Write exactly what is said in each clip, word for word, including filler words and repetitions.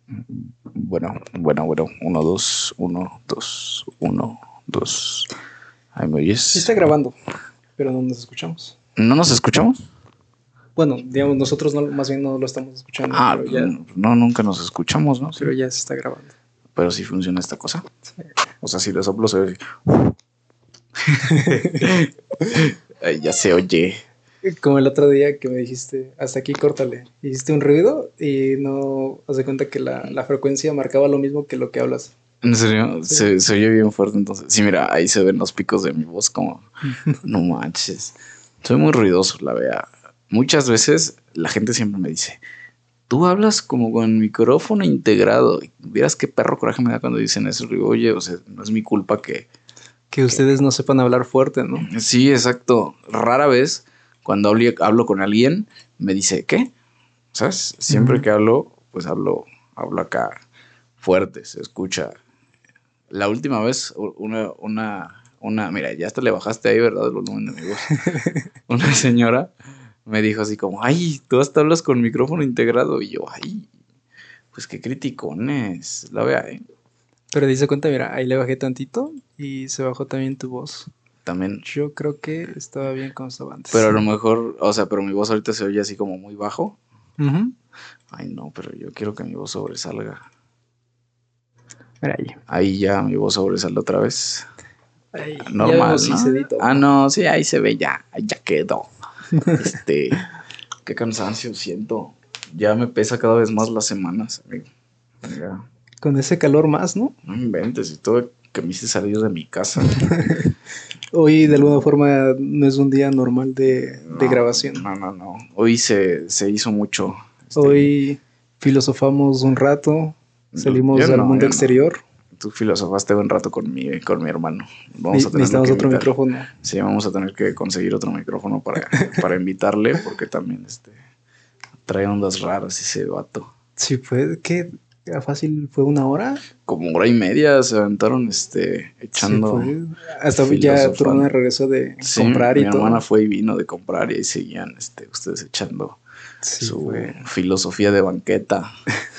Bueno, bueno, bueno. Uno, dos, uno, dos, uno, dos. Ahí me Sí oyes. está grabando, pero no nos escuchamos. ¿No nos escuchamos? Bueno, digamos, nosotros no, más bien no lo estamos escuchando, Ah, pero ya, no, nunca nos escuchamos, ¿no? pero Sí. ya se está grabando. Pero sí funciona esta cosa. O sea, si le soplo se oye. Ay, ya se oye. Como el otro día que me dijiste, hasta aquí córtale. Hiciste un ruido y no haz de cuenta que la, la frecuencia marcaba lo mismo que lo que hablas. ¿En serio? Sí. Se, se oye bien fuerte entonces. Sí, mira, ahí se ven los picos de mi voz como... No manches. Soy muy ruidoso, la vea. Muchas veces la gente siempre me dice, tú hablas como con micrófono integrado. Y vieras qué perro coraje me da cuando dicen eso. Digo, oye, o sea, no es mi culpa que, Que que... ustedes no sepan hablar fuerte, ¿no? Sí, exacto. Rara vez cuando hablo, hablo con alguien me dice, ¿qué? ¿Sabes? Siempre Ujú. que hablo, pues hablo, hablo acá fuerte, se escucha. La última vez, una, una, una, mira, ya hasta le bajaste ahí, ¿verdad? El volumen de mi voz. Una señora me dijo así como, ay, tú hasta hablas con micrófono integrado. Y yo, ay, pues qué criticones. La vea, ¿eh? Pero dice cuenta, mira, ahí le bajé tantito y se bajó también tu voz. También, Yo creo que estaba bien como estaba pero antes. a lo mejor, o sea, pero mi voz ahorita se oye así como muy bajo. Ujú. Ay, no, pero yo quiero que mi voz sobresalga. Mira ahí. Ahí ya mi voz sobresale otra vez. Ahí. Ya vemos Normal, si ¿no? se edita o Ah, no. no, sí, ahí se ve ya. Ahí ya quedó. Este, qué cansancio siento. Ya me pesa cada vez más las semanas. Ya, Con ese calor más, ¿no? no inventes, y todo que me hice salir de mi casa. Hoy de alguna forma no es un día normal de, de No, grabación. no, no, no. Hoy se, se hizo mucho. Este, Hoy filosofamos un rato, yo salimos al no, mundo yo no. exterior. Tú filosofaste un rato con mi, con mi hermano. Vamos Ne- a tenerlo necesitamos que otro invitar. micrófono. Sí, vamos a tener que conseguir otro micrófono para, para invitarle, porque también este, trae ondas raras ese vato. Sí, fue que fácil fue una hora. Como hora y media se aventaron este, Sí, echando, fue. Hasta ya tu hermana filosofando. regresó de Sí, comprar mi y hermana todo. fue y vino de comprar y ahí seguían este, ustedes echando Sí, su fue. filosofía de banqueta.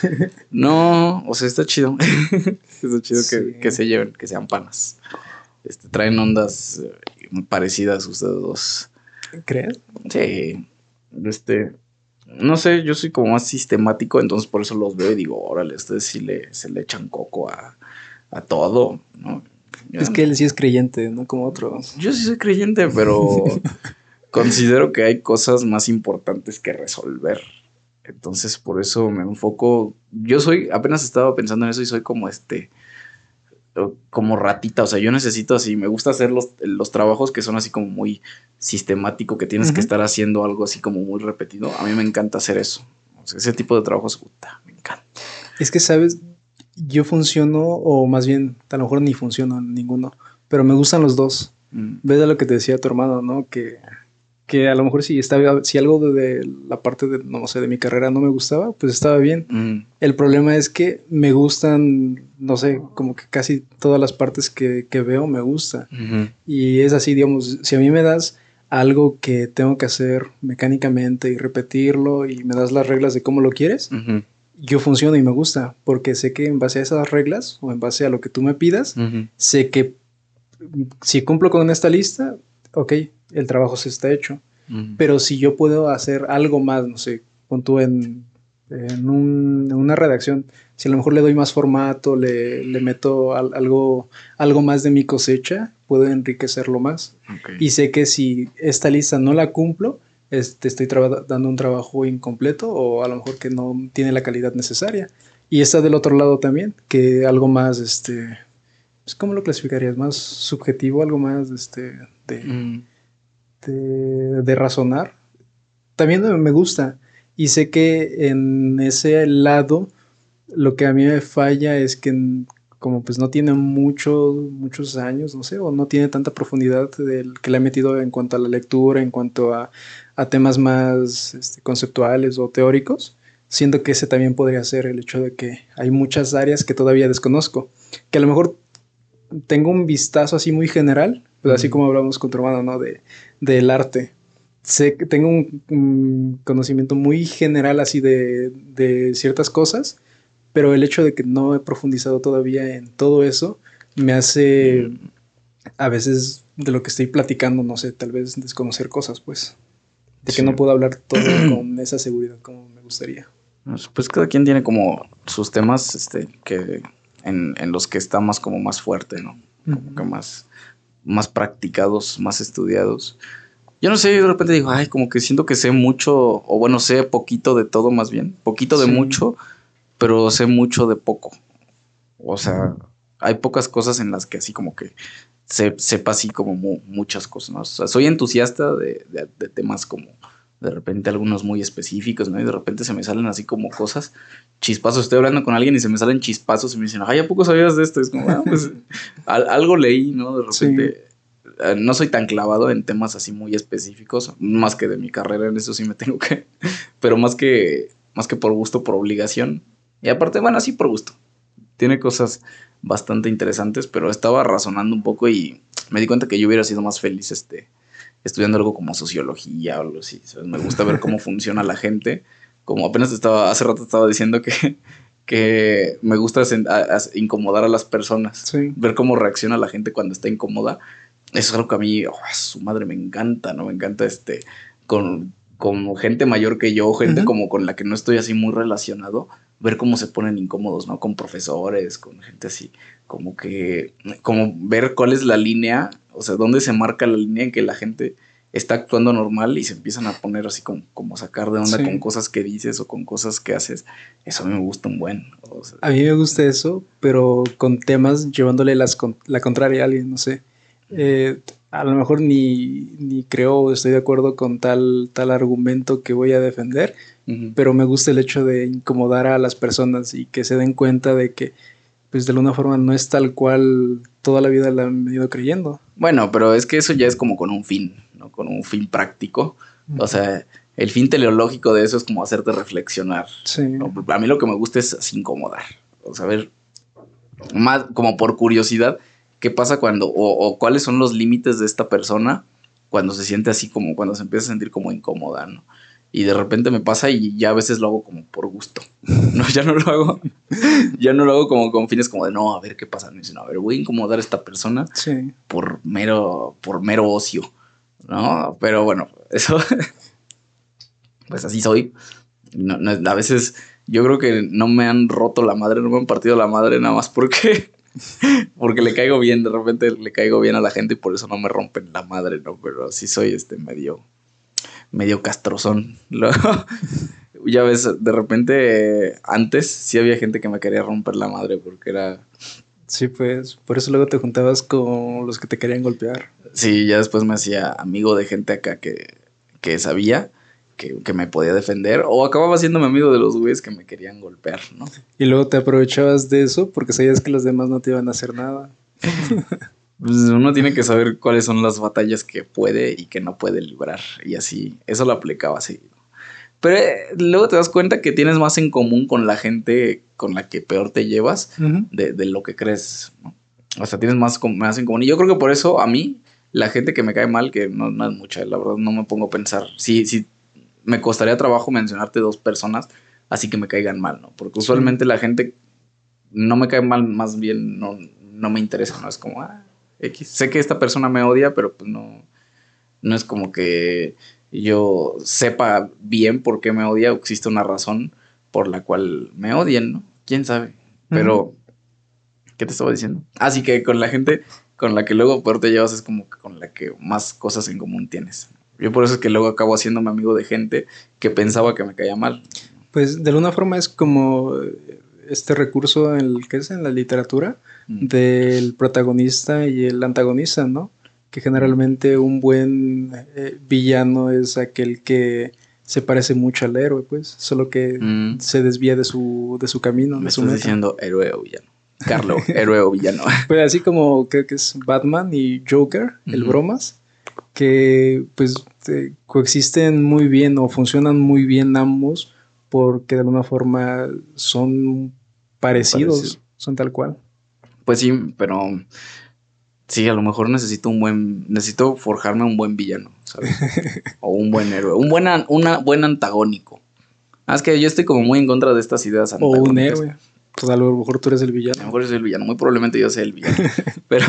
No, o sea, está chido. Está chido que, que Sí. se lleven, que sean panas. Este, traen ondas eh, parecidas ustedes dos. ¿Crees? Sí, este, no sé, yo soy como más sistemático, entonces por eso los veo y digo, órale, ustedes sí le, se le echan coco a, a todo, ¿no? Yo, Es que él sí es creyente, no como otros. yo sí soy creyente, pero considero que hay cosas más importantes que resolver. Entonces, por eso me enfoco. Yo soy, apenas estaba pensando en eso y soy como este, como ratita. O sea, yo necesito así, me gusta hacer los, los trabajos que son así como muy sistemático, que tienes que Ujú. estar haciendo algo así como muy repetido. A mí me encanta hacer eso. O sea, ese tipo de trabajos, puta, me encanta. Es que, ¿sabes? Yo funciono, o más bien, a lo mejor ni funciono ninguno, pero me gustan los dos. Mm, Ves a lo que te decía tu hermano, ¿no? Que, que a lo mejor si, estaba, si algo de, de la parte de, no sé, de mi carrera no me gustaba, pues estaba bien. mm, El problema es que me gustan, no sé, como que casi todas las partes que, que veo me gusta. ujú, Y es así, digamos, si a mí me das algo que tengo que hacer mecánicamente y repetirlo y me das las reglas de cómo lo quieres, ujú, yo funciono y me gusta, porque sé que en base a esas reglas o en base a lo que tú me pidas, ujú, sé que si cumplo con esta lista, ok, el trabajo se está hecho. ujú, Pero si yo puedo hacer algo más, no sé, pon tú en, en, un, en una redacción, si a lo mejor le doy más formato, le, le meto al, algo, algo más de mi cosecha, puedo enriquecerlo más. ok. Y sé que si esta lista no la cumplo, este, estoy dando un trabajo incompleto o a lo mejor que no tiene la calidad necesaria. Y está del otro lado también, que algo más, este, pues, ¿cómo lo clasificarías? Más subjetivo, algo más este, de, Mm, de, de razonar. También me gusta y sé que en ese lado lo que a mí me falla es que como pues no tiene mucho, muchos años, no sé, o no tiene tanta profundidad del que le he metido en cuanto a la lectura, en cuanto a, a temas más este, conceptuales o teóricos, siento que ese también podría ser el hecho de que hay muchas áreas que todavía desconozco, que a lo mejor tengo un vistazo así muy general, pues así mm, como hablamos con tu hermano, ¿no? De, del arte. Sé que tengo un, un conocimiento muy general así de, de ciertas cosas, pero el hecho de que no he profundizado todavía en todo eso me hace Mm, a veces de lo que estoy platicando, no sé, tal vez desconocer cosas, pues, de que sí. no puedo hablar todo con esa seguridad como me gustaría. Pues pues cada quien tiene como sus temas, este, que en, en los que está más como más fuerte, ¿no? Como que Ujú. más, más practicados, más estudiados. Yo no sé, yo de repente digo, ay, como que siento que sé mucho, o bueno, sé poquito de todo más bien, poquito de Sí, mucho, pero sé mucho de poco. O sea, hay pocas cosas en las que así como que se, sepa así como mu- muchas cosas, ¿no? O sea, soy entusiasta de, de- de temas como de repente algunos muy específicos, ¿no? Y de repente se me salen así como cosas, chispazos. Estoy hablando con alguien y se me salen chispazos y me dicen, ay, ¿a poco sabías de esto? Y es como, ah, pues al- algo leí, ¿no? De sí. repente eh, no soy tan clavado en temas así muy específicos, más que de mi carrera, en eso sí me tengo que, pero más que, más que por gusto, por obligación. Y aparte, bueno, sí por gusto. Tiene cosas bastante interesantes, pero estaba razonando un poco y me di cuenta que yo hubiera sido más feliz este, estudiando algo como sociología o algo así. ¿Sabes? Me gusta ver cómo funciona la gente. Como apenas estaba, hace rato estaba diciendo que, que me gusta sen- a- a- incomodar a las personas, Sí. ver cómo reacciona la gente cuando está incómoda. Eso es algo que a mí, oh, su madre, me encanta, ¿no? Me encanta este, con, como gente mayor que yo, gente Ujú. como con la que no estoy así muy relacionado, ver cómo se ponen incómodos, ¿no? Con profesores, con gente así, como que, como ver cuál es la línea, o sea, dónde se marca la línea en que la gente está actuando normal y se empiezan a poner así como, como sacar de onda con Sí. cosas que dices o con cosas que haces. Eso a mí me gusta un buen. O sea, A mí me gusta eso, pero con temas llevándole las con- la contraria a alguien, no sé. Eh, a lo mejor ni, ni creo o estoy de acuerdo con tal, tal argumento que voy a defender, ujú. pero me gusta el hecho de incomodar a las personas y que se den cuenta de que, pues de alguna forma no es tal cual toda la vida la han venido creyendo. Bueno, pero es que eso ya es como con un fin, ¿no? Con un fin práctico. O Ujú. sea, el fin teleológico de eso es como hacerte reflexionar, Sí, ¿no? A mí lo que me gusta es así incomodar. O sea, ver más como por curiosidad qué pasa cuando, o, o cuáles son los límites de esta persona cuando se siente así como, cuando se empieza a sentir como incómoda, ¿no? Y de repente me pasa y ya a veces lo hago como por gusto. No, ya no lo hago, ya no lo hago como con fines como de no, a ver qué pasa. No, sino, a ver, voy a incomodar a esta persona sí. por mero, por mero ocio, ¿no? Pero bueno, eso, pues así soy. No, no, a veces yo creo que no me han roto la madre, no me han partido la madre nada más porque, porque le caigo bien, de repente le caigo bien a la gente y por eso no me rompen la madre, ¿no? Pero sí soy este medio, medio castrozón. Luego, ya ves, de repente eh, antes sí había gente que me quería romper la madre porque era. Sí, pues por eso luego te juntabas con los que te querían golpear. Sí, ya después me hacía amigo de gente acá que, que sabía que, que me podía defender. O acababa siendo mi amigo de los güeyes que me querían golpear, ¿no? Y luego te aprovechabas de eso porque sabías que los demás no te iban a hacer nada. Pues uno tiene que saber cuáles son las batallas que puede y que no puede librar. Y así, eso lo aplicaba seguido. Pero eh, luego te das cuenta que tienes más en común con la gente con la que peor te llevas Ujú. de, de lo que crees, ¿no? O sea, tienes más, com- más en común. Y yo creo que por eso a mí, la gente que me cae mal, que no, no es mucha, la verdad no me pongo a pensar. Sí, sí, me costaría trabajo mencionarte dos personas así que me caigan mal, ¿no? Porque Sí. usualmente la gente no me cae mal, más bien no, no me interesa, ¿no? Es como, ah, X. Sé que esta persona me odia, pero pues no, no es como que yo sepa bien por qué me odia o existe una razón por la cual me odian, ¿no? ¿Quién sabe? Ujú. Pero, ¿qué te estaba diciendo? Así que con la gente con la que luego peor te llevas es como que con la que más cosas en común tienes. Yo por eso es que luego acabo haciéndome amigo de gente que pensaba que me caía mal. Pues de alguna forma es como eh, este recurso en el que es en la literatura Mm, del protagonista y el antagonista, ¿no? Que mm, generalmente un buen eh, villano es aquel que se parece mucho al héroe, pues, solo que mm. se desvía de su, de su camino, Me de su estás meta. diciendo héroe o villano. Carlo, héroe o villano. Pues así como creo que es Batman y Joker, el Ujú. bromas, que pues eh, coexisten muy bien o funcionan muy bien ambos porque de alguna forma son Muy parecido. parecidos, son tal cual. Pues sí, pero sí, a lo mejor necesito un buen, necesito forjarme un buen villano, ¿sabes? O un buen héroe, un buen, una buen antagónico. Ah, es que yo estoy como muy en contra de estas ideas O un antagónicas. héroe. Pues a lo mejor tú eres el villano. A lo mejor yo soy el villano, muy probablemente yo sea el villano. Pero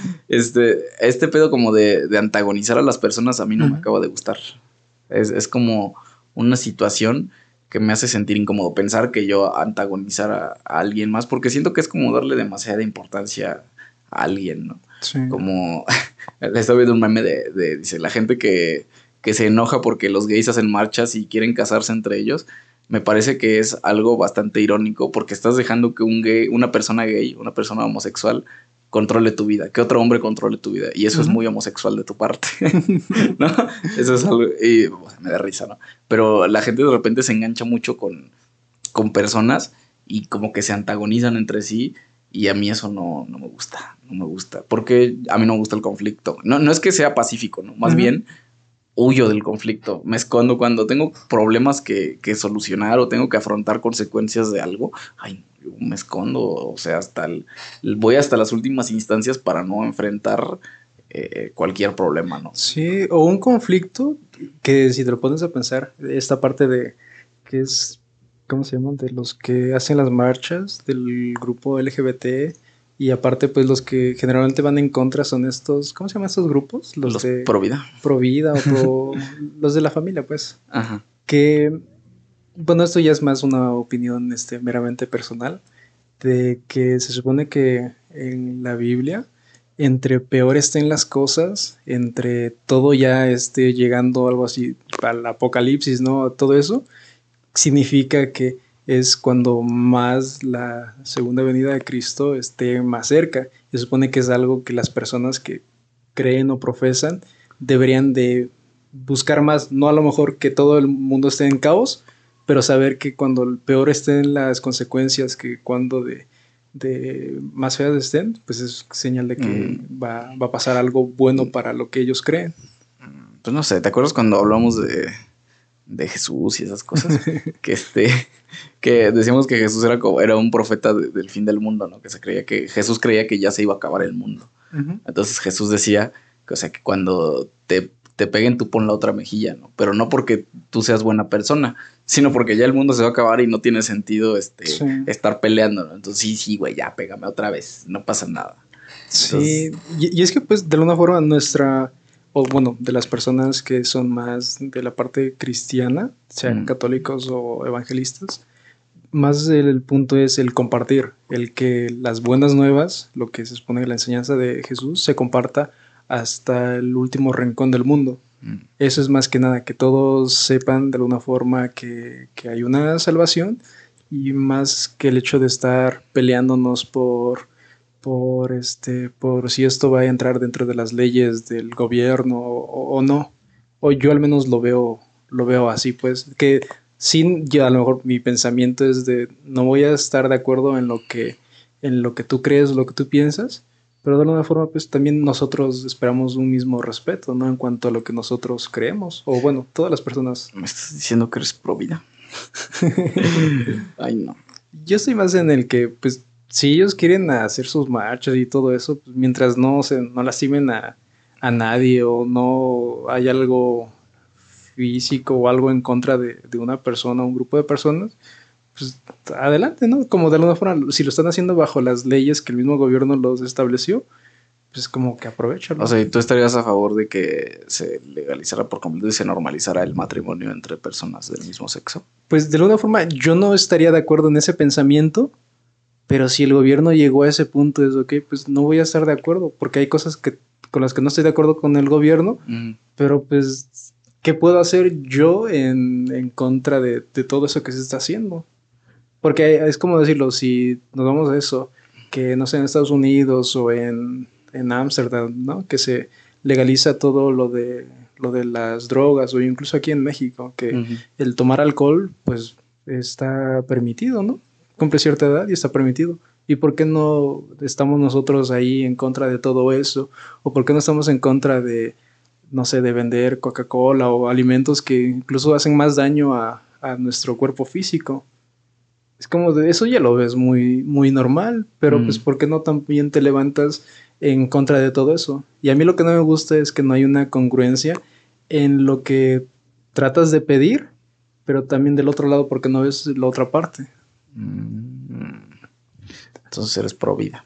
este, este pedo como de, de antagonizar a las personas a mí no uh-huh. me acaba de gustar. Es, es como una situación que me hace sentir incómodo pensar que yo antagonizar a, a alguien más, porque siento que es como darle demasiada importancia a alguien, ¿no? Sí. Como, le estaba viendo un meme de, de, dice, la gente que, que se enoja porque los gays hacen marchas y quieren casarse entre ellos. Me parece que es algo bastante irónico porque estás dejando que un gay, una persona gay, una persona homosexual controle tu vida, que otro hombre controle tu vida. Y eso uh-huh. es muy homosexual de tu parte, ¿no? Eso es algo, y o sea, me da risa, ¿no? Pero la gente de repente se engancha mucho con, con personas y como que se antagonizan entre sí y a mí eso no, no me gusta, no me gusta. Porque a mí no me gusta el conflicto. No, no es que sea pacífico, ¿no? Más uh-huh. bien huyo del conflicto, me escondo cuando tengo problemas que, que solucionar o tengo que afrontar consecuencias de algo. Ay, yo me escondo, o sea, hasta el, voy hasta las últimas instancias para no enfrentar eh, cualquier problema, ¿no? Sí, o un conflicto que si te lo pones a pensar, esta parte de que es, ¿cómo se llaman? De los que hacen las marchas del grupo L G B T. Y aparte, pues los que generalmente van en contra son estos, ¿cómo se llaman estos grupos? Los, los de pro vida. Pro vida o pro, los de la familia, pues. Ajá. Que, bueno, esto ya es más una opinión este, meramente personal, de que se supone que en la Biblia, entre peor estén las cosas, entre todo ya esté llegando algo así al apocalipsis, ¿no? Todo eso significa que es cuando más la segunda venida de Cristo esté más cerca. Se supone que es algo que las personas que creen o profesan deberían de buscar más, no a lo mejor que todo el mundo esté en caos, pero saber que cuando el peor estén las consecuencias, que cuando de, de más feas estén, pues es señal de que mm. va, va a pasar algo bueno para lo que ellos creen. Pues no sé, ¿te acuerdas cuando hablamos de... de Jesús y esas cosas, que este, que decíamos que Jesús era como, era un profeta de, del fin del mundo, ¿no? Que se creía que, Jesús creía que ya se iba a acabar el mundo. Uh-huh. Entonces Jesús decía, que, o sea, que cuando te, te peguen tú pon la otra mejilla, ¿no? Pero no porque tú seas buena persona, sino porque ya el mundo se va a acabar y no tiene sentido este, sí. estar peleando, ¿no? Entonces sí, sí, güey, ya pégame otra vez, no pasa nada. Entonces, sí, y, y es que pues de alguna forma nuestra... o bueno, de las personas que son más de la parte cristiana, sean mm. católicos o evangelistas, más el punto es el compartir, el que las buenas nuevas, lo que se supone la enseñanza de Jesús, se comparta hasta el último rincón del mundo. Mm. Eso es más que nada, que todos sepan de alguna forma que, que hay una salvación y más que el hecho de estar peleándonos por... por este por si esto va a entrar dentro de las leyes del gobierno o, o no, o yo al menos lo veo lo veo así, pues que sin yo a lo mejor mi pensamiento es de no voy a estar de acuerdo en lo que en lo que tú crees, lo que tú piensas, pero de alguna forma pues también nosotros esperamos un mismo respeto, ¿no? En cuanto a lo que nosotros creemos, o bueno, todas las personas. ¿Me estás diciendo que eres pro vida? Ay, no. Yo estoy más en el que pues si ellos quieren hacer sus marchas y todo eso, pues mientras no se no lastimen a, a nadie o no hay algo físico o algo en contra de, de una persona o un grupo de personas, pues adelante, ¿no? Como de alguna forma, si lo están haciendo bajo las leyes que el mismo gobierno los estableció, pues como que aprovechalo. O sea, ¿tú estarías a favor de que se legalizara por completo y se normalizara el matrimonio entre personas del mismo sexo? Pues de alguna forma yo no estaría de acuerdo en ese pensamiento. Pero si el gobierno llegó a ese punto, es ok, pues no voy a estar de acuerdo, porque hay cosas que, con las que no estoy de acuerdo con el gobierno, mm. pero pues, ¿qué puedo hacer yo en, en contra de, de todo eso que se está haciendo? Porque es como decirlo, si nos vamos a eso, que no sé, en Estados Unidos o en en Ámsterdam, ¿no? Que se legaliza todo lo de, lo de las drogas, o incluso aquí en México, que uh-huh. el tomar alcohol, pues, está permitido, ¿no? Cumple cierta edad y está permitido. ¿Y por qué no estamos nosotros ahí en contra de todo eso? ¿O por qué no estamos en contra de, no sé, de vender Coca-Cola o alimentos que incluso hacen más daño a, a nuestro cuerpo físico? Es como de eso ya lo ves muy, muy normal, pero mm. pues ¿por qué no también te levantas en contra de todo eso? Y a mí lo que no me gusta es que no hay una congruencia en lo que tratas de pedir, pero también del otro lado porque no ves la otra parte. Mm. Entonces eres pro vida.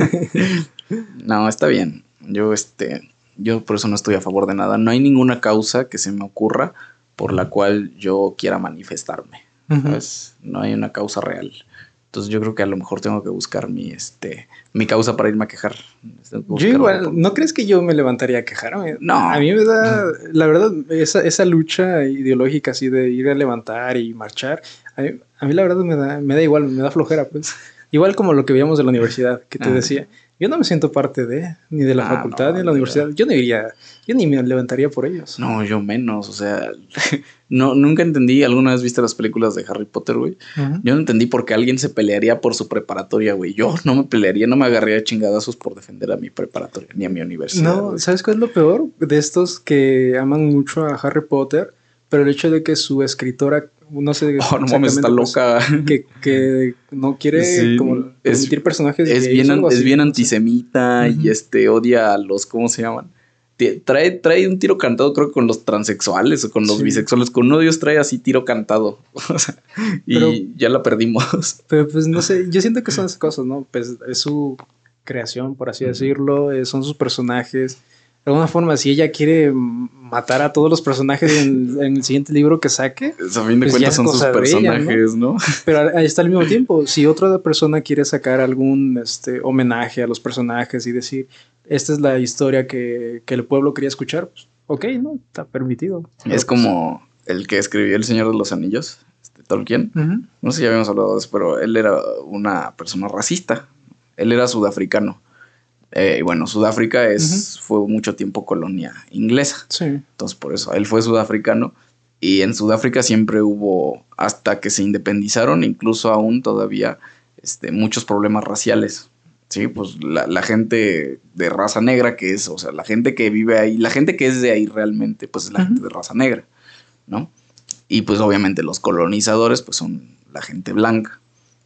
No, está bien. Yo, este, yo por eso no estoy a favor de nada. No hay ninguna causa que se me ocurra por la cual yo quiera manifestarme. Ujú. ¿Sabes? No hay una causa real. Entonces yo creo que a lo mejor tengo que buscar mi, este, mi causa para irme a quejar. Tengo que Yo buscar igual, algo. ¿no crees que yo me levantaría a quejarme? No. A mí me da, la verdad, esa, esa lucha ideológica así de ir a levantar y marchar, a mí, a mí la verdad me da, me da igual, me da flojera, pues. Igual como lo que veíamos de la universidad, que te Ah. decía, yo no me siento parte de, ni de la Ah, facultad, no, ni de la no, universidad. Yo no iría, yo ni me levantaría por ellos. No, yo menos, o sea, no, nunca entendí, ¿alguna vez viste las películas de Harry Potter, güey? Ujú. Yo no entendí por qué alguien se pelearía por su preparatoria, güey. Yo no me pelearía, no me agarraría a chingadazos por defender a mi preparatoria, ni a mi universidad. No, güey. ¿sabes cuál es lo peor? De estos que aman mucho a Harry Potter, pero el hecho de que su escritora, no sé Oh, no mames, está pues, loca. que, que no quiere Sí, como es- permitir personajes Es gays bien, o an- algo es así, bien no sé. antisemita y Ujú. este odia a los, ¿cómo se llaman? Tie- Trae, trae un tiro cantado, creo que con los transexuales o con los Sí. bisexuales. Con uno de ellos trae así tiro cantado. O sea, y Pero- ya la perdimos. Pero pues no sé, yo siento que son esas cosas, ¿no? Pues es su creación, por así Ujú. decirlo, eh, son sus personajes. De alguna forma, si ella quiere mm, matar a todos los personajes en, en el siguiente libro que saque, Pues, a fin de Pues ya cuentas es son sus cosa de ella, ¿no? personajes, ¿no? pero ahí está al mismo tiempo, si otra persona quiere sacar algún este, homenaje a los personajes y decir, esta es la historia que, que el pueblo quería escuchar, pues ok, ¿no? Está permitido. Pero, Es pues, como el que escribió El Señor de los Anillos, este, Tolkien. ujú. No sé si ya habíamos hablado de eso, pero él era una persona racista. Él era sudafricano. Eh, y bueno, Sudáfrica es, fue mucho tiempo colonia inglesa. Sí. Entonces, por eso, él fue sudafricano. Y en Sudáfrica siempre hubo, hasta que se independizaron, incluso aún todavía, este, muchos problemas raciales. Sí, pues la, la gente de raza negra que es, o sea, la gente que vive ahí, la gente que es de ahí realmente, pues es la Ujú. gente de raza negra, ¿no? Y pues obviamente los colonizadores, pues son la gente blanca.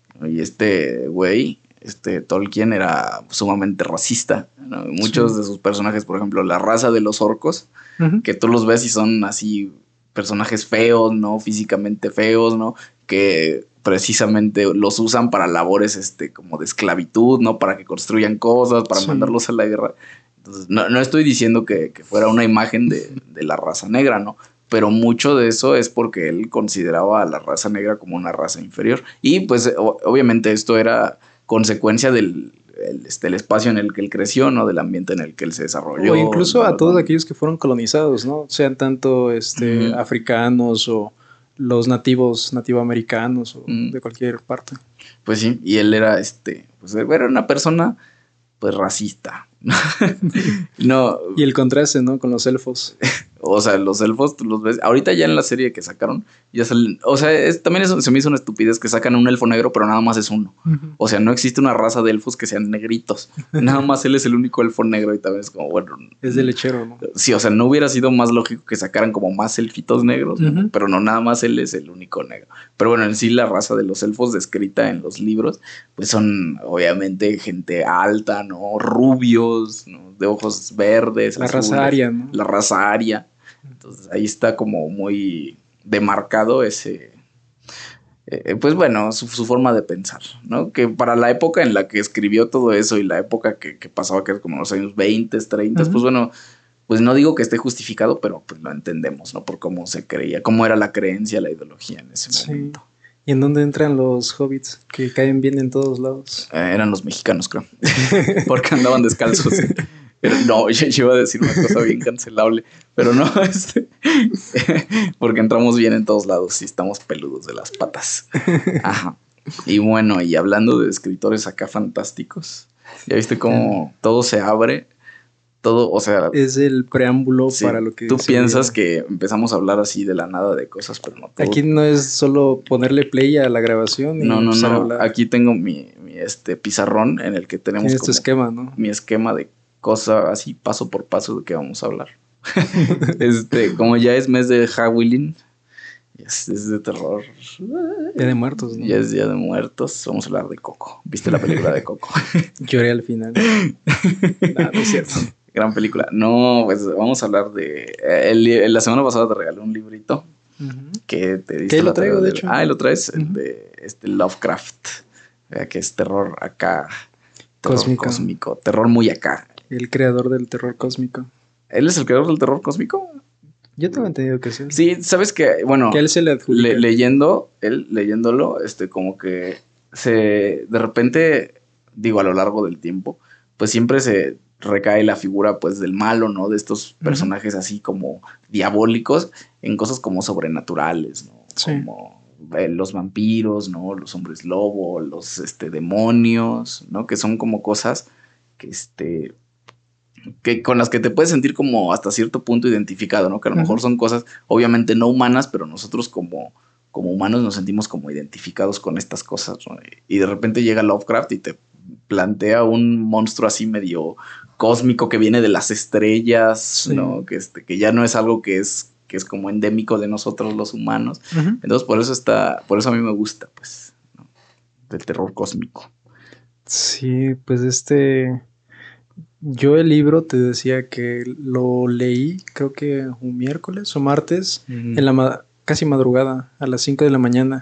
Y este güey, este Tolkien era sumamente racista, ¿no? Muchos Sí. de sus personajes, por ejemplo, la raza de los orcos, Ujú. que tú los ves y son así personajes feos, ¿no? Físicamente feos, ¿no? Que precisamente los usan para labores este, como de esclavitud, ¿no? Para que construyan cosas, para Sí. mandarlos a la guerra. Entonces, no, no estoy diciendo que, que fuera una imagen de, de la raza negra, ¿no? Pero mucho de eso es porque él consideraba a la raza negra como una raza inferior. Y pues o- obviamente esto era consecuencia del el, este, el espacio en el que él creció, ¿no? Del ambiente en el que él se desarrolló. O incluso bla, a bla, todos bla. aquellos que fueron colonizados, ¿no? Sean tanto este, Ujú. africanos o los nativos, nativoamericanos o Mm. de cualquier parte. Pues sí, y él era este, pues era una persona pues racista. No, Y el contraste, ¿no? Con los elfos. o sea, los elfos tú los ves. Ahorita ya en la serie que sacaron, ya salen. O sea, es, también eso se me hizo una estupidez que sacan un elfo negro, pero nada más es uno. O sea, no existe una raza de elfos que sean negritos. Nada más él es el único elfo negro y también es como, bueno. Es de lechero, ¿no? Sí, o sea, no hubiera sido más lógico que sacaran como más elfitos negros, ¿no? Ujú. Pero no, nada más él es el único negro. Pero bueno, en sí la raza de los elfos descrita en los libros, pues son obviamente gente alta, ¿no? Rubios, ¿no? De ojos verdes, La azules, raza aria, ¿no? la raza aria. Entonces ahí está como muy demarcado ese, eh, pues bueno, su, su forma de pensar, ¿no? Que para la época en la que escribió todo eso y la época que, que pasaba, que era como los años veinte, treinta, Ujú. pues bueno, pues no digo que esté justificado, pero pues lo entendemos, ¿no? Por cómo se creía, cómo era la creencia, la ideología en ese Sí. momento. ¿Y en dónde entran los hobbits? Que caen bien en todos lados. Eh, eran los mexicanos, creo, porque andaban descalzos. Pero no, yo, yo iba a decir una cosa bien cancelable, pero no, este, porque entramos bien en todos lados y estamos peludos de las patas. Ajá. Y bueno, y hablando de escritores acá fantásticos, ya viste cómo todo se abre, todo, o sea, Es el preámbulo sí, para lo que tú se piensas viene. que empezamos a hablar así de la nada de cosas, pero no todo. Aquí no es solo ponerle play a la grabación y No, no, empezar a no. hablar. Aquí tengo mi, mi este pizarrón en el que tenemos Tienes tu como esquema, ¿no? mi esquema de cosa así paso por paso de qué vamos a hablar. Este, como ya es mes de Halloween, es, es de terror. Día de Muertos, ¿no? Ya es Día de Muertos, vamos a hablar de Coco. ¿Viste la película de Coco? Lloré al final. No, no es cierto. Gran película. No, pues vamos a hablar de... eh, el- el- la semana pasada te regalé un librito Ujú. que te diste Que ahí lo la tarea traigo, de de- hecho. Ah, ¿y lo traes? El Ujú. de este Lovecraft. eh, que es terror acá, terror Cósmico. cósmico, terror muy acá. El creador del terror cósmico. ¿Él es el creador del terror cósmico? Yo tengo entendido que sí. Sí, sabes que, bueno, Que a él se le adjudica. le- leyendo, él leyéndolo, este, como que se, de repente, digo, a lo largo del tiempo, pues siempre se recae la figura, pues, del malo, ¿no? De estos personajes uh-huh. así como diabólicos en cosas como sobrenaturales, ¿no? Sí. Como eh, los vampiros, ¿no? Los hombres lobo, los, este, demonios, ¿no? Que son como cosas que, este... que con las que te puedes sentir como hasta cierto punto identificado, ¿no? Que a lo uh-huh. mejor son cosas obviamente no humanas, pero nosotros como, como humanos nos sentimos como identificados con estas cosas, ¿no? Y de repente llega Lovecraft y te plantea un monstruo así medio cósmico que viene de las estrellas, sí. ¿no? Que, este, que ya no es algo que es, que es como endémico de nosotros los humanos. Uh-huh. Entonces por eso está, por eso a mí me gusta, pues, ¿no? Del terror cósmico. Sí, pues este... Yo el libro te decía que lo leí, creo que un miércoles o martes, uh-huh. en la ma- casi madrugada, a las cinco de la mañana.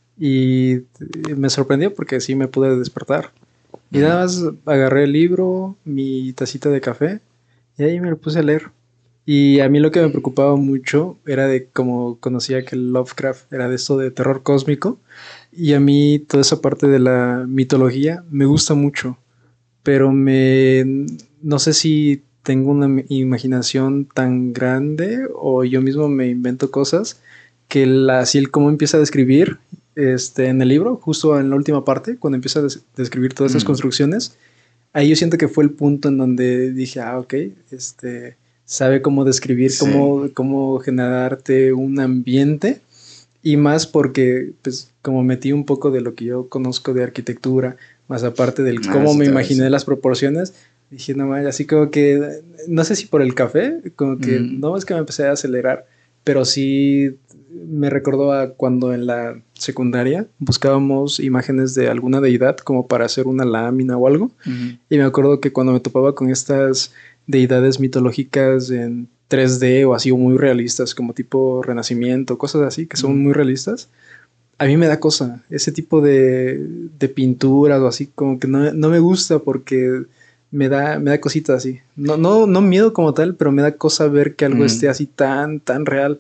Y me sorprendió porque sí me pude despertar. Y uh-huh. nada más agarré el libro, mi tacita de café, y ahí me lo puse a leer. Y a mí lo que me preocupaba mucho era de cómo conocía que Lovecraft era de esto de terror cósmico. Y a mí toda esa parte de la mitología me gusta mucho. Pero me no sé si tengo una imaginación tan grande o yo mismo me invento cosas que la, así el cómo empieza a describir este, en el libro, justo en la última parte, cuando empieza a des- describir todas estas mm. construcciones, ahí yo siento que fue el punto en donde dije, ah, ok, este, sabe cómo describir, sí. cómo, cómo generarte un ambiente. Y más porque, pues, como metí un poco de lo que yo conozco de arquitectura, más aparte del ah, cómo me imaginé las proporciones, dije, no, así como que, no sé si por el café, como que, mm. no es que me empecé a acelerar, pero sí me recordó a cuando en la secundaria buscábamos imágenes de alguna deidad como para hacer una lámina o algo, mm. y me acuerdo que cuando me topaba con estas deidades mitológicas en tres D o así, o muy realistas, como tipo Renacimiento, cosas así, que son mm. muy realistas, a mí me da cosa, ese tipo de, de pinturas o así, como que no, no me gusta porque me da, me da cositas así. No, no, no miedo como tal, pero me da cosa ver que algo mm. esté así tan, tan real.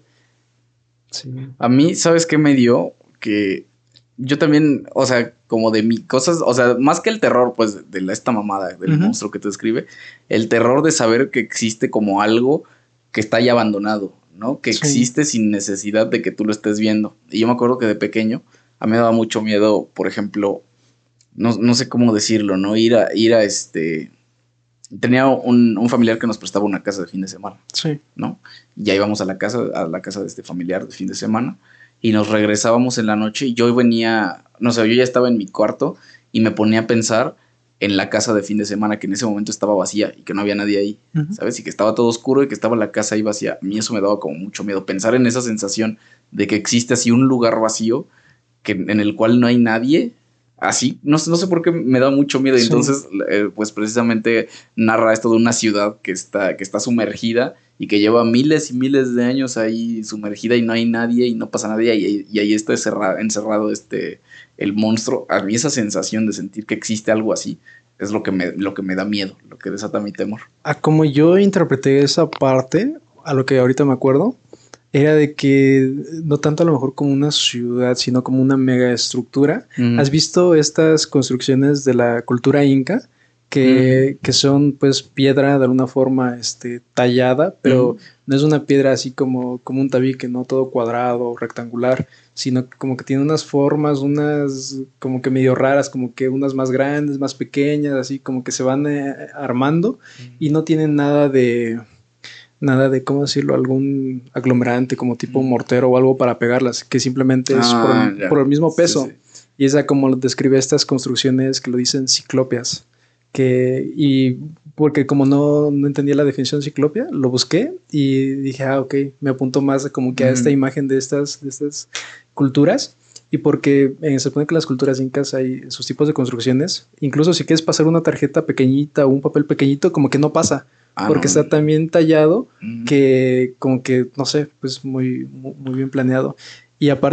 Sí. A mí, ¿sabes qué me dio? Que yo también, o sea, como de mi cosas, o sea, más que el terror, pues, de la, esta mamada del uh-huh. monstruo que te describe, el terror de saber que existe como algo que está ya abandonado, ¿no? Que sí. existe sin necesidad de que tú lo estés viendo. Y yo me acuerdo que de pequeño a mí me daba mucho miedo, por ejemplo, no, no sé cómo decirlo, ¿no? Ir a, ir a este... Tenía un, un familiar que nos prestaba una casa de fin de semana, sí. ¿no? Y ya íbamos a la casa, a la casa de este familiar de fin de semana y nos regresábamos en la noche y yo venía, no sé, yo ya estaba en mi cuarto y me ponía a pensar en la casa de fin de semana que en ese momento estaba vacía y que no había nadie ahí, uh-huh. ¿sabes? Y que estaba todo oscuro y que estaba la casa ahí vacía. A mí eso me daba como mucho miedo, pensar en esa sensación de que existe así un lugar vacío que, en el cual no hay nadie. Así, no, no sé por qué me da mucho miedo. Sí. Entonces, eh, pues precisamente narra esto de una ciudad que está, que está sumergida y que lleva miles y miles de años ahí sumergida y no hay nadie y no pasa nadie y, y ahí está encerrado, encerrado este, el monstruo. A mí esa sensación de sentir que existe algo así es lo que me, lo que me da miedo, lo que desata mi temor. A como yo interpreté esa parte, a lo que ahorita me acuerdo, era de que no tanto a lo mejor como una ciudad, sino como una mega estructura. Mm. ¿Has visto estas construcciones de la cultura inca? Que, mm. que son pues piedra de alguna forma este, tallada, pero mm. no es una piedra así como, como un tabique, no todo cuadrado o rectangular, sino que como que tiene unas formas, unas como que medio raras, como que unas más grandes, más pequeñas, así como que se van eh, armando mm. y no tienen nada de... nada de, ¿cómo decirlo? Algún aglomerante como tipo mortero o algo para pegarlas, que simplemente es ah, por, el, por el mismo peso. Sí, sí. Y es como describe estas construcciones que lo dicen ciclópeas. Que, y porque como no, no entendía la definición de ciclopia, lo busqué y dije, ah, ok, me apunto más como que a esta mm. imagen de estas, de estas culturas. Y porque eh, se supone que las culturas incas hay sus tipos de construcciones. Incluso si quieres pasar una tarjeta pequeñita o un papel pequeñito, como que no pasa. Ah, porque no, está tan bien tallado mm. que como que, no sé, pues muy, muy, muy bien planeado. Y aparte,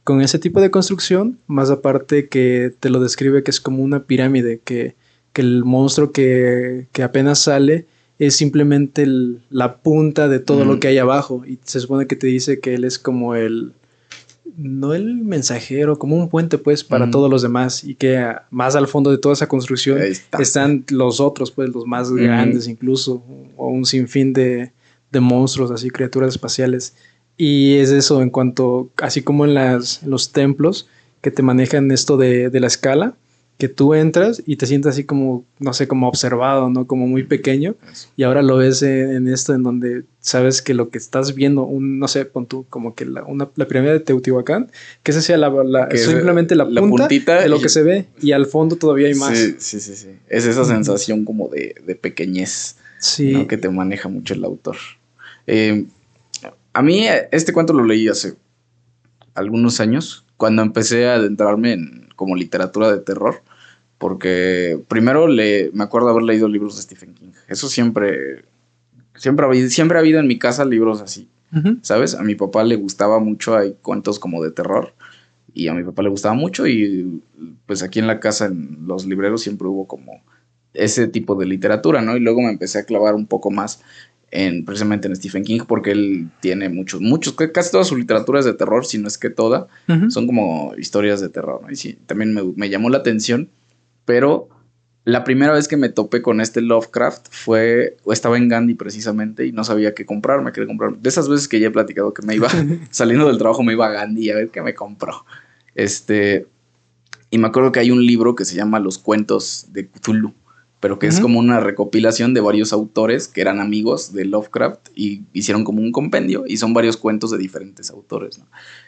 con ese tipo de construcción, más aparte que te lo describe que es como una pirámide, que, que el monstruo que, que apenas sale es simplemente el, la punta de todo mm. lo que hay abajo, y se supone que te dice que él es como el, no el mensajero, como un puente pues para mm. todos los demás, y que a, más al fondo de toda esa construcción está. están los otros pues, los más mm. grandes incluso, o un sinfín de, de monstruos, así criaturas espaciales. Y es eso en cuanto, así como en, las, en los templos que te manejan esto de, de la escala, que tú entras y te sientes así como, no sé, como observado, ¿no? Como muy pequeño. Eso. Y ahora lo ves en, en esto en donde sabes que lo que estás viendo, un, no sé, pon tú, como que la, una, la pirámide de Teotihuacán, que esa sea la, la, simplemente la, la punta de lo y, que se ve, y al fondo todavía hay más. Sí, sí, sí, sí. Es esa sensación como de, de pequeñez, sí. ¿no? Que te maneja mucho el autor. Eh, a mí este cuento lo leí hace algunos años, cuando empecé a adentrarme en como literatura de terror, porque primero le, me acuerdo haber leído libros de Stephen King. Eso siempre, siempre, ha habido, siempre ha habido en mi casa libros así, uh-huh. ¿sabes? A mi papá le gustaba mucho, hay cuentos como de terror, y a mi papá le gustaba mucho, y pues aquí en la casa, en los libreros, siempre hubo como ese tipo de literatura, ¿no? Y luego me empecé a clavar un poco más en, precisamente en Stephen King, porque él tiene muchos, muchos, casi toda su literatura es de terror, si no es que toda, uh-huh. son como historias de terror, ¿no? Y sí, también me, me llamó la atención, pero la primera vez que me topé con este Lovecraft fue, estaba en Gandhi precisamente, y no sabía qué comprar, me quería comprar, de esas veces que ya he platicado que me iba, saliendo del trabajo me iba a Gandhi a ver qué me compró, este, y me acuerdo que hay un libro que se llama Los Cuentos de Cthulhu, pero que uh-huh. es como una recopilación de varios autores que eran amigos de Lovecraft y hicieron como un compendio, y son varios cuentos de diferentes autores, ¿no?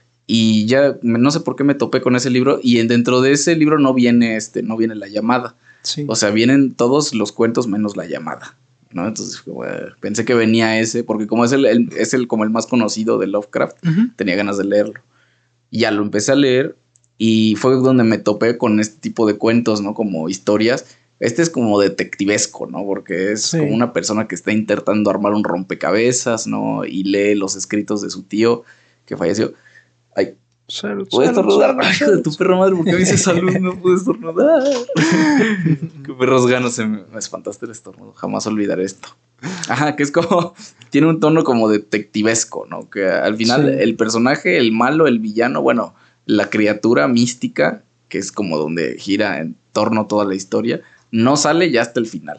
Y ya no sé por qué me topé con ese libro, y dentro de ese libro no viene este, no viene La Llamada. Sí. O sea, vienen todos los cuentos menos La Llamada, ¿no? Entonces bueno, pensé que venía ese, porque como es el, el, es el como el más conocido de Lovecraft, uh-huh. tenía ganas de leerlo. Y ya lo empecé a leer, y fue donde me topé con este tipo de cuentos, ¿no? Como historias. Este es como detectivesco, ¿no? Porque es sí. como una persona que está intentando armar un rompecabezas, ¿no? Y lee los escritos de su tío que falleció. Ay, salud, ¿puedes estornudar? Ay, hijo de tu perro madre, ¿por qué me dices salud? No puedo estornudar. Qué perros ganos, se me, me espantaste el estornudo. Jamás olvidaré esto. Ajá, que es como, tiene un tono como detectivesco, ¿no? Que al final sí. el personaje, el malo, el villano, bueno, la criatura mística, que es como donde gira en torno toda la historia, no sale ya hasta el final.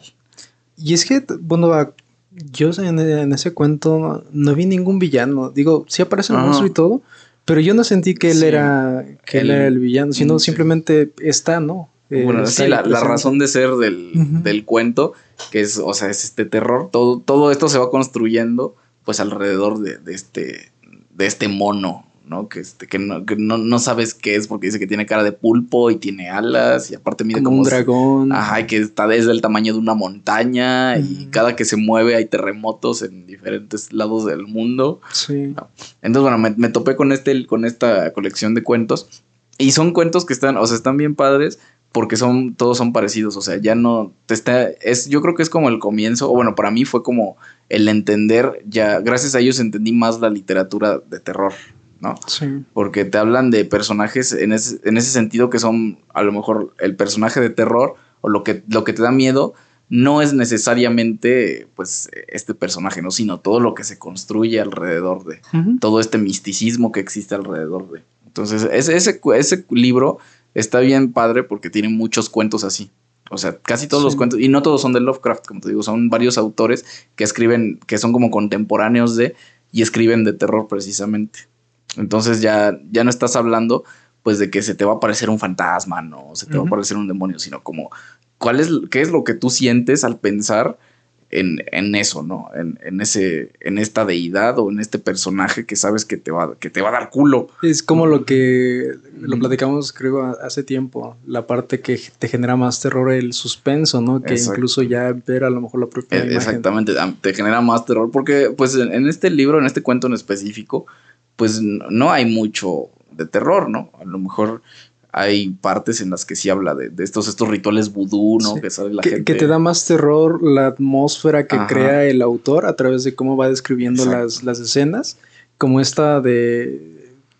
Y es que, bueno, yo en, en ese cuento no, no vi ningún villano. Digo, sí aparece el uh-huh. monstruo y todo, pero yo no sentí que él sí. era que él, él era el villano, sino sí. simplemente está, ¿no? Eh, bueno, está sí, la, la razón de ser del, uh-huh. del cuento, que es, o sea, es este terror. Todo, todo esto se va construyendo, pues, alrededor de, de este, de este mono, ¿no? Que, este, que, no, que no, no sabes qué es, porque dice que tiene cara de pulpo y tiene alas, y aparte mide como, como un dragón. Ajá, y que está desde el tamaño de una montaña, uh-huh. y cada que se mueve hay terremotos en diferentes lados del mundo. Sí. No. Entonces, bueno, me, me topé con este, con esta colección de cuentos, y son cuentos que están, o sea, están bien padres, porque son, todos son parecidos, o sea, ya no te está, es, yo creo que es como el comienzo, o bueno, para mí fue como el entender, ya, gracias a ellos entendí más la literatura de terror, ¿no? Sí. Porque te hablan de personajes en ese, en ese sentido que son a lo mejor el personaje de terror, o lo que, lo que te da miedo no es necesariamente pues este personaje, ¿no? Sino todo lo que se construye alrededor de, uh-huh. todo este misticismo que existe alrededor de. Entonces ese, ese, ese libro está bien padre porque tiene muchos cuentos así. O sea, casi todos sí. los cuentos, y no todos son de Lovecraft, como te digo, son varios autores que escriben, que son como contemporáneos de, y escriben de terror precisamente. Entonces ya, ya no estás hablando pues de que se te va a aparecer un fantasma, no, se te uh-huh. va a aparecer un demonio, sino como cuál es, qué es lo que tú sientes al pensar en, en eso, ¿no? En, en ese, en esta deidad o en este personaje que sabes que te va, que te va a dar culo. Es como lo que lo platicamos, creo, hace tiempo, la parte que te genera más terror, el suspenso, ¿no? Que Exacto. incluso ya ver a lo mejor la propia eh, imagen. Exactamente, te genera más terror porque pues en, en este libro, en este cuento en específico, pues no hay mucho de terror, ¿no? A lo mejor hay partes en las que sí habla de, de estos, estos rituales vudú, ¿no? Sí. Que sabe la que, gente. Que te da más terror la atmósfera que Ajá. crea el autor a través de cómo va describiendo las, las escenas, como esta de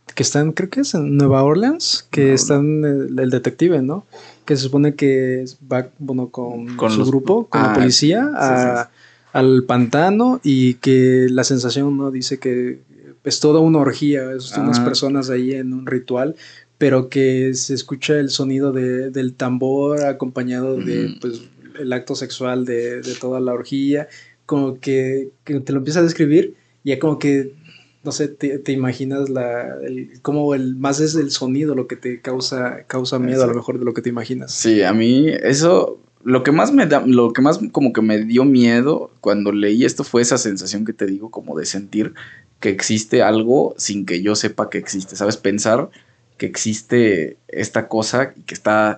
que están, creo que es en Nueva Orleans, que no, están no. El, el detective, ¿no? Que se supone que va, bueno, con, con su los, grupo, con ah, la policía, sí, a, sí, sí. al pantano, y que la sensación, ¿no? Dice que es toda una orgía, es ah. unas personas ahí en un ritual, pero que se escucha el sonido de, del tambor acompañado mm. de, pues, el acto sexual de, de toda la orgía, como que, que te lo empieza a describir, y ya como que no sé, te, te imaginas la, el, como el, más es el sonido lo que te causa, causa miedo Exacto. A lo mejor de lo que te imaginas. Sí, a mí eso, lo que más me da, lo que más como que me dio miedo cuando leí esto fue esa sensación que te digo, como de sentir que existe algo sin que yo sepa que existe, ¿sabes? Pensar que existe esta cosa y que está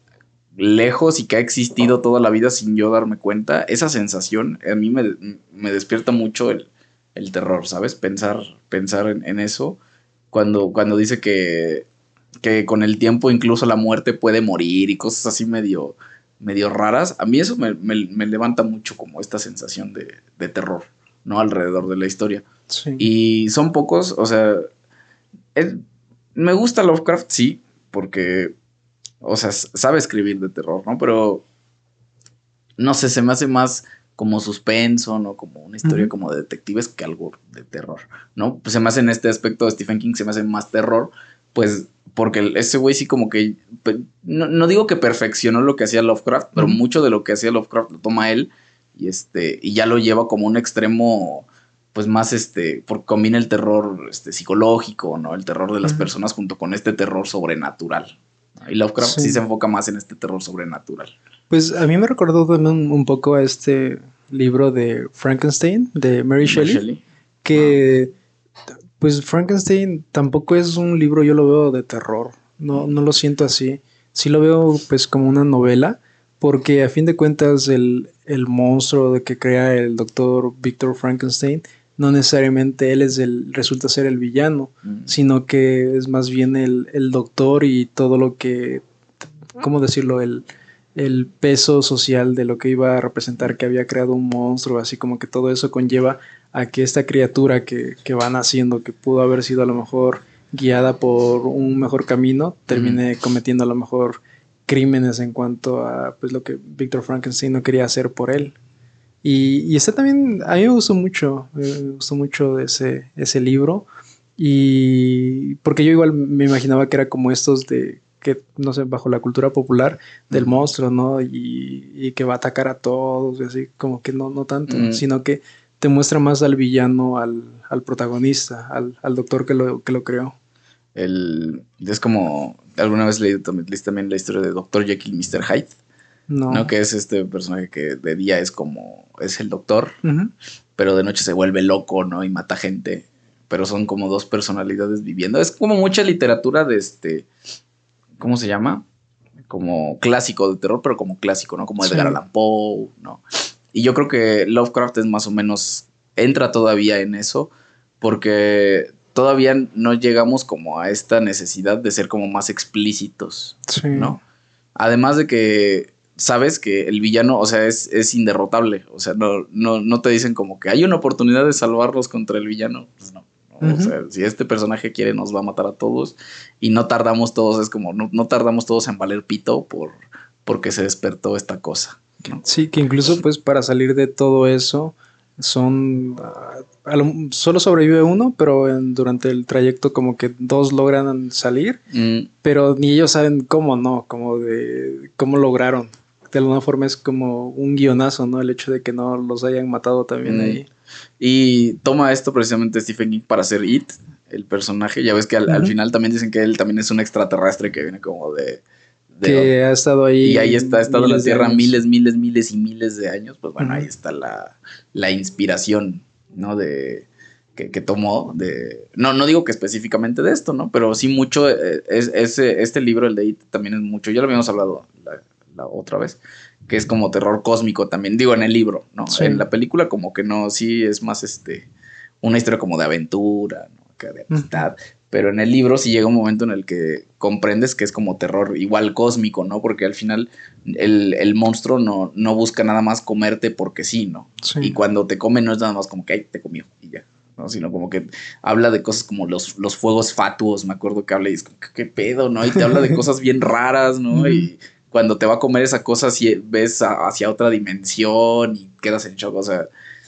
lejos y que ha existido toda la vida sin yo darme cuenta. Esa sensación a mí me, me despierta mucho el el terror, ¿sabes? Pensar, pensar en, en eso. Cuando, cuando dice que, que con el tiempo incluso la muerte puede morir y cosas así medio, medio raras. A mí eso me, me, me levanta mucho como esta sensación de, de terror, ¿no? Alrededor de la historia. Sí. Y son pocos, o sea, es, me gusta Lovecraft, sí, porque, o sea, sabe escribir de terror, ¿no? Pero, no sé, se me hace más como suspenso, ¿no? Como una historia uh-huh. como de detectives que algo de terror, ¿no? Pues se me hace en este aspecto de Stephen King, se me hace más terror, pues porque ese güey sí como que, no, no digo que perfeccionó lo que hacía Lovecraft, pero uh-huh. mucho de lo que hacía Lovecraft lo toma él y, este, y ya lo lleva como un extremo, pues más, este, porque combina el terror este, psicológico, ¿no? El terror de las uh-huh. personas junto con este terror sobrenatural. ¿No? Y Lovecraft sí. sí se enfoca más en este terror sobrenatural. Pues a mí me recordó también un poco a este libro de Frankenstein, de Mary Shelley, Shelley. que ah. pues Frankenstein tampoco es un libro, yo lo veo de terror, no, no lo siento así, sí lo veo pues como una novela, porque a fin de cuentas el, el monstruo de que crea el doctor Victor Frankenstein, no necesariamente él es el, resulta ser el villano, mm. sino que es más bien el, el doctor y todo lo que, ¿cómo decirlo? El... el peso social de lo que iba a representar que había creado un monstruo, así como que todo eso conlleva a que esta criatura que, que van haciendo, que pudo haber sido a lo mejor guiada por un mejor camino, termine mm. cometiendo a lo mejor crímenes en cuanto a pues lo que Victor Frankenstein no quería hacer por él. Y, y este también, a mí me gustó mucho, me gustó mucho ese, ese libro, y porque yo igual me imaginaba que era como estos de que, no sé, bajo la cultura popular del uh-huh. monstruo, ¿no? Y, y que va a atacar a todos, y así, como que no, no tanto, uh-huh. sino que te muestra más al villano, al, al protagonista, al, al doctor que lo, que lo creó. El, es como, alguna vez leí también la historia de doctor Jekyll y mister Hyde, no. ¿no? Que es este personaje que de día es como, es el doctor, uh-huh. pero de noche se vuelve loco, ¿no? Y mata gente, pero son como dos personalidades viviendo. Es como mucha literatura de este... ¿Cómo se llama? Como clásico de terror, pero como clásico, ¿no? Como Edgar sí. Allan Poe, ¿no? Y yo creo que Lovecraft es más o menos, entra todavía en eso, porque todavía no llegamos como a esta necesidad de ser como más explícitos, sí. ¿no? Además de que sabes que el villano, o sea, es, es inderrotable, o sea, no, no, no te dicen como que hay una oportunidad de salvarlos contra el villano, pues no. Uh-huh. O sea, si este personaje quiere nos va a matar a todos y no tardamos todos, es como no, no tardamos todos en valer pito por, porque se despertó esta cosa, ¿no? Sí, que incluso pues para salir de todo eso son uh, a lo, solo sobrevive uno, pero en, durante el trayecto como que dos logran salir, mm. pero ni ellos saben cómo, ¿no? Como de cómo lograron. De alguna forma es como un guionazo, ¿no? El hecho de que no los hayan matado también mm. ahí. Y toma esto precisamente Stephen King para hacer It, el personaje. Ya ves que al, uh-huh. al final también dicen que él también es un extraterrestre que viene como de... de que ha estado ahí. Y ahí está, ha estado en la Tierra miles, miles, miles y miles de años. Pues bueno, uh-huh. ahí está la, la inspiración, ¿no? De... Que, que tomó de... No, no digo que específicamente de esto, ¿no? Pero sí mucho... Eh, es, ese, este libro, el de It, también es mucho... Ya lo habíamos hablado la, la otra vez. Que es como terror cósmico también. Digo, en el libro, ¿no? Sí. En la película como que no... Sí es más este... Una historia como de aventura, ¿no? Que de amistad. Uh-huh. Pero en el libro sí llega un momento en el que comprendes que es como terror igual cósmico, ¿no? Porque al final el, el monstruo no, no busca nada más comerte porque sí, ¿no? Sí. Y cuando te come no es nada más como que ay, te comió y ya. ¿no? Sino como que habla de cosas como los, los fuegos fatuos, me acuerdo que habla y es como, ¿qué, qué pedo, no? Y te habla de cosas bien raras, ¿no? Uh-huh. Y cuando te va a comer esa cosa, si ves a, hacia otra dimensión y quedas en shock, o sea,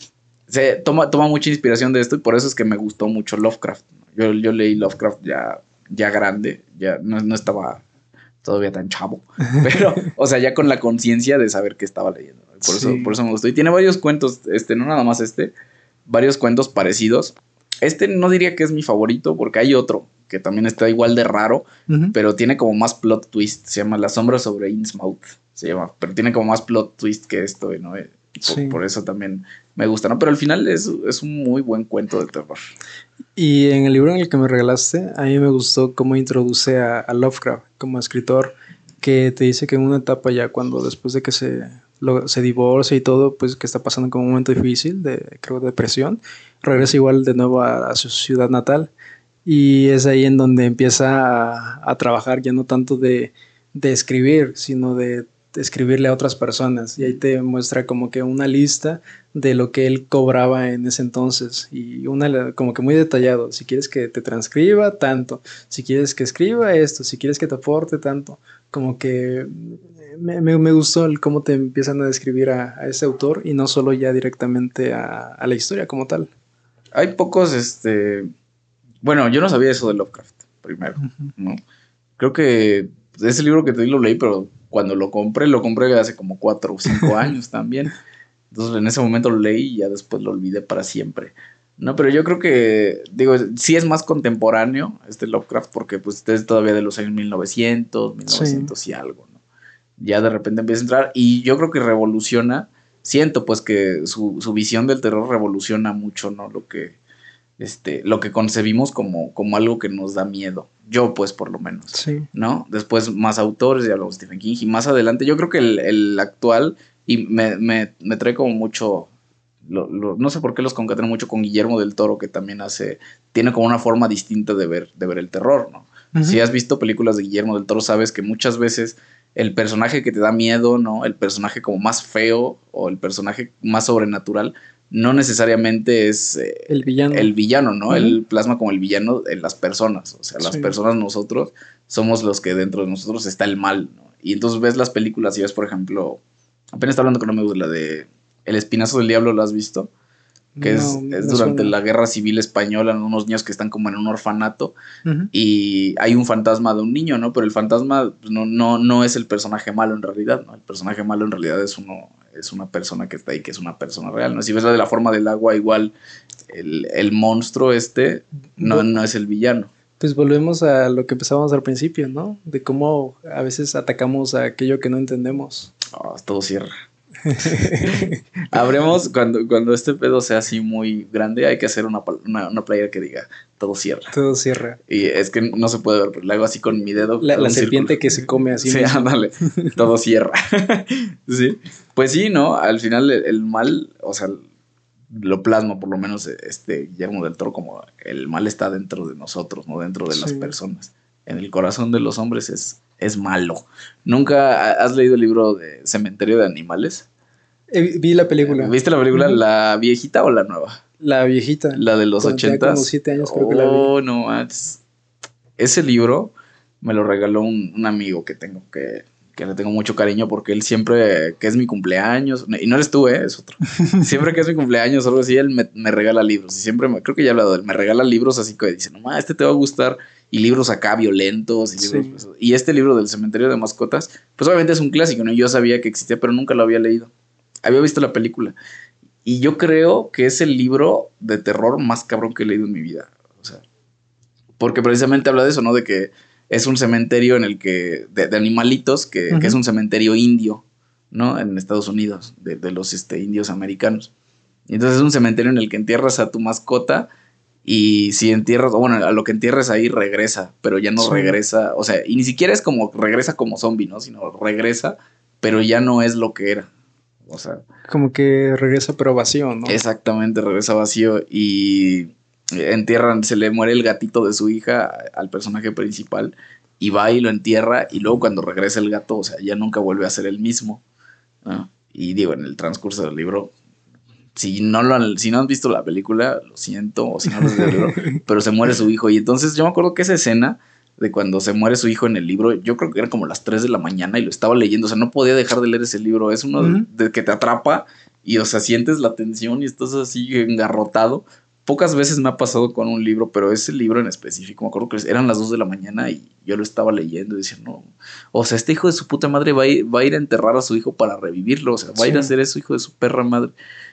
se toma, toma mucha inspiración de esto y por eso es que me gustó mucho Lovecraft. Yo, yo leí Lovecraft ya, ya grande, ya no, no estaba todavía tan chavo, pero, o sea, ya con la conciencia de saber qué estaba leyendo. Por, sí. eso, por eso me gustó. Y tiene varios cuentos, este, no nada más este, varios cuentos parecidos. Este no diría que es mi favorito, porque hay otro que también está igual de raro, uh-huh. pero tiene como más plot twist. Se llama La sombra sobre Innsmouth, se llama, pero tiene como más plot twist que esto, ¿no? Por, sí. por eso también me gusta, ¿no? Pero al final es, es un muy buen cuento de terror. Y en el libro en el que me regalaste, a mí me gustó cómo introduce a, a Lovecraft como escritor, que te dice que en una etapa ya cuando después de que se, lo, se divorcia y todo, pues que está pasando como un momento difícil, de creo depresión, regresa igual de nuevo a, a su ciudad natal y es ahí en donde empieza a, a trabajar ya no tanto de, de escribir, sino de escribirle a otras personas y ahí te muestra como que una lista de lo que él cobraba en ese entonces y una como que muy detallado, si quieres que te transcriba tanto, si quieres que escriba esto, si quieres que te aporte tanto, como que me, me, me gustó el cómo te empiezan a describir a, a ese autor y no solo ya directamente a, a la historia como tal. Hay pocos, este, bueno, yo no sabía eso de Lovecraft primero, uh-huh. ¿no? Creo que ese libro que te di lo leí, pero cuando lo compré, lo compré hace como cuatro o cinco años también. Entonces en ese momento lo leí y ya después lo olvidé para siempre. No, pero yo creo que, digo, sí es más contemporáneo este Lovecraft porque pues es todavía de los años mil novecientos, mil novecientos sí. y algo, ¿no? Ya de repente empieza a entrar y yo creo que revoluciona, siento pues que su, su visión del terror revoluciona mucho, ¿no? Lo que, este, lo que concebimos como, como algo que nos da miedo. Yo, pues, por lo menos. Sí. ¿No? Después, más autores, ya hablamos de Stephen King. Y más adelante, yo creo que el, el actual, y me, me, me trae como mucho. Lo, lo, no sé por qué los concateno mucho con Guillermo del Toro, que también hace. Tiene como una forma distinta de ver, de ver el terror, ¿no? Uh-huh. Si has visto películas de Guillermo del Toro, sabes que muchas veces el personaje que te da miedo, ¿no? El personaje como más feo o el personaje más sobrenatural no necesariamente es eh, el villano, el villano, ¿no? Uh-huh. Él plasma como el villano en las personas. O sea, las sí. personas, nosotros, somos los que dentro de nosotros está el mal, ¿no? Y entonces ves las películas y ves, por ejemplo, apenas está hablando con un amigo de la de El Espinazo del Diablo, ¿lo has visto? Que no, es, es durante suena. la Guerra Civil Española, unos niños que están como en un orfanato uh-huh. y hay un fantasma de un niño, ¿no? Pero el fantasma no, no, no es el personaje malo en realidad, ¿no? El personaje malo en realidad es uno, es una persona que está ahí, que es una persona real, ¿no? Si ves la de la forma del agua, igual el, el monstruo este no, no es el villano. Pues volvemos a lo que empezábamos al principio, ¿no? De cómo a veces atacamos a aquello que no entendemos. Oh, todo cierra. Habremos, cuando, cuando este pedo sea así muy grande, hay que hacer una, una, una playera que diga todo cierra. Todo cierra. Y es que no se puede ver, pero le hago así con mi dedo. La, la serpiente círculo. Que se come así. Sí, ándale, todo cierra. Sí. Pues sí, ¿no? Al final el, el mal, o sea, lo plasma por lo menos este Guillermo del Toro como el mal está dentro de nosotros, no dentro de sí. las personas. En el corazón de los hombres es, es malo. ¿Nunca has leído el libro de Cementerio de Animales? Eh, vi la película. ¿Viste la película? Uh-huh. ¿La viejita o la nueva? La viejita. La de los ochentas. Como siete años creo oh, que la vi. Oh, no, es... ese libro me lo regaló un, un amigo que tengo, que, que le tengo mucho cariño porque él siempre, que es mi cumpleaños, y no eres tú, ¿eh? Es otro. Siempre que es mi cumpleaños o algo así, él me, me regala libros. Y siempre, me, creo que ya he hablado de él, me regala libros así que dice, no, ma, este te va a gustar. Y libros acá violentos. Y, libros, sí. pues, y este libro del Cementerio de Mascotas, pues obviamente es un clásico, ¿no? Yo sabía que existía, pero nunca lo había leído. Había visto la película. Y yo creo que es el libro de terror más cabrón que he leído en mi vida. O sea, porque precisamente habla de eso, ¿no? De que es un cementerio en el que... De, de animalitos, que, uh-huh. que es un cementerio indio, ¿no? En Estados Unidos, de, de los este, indios americanos. Y entonces es un cementerio en el que entierras a tu mascota... Y si entierras, bueno, a lo que entierres ahí regresa, pero ya no sí. regresa, o sea, y ni siquiera es como regresa como zombie, ¿no? Sino regresa, pero ya no es lo que era. O sea, como que regresa pero vacío, ¿no? Exactamente, regresa vacío y entierran, se le muere el gatito de su hija al personaje principal y va y lo entierra y luego cuando regresa el gato, o sea, ya nunca vuelve a ser el mismo, ¿no? Y digo, en el transcurso del libro si no lo han, si no han visto la película, lo siento, o si no lo has leído, pero se muere su hijo. Y entonces yo me acuerdo que esa escena de cuando se muere su hijo en el libro, yo creo que era como las tres de la mañana y lo estaba leyendo, o sea, no podía dejar de leer ese libro. Es uno Ujú. de que te atrapa y, o sea, sientes la tensión y estás así engarrotado. Pocas veces me ha pasado con un libro, pero ese libro en específico, me acuerdo que eran las dos de la mañana y yo lo estaba leyendo y decía, no, o sea, este hijo de su puta madre va a ir, va a, ir a enterrar a su hijo para revivirlo, o sea, va a ir a Sí. hacer eso, hijo de su perra madre.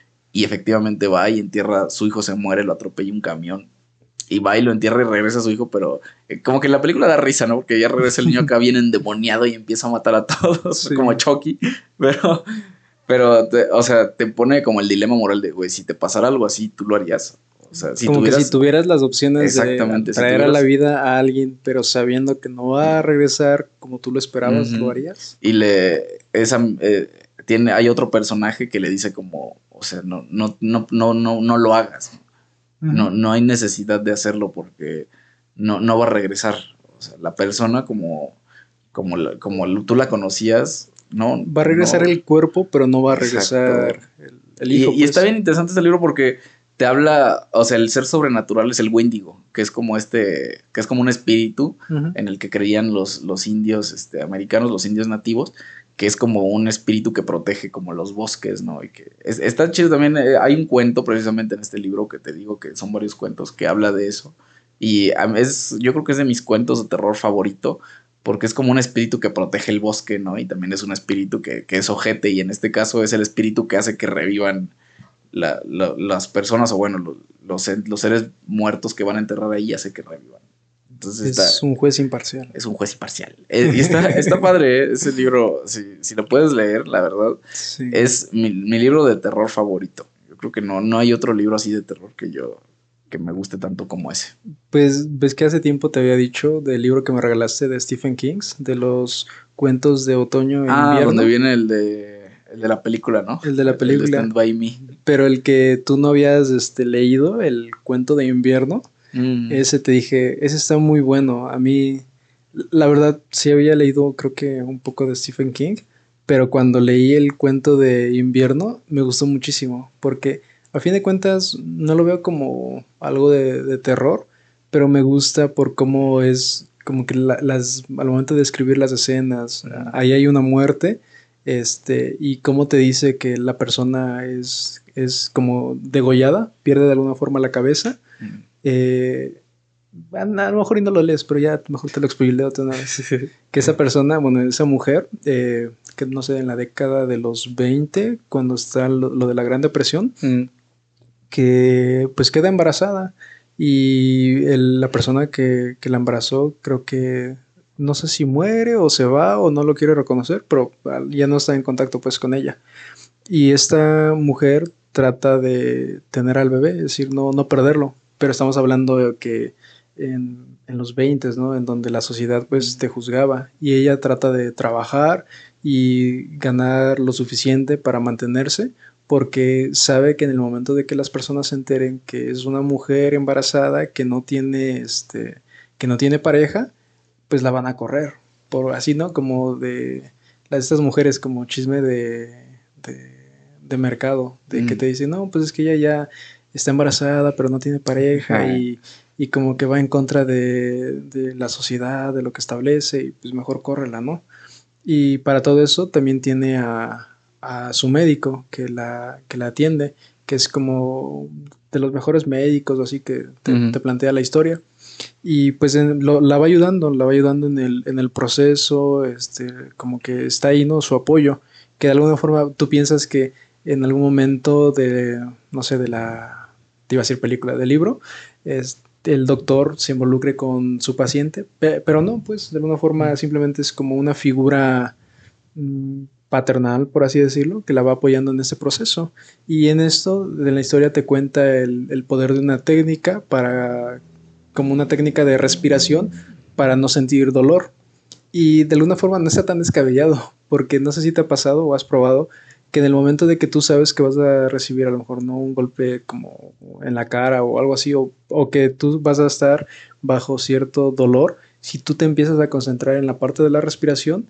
Y efectivamente va y entierra, su hijo se muere, lo atropella un camión. Y va y lo entierra y regresa a su hijo, pero eh, como que la película da risa, ¿no? Porque ya regresa el niño acá bien endemoniado y empieza a matar a todos, Sí. como Chucky. Pero, pero te, o sea, te pone como el dilema moral de, güey, si te pasara algo así, tú lo harías. O sea, si Como que si tuvieras, tuvieras las opciones de exactamente, si traer a la tuvieras, vida a alguien, pero sabiendo que no va a regresar como tú lo esperabas, ¿lo uh-huh, harías? y le, esa, eh, tiene, hay otro personaje que le dice como, o sea, no, no, no, no, no, no lo hagas. No, Ujú. no hay necesidad de hacerlo porque no, no va a regresar. O sea, la persona como, como, la- como tú la conocías, no, Va a regresar no, el cuerpo, pero no va a regresar exacto. el, el Y, hijo, y está pues. bien interesante este libro porque te habla, o sea, el ser sobrenatural es el Wendigo, que es como este, que es como un espíritu Ujú. en el que creían los, los indios este, americanos, los indios nativos, que es como un espíritu que protege como los bosques, ¿no? Y que es- está chido también, eh, hay un cuento precisamente en este libro que te digo que son varios cuentos que habla de eso. Y a mí es, yo creo que es de mis cuentos de terror favorito, porque es como un espíritu que protege el bosque, ¿no? Y también es un espíritu que, que es ojete, y en este caso es el espíritu que hace que revivan la, la, las personas, o bueno, los, los, los seres muertos que van a enterrar ahí, hace que revivan. Entonces está, Es un juez imparcial. es un juez imparcial. Eh, y está, está padre, ¿eh? Ese libro, si, si lo puedes leer, la verdad, Sí. es mi, mi libro de terror favorito. Yo creo que no, no hay otro libro así de terror que yo que me guste tanto como ese. Pues ves que hace tiempo te había dicho del libro que me regalaste de Stephen King, de los cuentos de otoño e Ah, donde invierno, viene el de, el de la película, ¿no? el de la El de película, Stand By Me. pero el que tú no habías este, leído, el cuento de invierno, Mm. ese te dije, ese está muy bueno. A mí, la verdad, sí había leído creo que un poco de Stephen King, pero cuando leí el cuento de invierno me gustó muchísimo, porque a fin de cuentas no lo veo como algo de, de terror, pero me gusta por cómo es, como que la- las, al momento de escribir las escenas, Mm. ahí hay una muerte, este, y cómo te dice que la persona es, es como degollada, pierde de alguna forma la cabeza. Mm. eh, a lo mejor y no lo lees, pero ya mejor te lo spoileo de una vez. Que esa persona, bueno, esa mujer, eh, que no sé, en la década de los veinte, cuando está lo, lo de la Gran Depresión, Mm. que pues queda embarazada y el- la persona que, que la embarazó creo que no sé si muere o se va o no lo quiere reconocer, pero ah, ya no está en contacto pues con ella. Y esta mujer trata de tener al bebé, es decir, no, no perderlo. Pero estamos hablando de que en, en los veinte, ¿no? En donde la sociedad pues te juzgaba. Y ella trata de trabajar y ganar lo suficiente para mantenerse, porque sabe que en el momento de que las personas se enteren que es una mujer embarazada que no tiene, este, que no tiene pareja, pues la van a correr. Por así, ¿no? Como de las estas mujeres como chisme de, de, de mercado, de que Mm. te dicen, no, pues es que ella ya está embarazada, pero no tiene pareja Ajá. y, y como que va en contra de, de la sociedad, de lo que establece, y pues mejor córrela, ¿no? Y para todo eso también tiene a, a su médico que la, que la atiende, que es como de los mejores médicos, así que te, Ujú. te plantea la historia. Y pues en- lo- la va ayudando, la va ayudando en el, en el proceso, este, como que está ahí, ¿no? Su apoyo, que de alguna forma tú piensas que en algún momento de, no sé, de la, te iba a decir película, del libro, es, el doctor se involucre con su paciente, pe- pero no, pues de alguna forma simplemente es como una figura mm, paternal, por así decirlo, que la va apoyando en ese proceso. Y en esto de la historia te cuenta el, el poder de una técnica para, como una técnica de respiración para no sentir dolor. Y de alguna forma no está tan descabellado, porque no sé si te ha pasado o has probado que en el momento de que tú sabes que vas a recibir a lo mejor no un golpe como en la cara o algo así, o, o que tú vas a estar bajo cierto dolor, si tú te empiezas a concentrar en la parte de la respiración,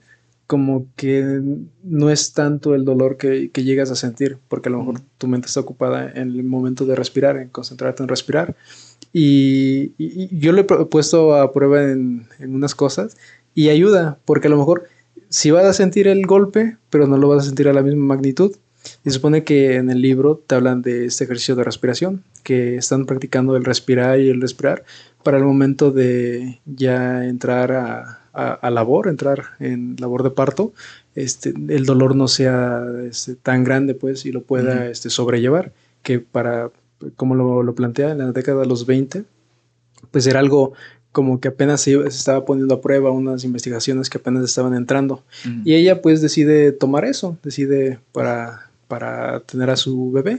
como que no es tanto el dolor que, que llegas a sentir, porque a lo mejor tu mente está ocupada en el momento de respirar, en concentrarte en respirar. Y, y, y yo lo he puesto a prueba en, en unas cosas y ayuda, porque a lo mejor sí vas a sentir el golpe, pero no lo vas a sentir a la misma magnitud. Y se supone que en el libro te hablan de este ejercicio de respiración, que están practicando el respirar y el respirar para el momento de ya entrar a, a, a labor, entrar en labor de parto, este, el dolor no sea este, tan grande, pues, y lo pueda uh-huh. este, sobrellevar, que para, como lo, lo plantea en la década de los veinte, pues era algo como que apenas se, se estaba poniendo a prueba, unas investigaciones que apenas estaban entrando. Uh-huh. Y ella pues decide tomar eso, decide para, para tener a su bebé.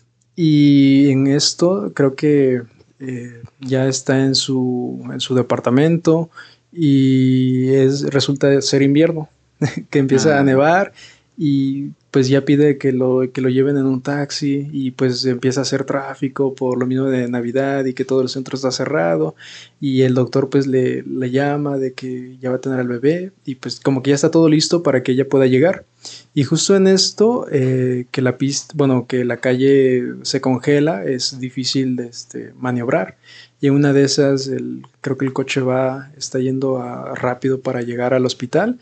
Y en esto creo que eh, ya está en su, en su departamento y es, resulta ser invierno, que empieza ah. a nevar y pues ya pide que lo, que lo lleven en un taxi y pues empieza a hacer tráfico por lo mismo de Navidad y que todo el centro está cerrado y el doctor pues le, le llama de que ya va a tener al bebé y pues como que ya está todo listo para que ella pueda llegar y justo en esto eh, que la pista, bueno, que la calle se congela, es difícil de este, maniobrar y en una de esas el, creo que el coche va, está yendo a, rápido para llegar al hospital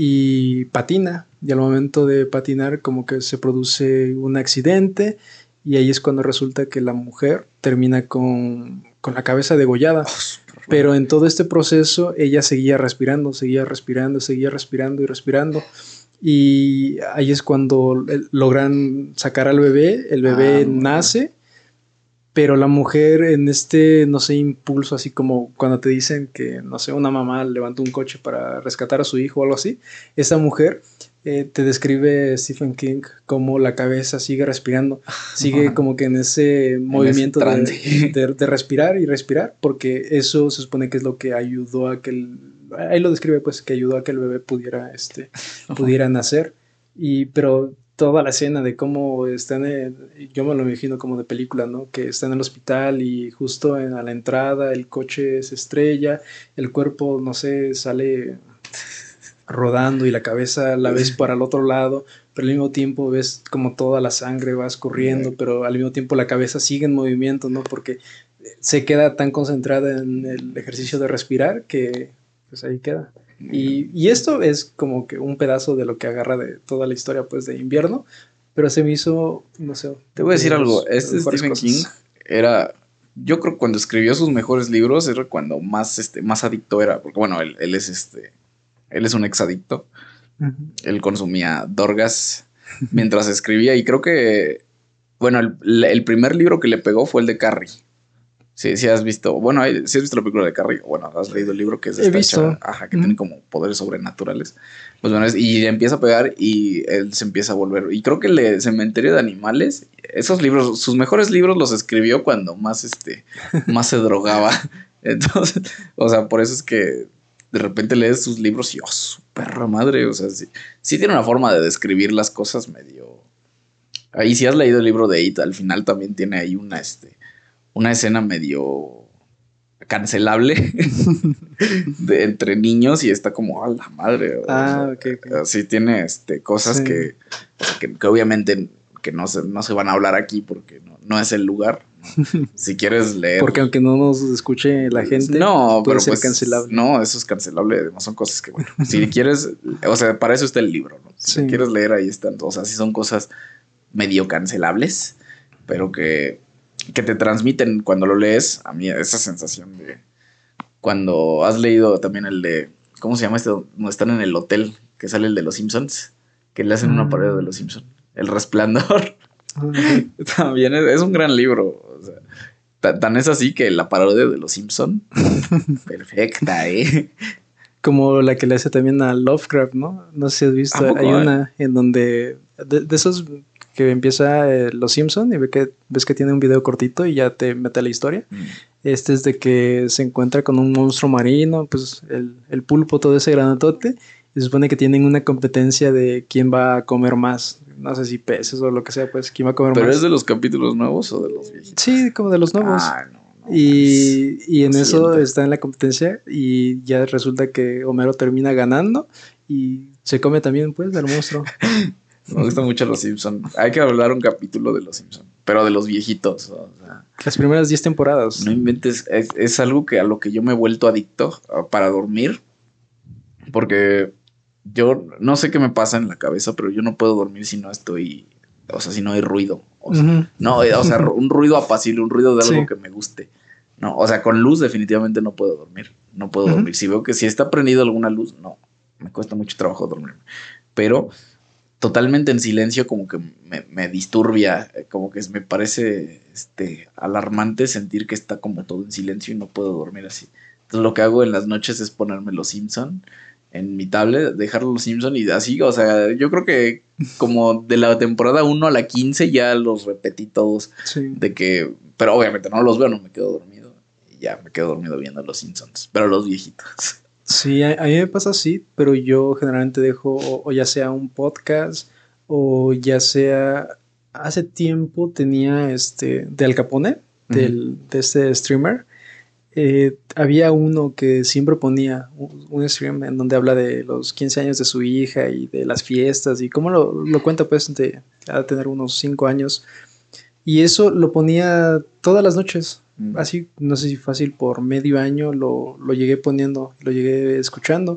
y patina, y al momento de patinar como que se produce un accidente y ahí es cuando resulta que la mujer termina con, con la cabeza degollada, oh, pero en todo este proceso ella seguía respirando, seguía respirando, seguía respirando y respirando y ahí es cuando logran sacar al bebé, el bebé ah, nace, pero la mujer en este, no sé, impulso, así como cuando te dicen que, no sé, una mamá levantó un coche para rescatar a su hijo o algo así, esa mujer eh, te describe Stephen King como la cabeza sigue respirando, sigue como que en ese en movimiento ese de, de, de respirar y respirar, porque eso se supone que es lo que ayudó a que el, ahí lo describe pues, que ayudó a que el bebé pudiera, este, pudiera nacer, y, pero toda la escena de cómo están, en, yo me lo imagino como de película, ¿no? Que están en el hospital y justo en, a la entrada el coche se estrella, el cuerpo, no sé, sale rodando y la cabeza la ves para el otro lado, pero al mismo tiempo ves como toda la sangre va escurriendo, pero al mismo tiempo la cabeza sigue en movimiento, ¿no? Porque se queda tan concentrada en el ejercicio de respirar que pues ahí queda. Y, y esto es como que un pedazo de lo que agarra de toda la historia pues de invierno, pero se me hizo, no sé. Te voy a decir algo, este Stephen King era, yo creo que cuando escribió sus mejores libros era cuando más, este, más adicto era, porque bueno, él, él es este, él es un exadicto, uh-huh. Él consumía dorgas mientras escribía y creo que, bueno, el, el primer libro que le pegó fue el de Carrie. Sí, sí has visto, bueno, si sí has visto la película de Carrie, bueno, has leído el libro que es de esta chava, ajá, que mm. tiene como poderes sobrenaturales, pues bueno, es, y empieza a pegar y él se empieza a volver, y creo que el Cementerio de Animales, esos libros, sus mejores libros los escribió cuando más, este, más se drogaba, entonces, o sea, por eso es que de repente lees sus libros y, oh, su perra madre, o sea, sí, sí tiene una forma de describir las cosas medio, ahí si has leído el libro de It, al final también tiene ahí una, este, una escena medio cancelable de, entre niños y está como a la madre. Ah, o sea, okay, okay. Sí tiene este, cosas sí. que, o sea, que, que obviamente que no se, no se van a hablar aquí porque no, no es el lugar. ¿No? Si quieres leer. Porque aunque no nos escuche la gente, no, puede pero ser pues, cancelable. No, eso es cancelable. Además son cosas que, bueno, si quieres, o sea, para eso está el libro, ¿no? Si sí. quieres leer, ahí están. O sea, sí son cosas medio cancelables, pero que que te transmiten cuando lo lees, a mí esa sensación de cuando has leído también el de, ¿cómo se llama este? Donde están en el hotel, que sale el de los Simpsons, que le hacen mm. una parodia de los Simpsons, El Resplandor. Okay. También es, es un gran libro, o sea, tan, tan es así que la parodia de los Simpsons, perfecta, ¿eh? Como la que le hace también a Lovecraft, ¿no? No sé si has visto, hay una en donde, de, de esos que empieza eh, Los Simpson y ve que, ves que tiene un video cortito y ya te mete la historia. Mm. Este es de que se encuentra con un monstruo marino, pues el, el pulpo, todo ese granotote, y se supone que tienen una competencia de quién va a comer más. No sé si peces o lo que sea, pues quién va a comer ¿Pero más. ¿Pero es de los capítulos nuevos o de los viejitos? Sí, como de los nuevos. Ah, no. No, y, y en eso está en la competencia y ya resulta que Homero termina ganando y Se come también, pues, del monstruo. Me gustan mucho los Simpsons. Hay que hablar un capítulo de los Simpsons, pero de los viejitos. O sea, Las primeras diez temporadas. no inventes, es, es algo que a lo que yo me he vuelto adicto uh, para dormir, porque yo no sé qué me pasa en la cabeza, pero yo no puedo dormir si no estoy, o sea, si no hay ruido. O sea, uh-huh. No, o sea, un ruido apacible, un ruido de algo sí. que me guste. No, o sea, con luz definitivamente no puedo dormir. No puedo uh-huh. dormir. Si veo que si está prendido alguna luz, no, me cuesta mucho trabajo dormir. Pero totalmente en silencio como que me, me disturbia, como que me parece este, alarmante sentir que está como todo en silencio y no puedo dormir así. Entonces lo que hago en las noches es ponerme los Simpson en mi tablet, dejar los Simpson y así, o sea, yo creo que como de la temporada uno a la quince ya los repetí todos. Sí. De que, pero obviamente no los veo, no me quedo dormido. Y ya me quedo dormido viendo los Simpsons, pero los viejitos. Sí, a, a mí me pasa así, pero yo generalmente dejo o, o ya sea un podcast o ya sea hace tiempo tenía este de Al Capone, uh-huh. del, de este streamer. Eh, había uno que siempre ponía un, un stream en donde habla de los quince años de su hija y de las fiestas y cómo lo, lo cuenta, pues de a tener unos cinco años. Y eso lo ponía todas las noches. Así, no sé si fácil por medio año lo, lo llegué poniendo, lo llegué escuchando.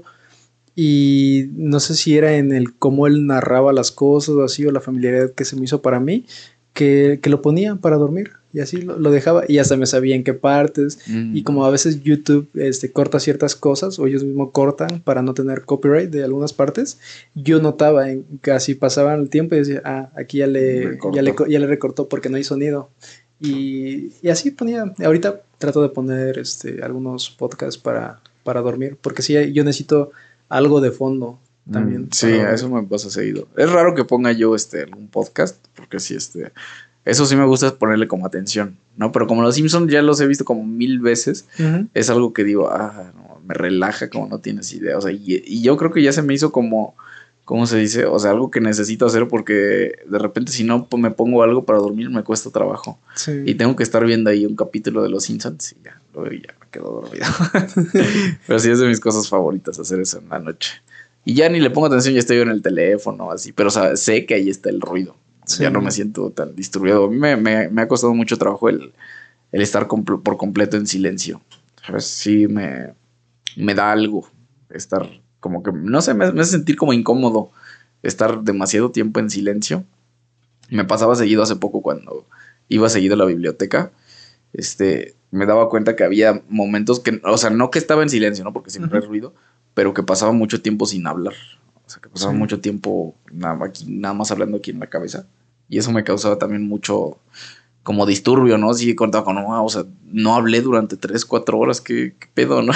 Y no sé si era en el cómo él narraba las cosas o así, o la familiaridad que se me hizo para mí, que, que lo ponía para dormir. Y así lo, lo dejaba. Y hasta me sabía en qué partes. Mm. Y como a veces YouTube este, corta ciertas cosas, o ellos mismos cortan para no tener copyright de algunas partes, yo notaba en, que así pasaban el tiempo y decía, ah, aquí ya le, ya le, ya le recortó porque no hay sonido. Y, y así ponía, ahorita trato de poner este, algunos podcasts para, para dormir, porque sí, yo necesito algo de fondo también. Mm, sí, a eso me pasa seguido. Es raro que ponga yo este, algún podcast, porque sí, este, eso sí me gusta ponerle como atención, ¿no? Pero como los Simpsons ya los he visto como mil veces, uh-huh. es algo que digo, ah, no, me relaja como no tienes idea, o sea, y, y yo creo que ya se me hizo como... ¿Cómo se dice? O sea, algo que necesito hacer porque de repente si no me pongo algo para dormir me cuesta trabajo. Sí. Y tengo que estar viendo ahí un capítulo de Los Simpsons y ya, luego ya me quedo dormido. Pero sí es de mis cosas favoritas hacer eso en la noche. Y ya ni le pongo atención, ya estoy en el teléfono así, pero o sea, sé que ahí está el ruido. Sí. Ya no me siento tan distribuido. A mí me, me, me ha costado mucho trabajo el, el estar compl- por completo en silencio. ¿Sabes? Sí me, me da algo estar... Como que, no sé, me, me hace sentir como incómodo estar demasiado tiempo en silencio. Me pasaba seguido hace poco cuando iba seguido a la biblioteca. Este, me daba cuenta que había momentos que, o sea, no que estaba en silencio, ¿no? Porque siempre uh-huh. hay ruido, pero que pasaba mucho tiempo sin hablar. O sea, que pasaba sí. mucho tiempo nada, aquí, nada más hablando aquí en la cabeza. Y eso me causaba también mucho... como disturbio, ¿no? Sí, contaba con, no, o sea, no hablé durante tres, cuatro horas, ¿qué, qué pedo, no?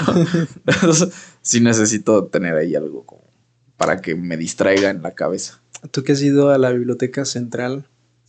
Sí necesito tener ahí algo como para que me distraiga en la cabeza. Tú que has ido a la biblioteca central,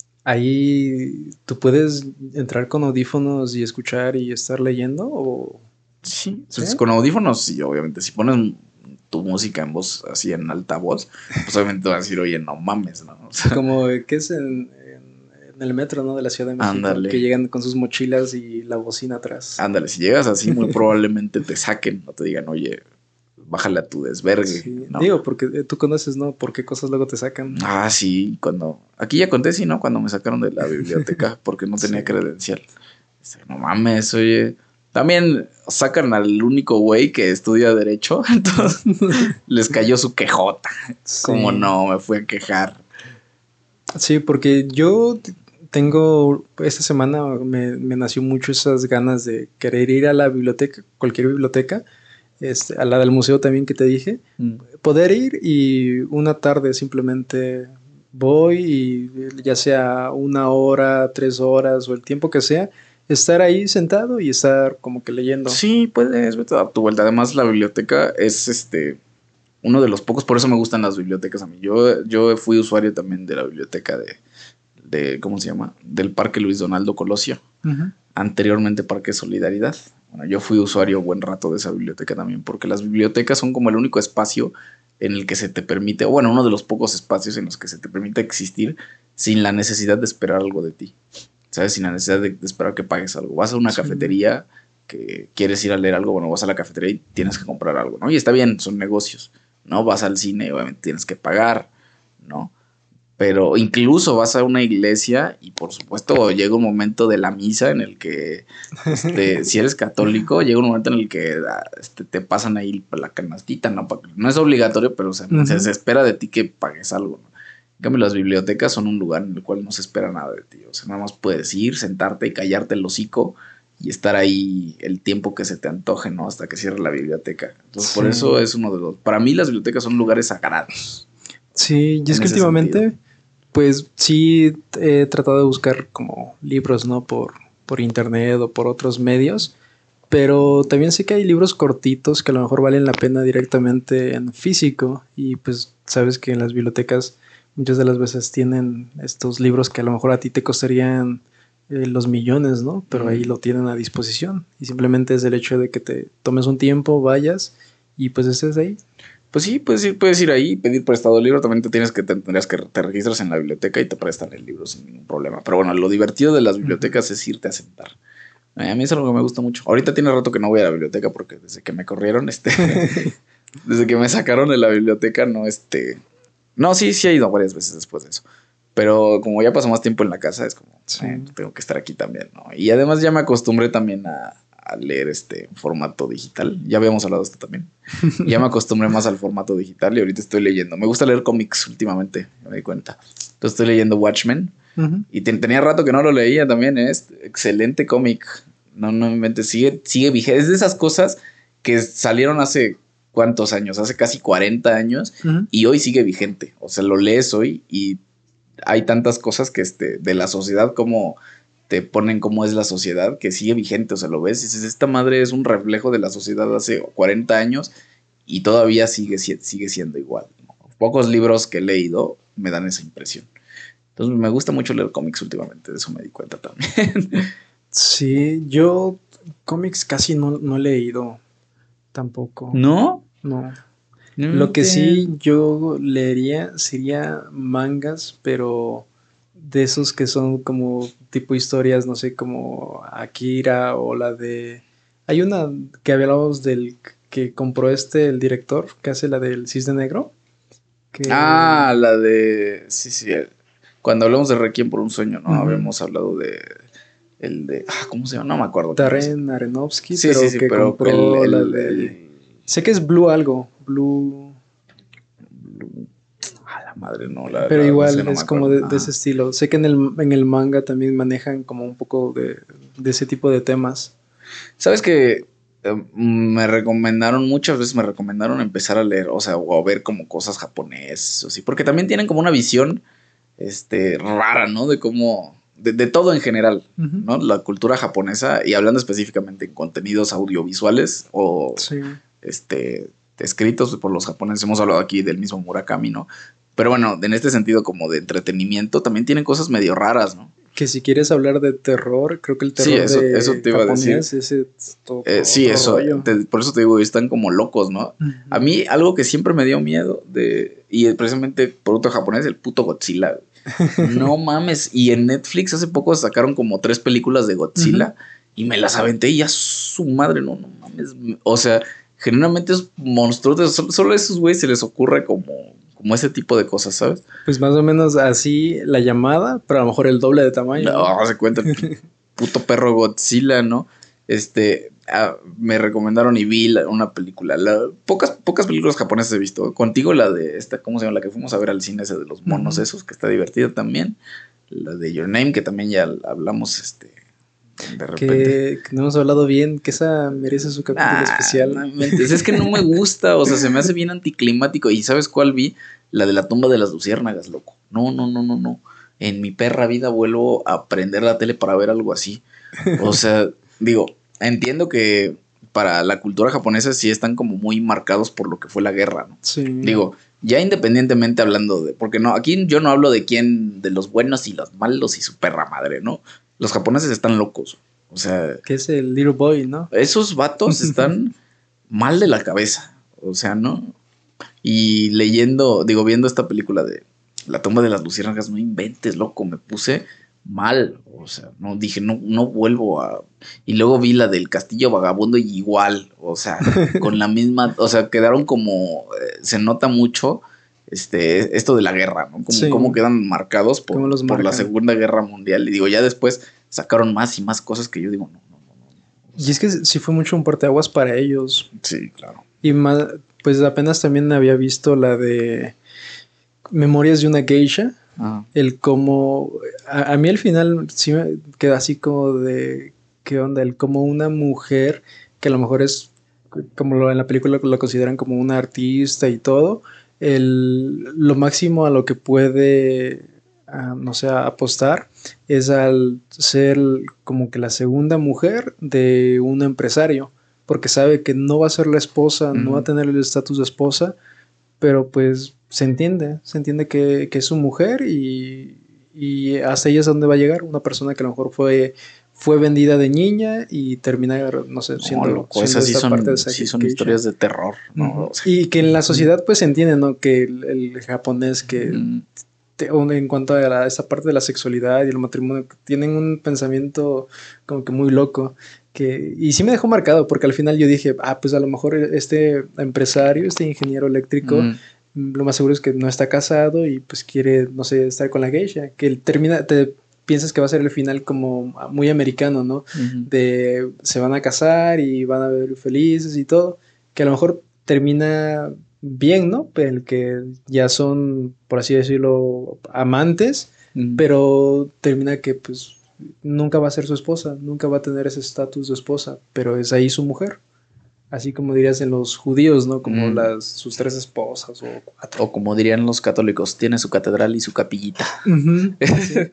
ahí tú puedes entrar con audífonos y escuchar y estar leyendo, ¿o? Sí, ¿sí? Pues con audífonos, sí, obviamente. Si pones tu música en voz, así en alta voz, pues obviamente vas a decir, oye, no mames, ¿no? O sea, como, ¿qué es en...? En el metro, ¿no? De la Ciudad de México. Ándale. Que llegan con sus mochilas y la bocina atrás. Ándale, si llegas así, muy probablemente te saquen, no te digan, oye, bájale a tu desvergue. Sí, ¿no? Digo, porque tú conoces, ¿no? ¿Por qué cosas luego te sacan? Ah, sí, cuando... Aquí ya conté, sí, ¿no? Cuando me sacaron de la biblioteca porque no tenía sí. credencial. No mames, oye... También sacan al único güey que estudia Derecho, entonces les cayó su quejota. Sí. Como no, me fui a quejar. Sí, porque yo... Tengo, esta semana me, me nació mucho esas ganas de querer ir a la biblioteca, cualquier biblioteca, este, a la del museo también que te dije, mm. poder ir y una tarde simplemente voy y ya sea una hora, tres horas o el tiempo que sea, estar ahí sentado y estar como que leyendo. Sí, puedes dar tu vuelta. Además la biblioteca es este uno de los pocos, por eso me gustan las bibliotecas a mí. Yo, yo fui usuario también de la biblioteca de... de ¿cómo se llama? Del Parque Luis Donaldo Colosio, uh-huh. anteriormente Parque Solidaridad. Bueno, yo fui usuario buen rato de esa biblioteca también, porque las bibliotecas son como el único espacio en el que se te permite, o bueno, uno de los pocos espacios en los que se te permite existir sin la necesidad de esperar algo de ti, ¿sabes? Sin la necesidad de, de esperar que pagues algo. Vas a una sí. cafetería que quieres ir a leer algo, bueno, vas a la cafetería y tienes que comprar algo, ¿no? Y está bien, son negocios, ¿no? Vas al cine, obviamente tienes que pagar, ¿no? Pero incluso vas a una iglesia y por supuesto llega un momento de la misa en el que, este, si eres católico, llega un momento en el que este, te pasan ahí la canastita, ¿no? No es obligatorio, pero se, uh-huh. se, se espera de ti que pagues algo, ¿no? En cambio, las bibliotecas son un lugar en el cual no se espera nada de ti. O sea, nada más puedes ir, sentarte y callarte el hocico y estar ahí el tiempo que se te antoje, ¿no? Hasta que cierre la biblioteca. Entonces, sí. por eso es uno de los... Para mí las bibliotecas son lugares sagrados. Sí, y es que últimamente... Sentido. Pues sí he tratado de buscar como libros, ¿no? Por, por internet o por otros medios, pero también sé que hay libros cortitos que a lo mejor valen la pena directamente en físico y pues sabes que en las bibliotecas muchas de las veces tienen estos libros que a lo mejor a ti te costarían eh, los millones, ¿no? Pero mm. ahí lo tienen a disposición y simplemente es el hecho de que te tomes un tiempo, vayas y pues estés ahí. Pues sí, puedes ir, puedes ir ahí, pedir prestado el libro. También te tienes que, te, tendrías que te registras en la biblioteca y te prestan el libro sin ningún problema. Pero bueno, lo divertido de las bibliotecas uh-huh. es irte a sentar. A mí es algo que me gusta mucho. Ahorita tiene rato que no voy a la biblioteca porque desde que me corrieron, este, desde que me sacaron de la biblioteca, no, este, no, sí, sí he ido varias veces después de eso. Pero como ya pasó más tiempo en la casa, es como, sí. eh, tengo que estar aquí también, ¿no? Y además ya me acostumbré también a, a leer este en formato digital. Ya habíamos hablado de esto también. Ya me acostumbré más al formato digital y ahorita estoy leyendo. Me gusta leer cómics últimamente, me di cuenta. Entonces estoy leyendo Watchmen. Uh-huh. Y te, tenía rato que no lo leía también. Es excelente cómic. No, no me inventes. Sigue, sigue vigente. Es de esas cosas que salieron hace cuántos años, hace casi cuarenta años. Uh-huh. Y hoy sigue vigente. O sea, lo lees hoy y hay tantas cosas que este, de la sociedad como... te ponen cómo es la sociedad, que sigue vigente, o sea, lo ves y dices, esta madre es un reflejo de la sociedad hace cuarenta años y todavía sigue, sigue siendo igual, ¿no? Pocos libros que he leído me dan esa impresión. Entonces me gusta mucho leer cómics últimamente, de eso me di cuenta también. Sí, yo cómics casi no, no he leído tampoco. ¿No? No. no Lo que te... sí yo leería sería mangas, pero... de esos que son como tipo historias, no sé, como Akira o la de... Hay una que hablábamos del que compró este, el director, que hace la del Cisne Negro. Que... Ah, la de... Sí, sí. Cuando hablamos de Requiem por un sueño, ¿no? Uh-huh. Habíamos hablado de... El de... Ah, ¿cómo se llama? No me acuerdo. Darren Aronofsky, sí, pero sí, sí, que pero compró el, el, la de... El... Sé que es Blue algo. Blue... Blue... Madre, no, la, pero la, igual no es como de, de ese estilo. Sé que en el, en el manga también manejan como un poco de, de ese tipo de temas. Sabes que eh, me recomendaron, muchas veces me recomendaron empezar a leer, o sea, o a ver como cosas japonesas, o sí, porque también tienen como una visión este, rara, ¿no? De cómo, de, de todo en general, uh-huh. ¿no? La cultura japonesa, y hablando específicamente en contenidos audiovisuales o sí. este, escritos por los japoneses. Hemos hablado aquí del mismo Murakami, ¿no? Pero bueno, en este sentido como de entretenimiento también tienen cosas medio raras, ¿no? Que si quieres hablar de terror, creo que el terror sí, eso, de eso te iba japonés, a decir. Ese es todo, eh, sí, eso, te, por eso te digo, están como locos, ¿no? Uh-huh. A mí algo que siempre me dio miedo, de y precisamente por otro japonés, el puto Godzilla. No mames, y en Netflix hace poco sacaron como tres películas de Godzilla uh-huh. y me las aventé y ya su madre, no, no mames. O sea, generalmente es monstruoso, solo, solo a esos güeyes se les ocurre como... como ese tipo de cosas, ¿sabes? Pues más o menos así la llamada, pero a lo mejor el doble de tamaño. No, ¿no? Se cuenta el puto perro Godzilla, ¿no? Este, ah, me recomendaron y vi la, una película. La, pocas, pocas películas japonesas he visto. Contigo la de esta, ¿cómo se llama? La que fuimos a ver al cine, ese de los monos uh-huh. esos, que está divertida también. La de Your Name, que también ya hablamos, este... de repente. Que, que no hemos hablado bien, que esa merece su capítulo ah, especial. No, es que no me gusta, o sea, se me hace bien anticlimático. ¿Y sabes cuál vi? La de la tumba de las luciérnagas, loco. No, no, no, no, no. En mi perra vida vuelvo a prender la tele para ver algo así. O sea, digo, entiendo que para la cultura japonesa sí están como muy marcados por lo que fue la guerra, ¿no? Sí. Digo, ya independientemente hablando de... Porque no, aquí yo no hablo de quién, de los buenos y los malos y su perra madre, ¿no? Los japoneses están locos. O sea... Que es el Little Boy, ¿no? Esos vatos están mal de la cabeza. O sea, ¿no? Y leyendo, digo, viendo esta película de La tumba de las luciérnagas, no inventes, loco. Me puse mal, o sea, no dije, no, no vuelvo a... Y luego vi la del Castillo Vagabundo y igual, o sea, con la misma, o sea, quedaron como, eh, se nota mucho este, esto de la guerra, ¿no? Como Sí, cómo quedan marcados cómo por, los por la marcan. Segunda Guerra Mundial. Y digo, ya después sacaron más y más cosas que yo digo, no, no, no, no, no. O Y es sea, que sí fue mucho un parteaguas para ellos. sí, claro. Y más, pues apenas también había visto la de Memorias de una Geisha. Ajá. El cómo. A, a mí al final sí me queda así como de. ¿Qué onda? El cómo una mujer que a lo mejor es. Como lo, en la película lo consideran como una artista y todo. El, lo máximo a lo que puede. Uh, no sé, apostar es al ser como que la segunda mujer de un empresario, porque sabe que no va a ser la esposa, no va a Uh-huh. tener el estatus de esposa, pero pues se entiende, se entiende que, que es su mujer y, y hasta ella es donde va a llegar, una persona que a lo mejor fue, fue vendida de niña y termina, no sé, No, siendo, loco, siendo esas sí esta parte de son, esa sí son geisha. historias de terror, ¿no? Uh-huh. O sea, Y que en la sociedad pues se entiende, ¿no? Que el, el japonés que uh-huh. te, en cuanto a la, esa parte de la sexualidad y el matrimonio, tienen un pensamiento como que muy loco. Que, y sí me dejó marcado, porque al final yo dije, ah, pues a lo mejor este empresario, este ingeniero eléctrico, Uh-huh. lo más seguro es que no está casado y pues quiere, no sé, estar con la geisha. Que él termina, te piensas que va a ser el final como muy americano, ¿no? Uh-huh. De se van a casar y van a ver felices y todo. Que a lo mejor termina bien, ¿no? El que ya son, por así decirlo, amantes, Uh-huh. pero termina que pues nunca va a ser su esposa, nunca va a tener ese estatus de esposa, pero es ahí su mujer. Así como dirías en los judíos, ¿no? Como Uh-huh. las, sus tres esposas o cuatro. O como dirían los católicos, tiene su catedral y su capillita. Uh-huh, sí.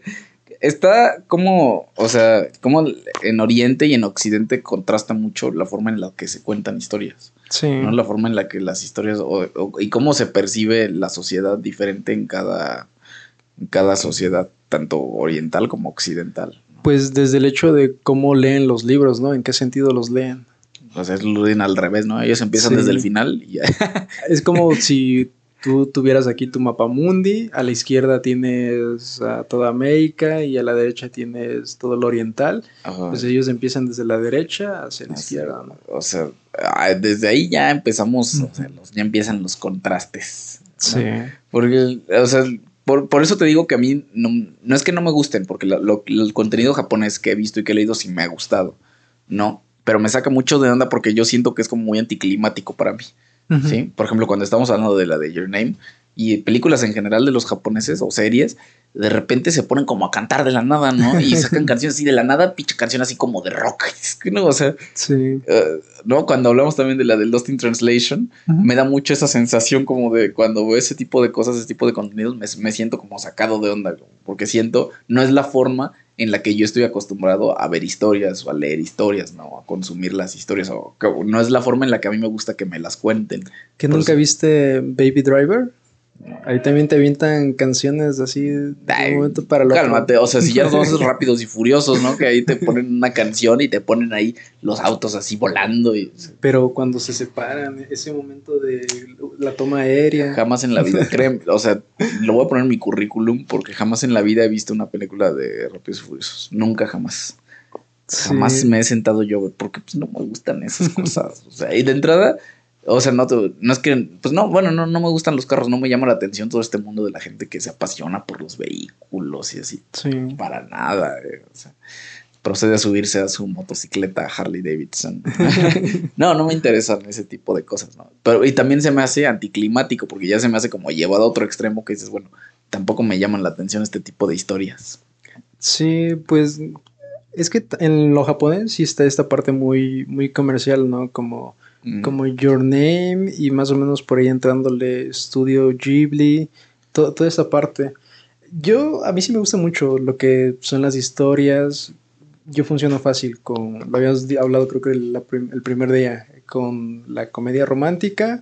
Está como, o sea, como en Oriente y en Occidente contrasta mucho la forma en la que se cuentan historias, Sí. ¿no? La forma en la que las historias o, o, y cómo se percibe la sociedad diferente en cada, en cada sociedad, tanto oriental como occidental, ¿no? Pues desde el hecho de cómo leen los libros, ¿no? En qué sentido los leen. O sea, es lo leen al revés, ¿no? Ellos empiezan Sí. desde el final y ya. Es como si tú tuvieras aquí tu mapa mundi, a la izquierda tienes a toda América y a la derecha tienes todo lo oriental, Ajá. pues ellos empiezan desde la derecha hacia la Así, izquierda, ¿no? o sea, desde ahí ya empezamos, uh-huh. O sea, los, ya empiezan los contrastes, ¿no? Sí. Porque, o sea, por, por eso te digo que a mí no, no es que no me gusten, porque lo, lo, el contenido japonés que he visto y que he leído sí me ha gustado, ¿no? Pero me saca mucho de onda porque yo siento que es como muy anticlimático para mí, uh-huh. ¿Sí? Por ejemplo, cuando estamos hablando de la de Your Name y películas en general de los japoneses o series, de repente se ponen como a cantar de la nada, ¿no? Y sacan canciones así de la nada, pinche canción así como de rock. Es que no, o sea, sí. Uh, no, cuando hablamos también de la del Lost in Translation, uh-huh. Me da mucho esa sensación como de cuando veo ese tipo de cosas, ese tipo de contenidos, me, me siento como sacado de onda, porque siento, no es la forma en la que yo estoy acostumbrado a ver historias o a leer historias, ¿no? A consumir las historias, o no es la forma en la que a mí me gusta que me las cuenten. ¿Que nunca eso... viste Baby Driver? Ahí también te avientan canciones así de Ay, un momento para el cálmate, otro. O sea, si ya nos vamos a ser rápidos y furiosos, ¿no? Que ahí te ponen una canción y te ponen ahí los autos así volando. Y... Pero cuando se separan, ese momento de la toma aérea. Jamás en la vida, créeme, o sea, lo voy a poner en mi currículum porque jamás en la vida he visto una película de Rápidos y Furiosos. Nunca, jamás. Sí. Jamás me he sentado yo, porque pues no me gustan esas cosas. O sea, y de entrada... O sea, no, no es que, pues no, bueno, no, no me gustan los carros, no me llama la atención todo este mundo de la gente que se apasiona por los vehículos y así. Sí. Para nada. Eh. O sea, procede a subirse a su motocicleta Harley Davidson. No, no me interesan ese tipo de cosas, ¿no? Pero, y también se me hace anticlimático, porque ya se me hace como llevado a otro extremo que dices, bueno, tampoco me llaman la atención este tipo de historias. Sí, pues es que en lo japonés sí está esta parte muy, muy comercial, ¿no? Como... como Your Name y más o menos por ahí entrándole Studio Ghibli, to- toda esa parte. Yo, a mí sí me gusta mucho lo que son las historias. Yo funciono fácil con, lo habíamos hablado creo que el, la prim- el primer día, con la comedia romántica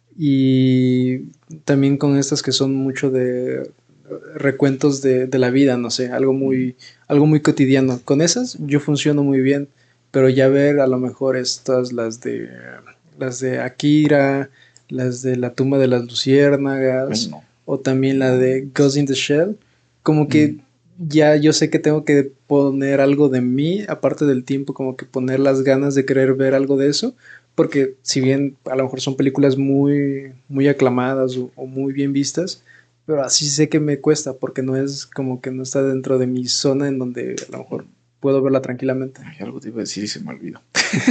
y también con estas que son mucho de recuentos de, de la vida, no sé, algo muy, algo muy cotidiano. Con esas yo funciono muy bien. Pero ya ver a lo mejor estas, las de las de Akira, las de La tumba de las luciérnagas, no. o también la de Ghost in the Shell, como que ya yo sé que tengo que poner algo de mí, aparte del tiempo, como que poner las ganas de querer ver algo de eso, porque si bien a lo mejor son películas muy, muy aclamadas o, o muy bien vistas, pero así sé que me cuesta, porque no es como que no está dentro de mi zona en donde a lo mejor puedo verla tranquilamente. Ay, algo te iba a decir y se me olvidó.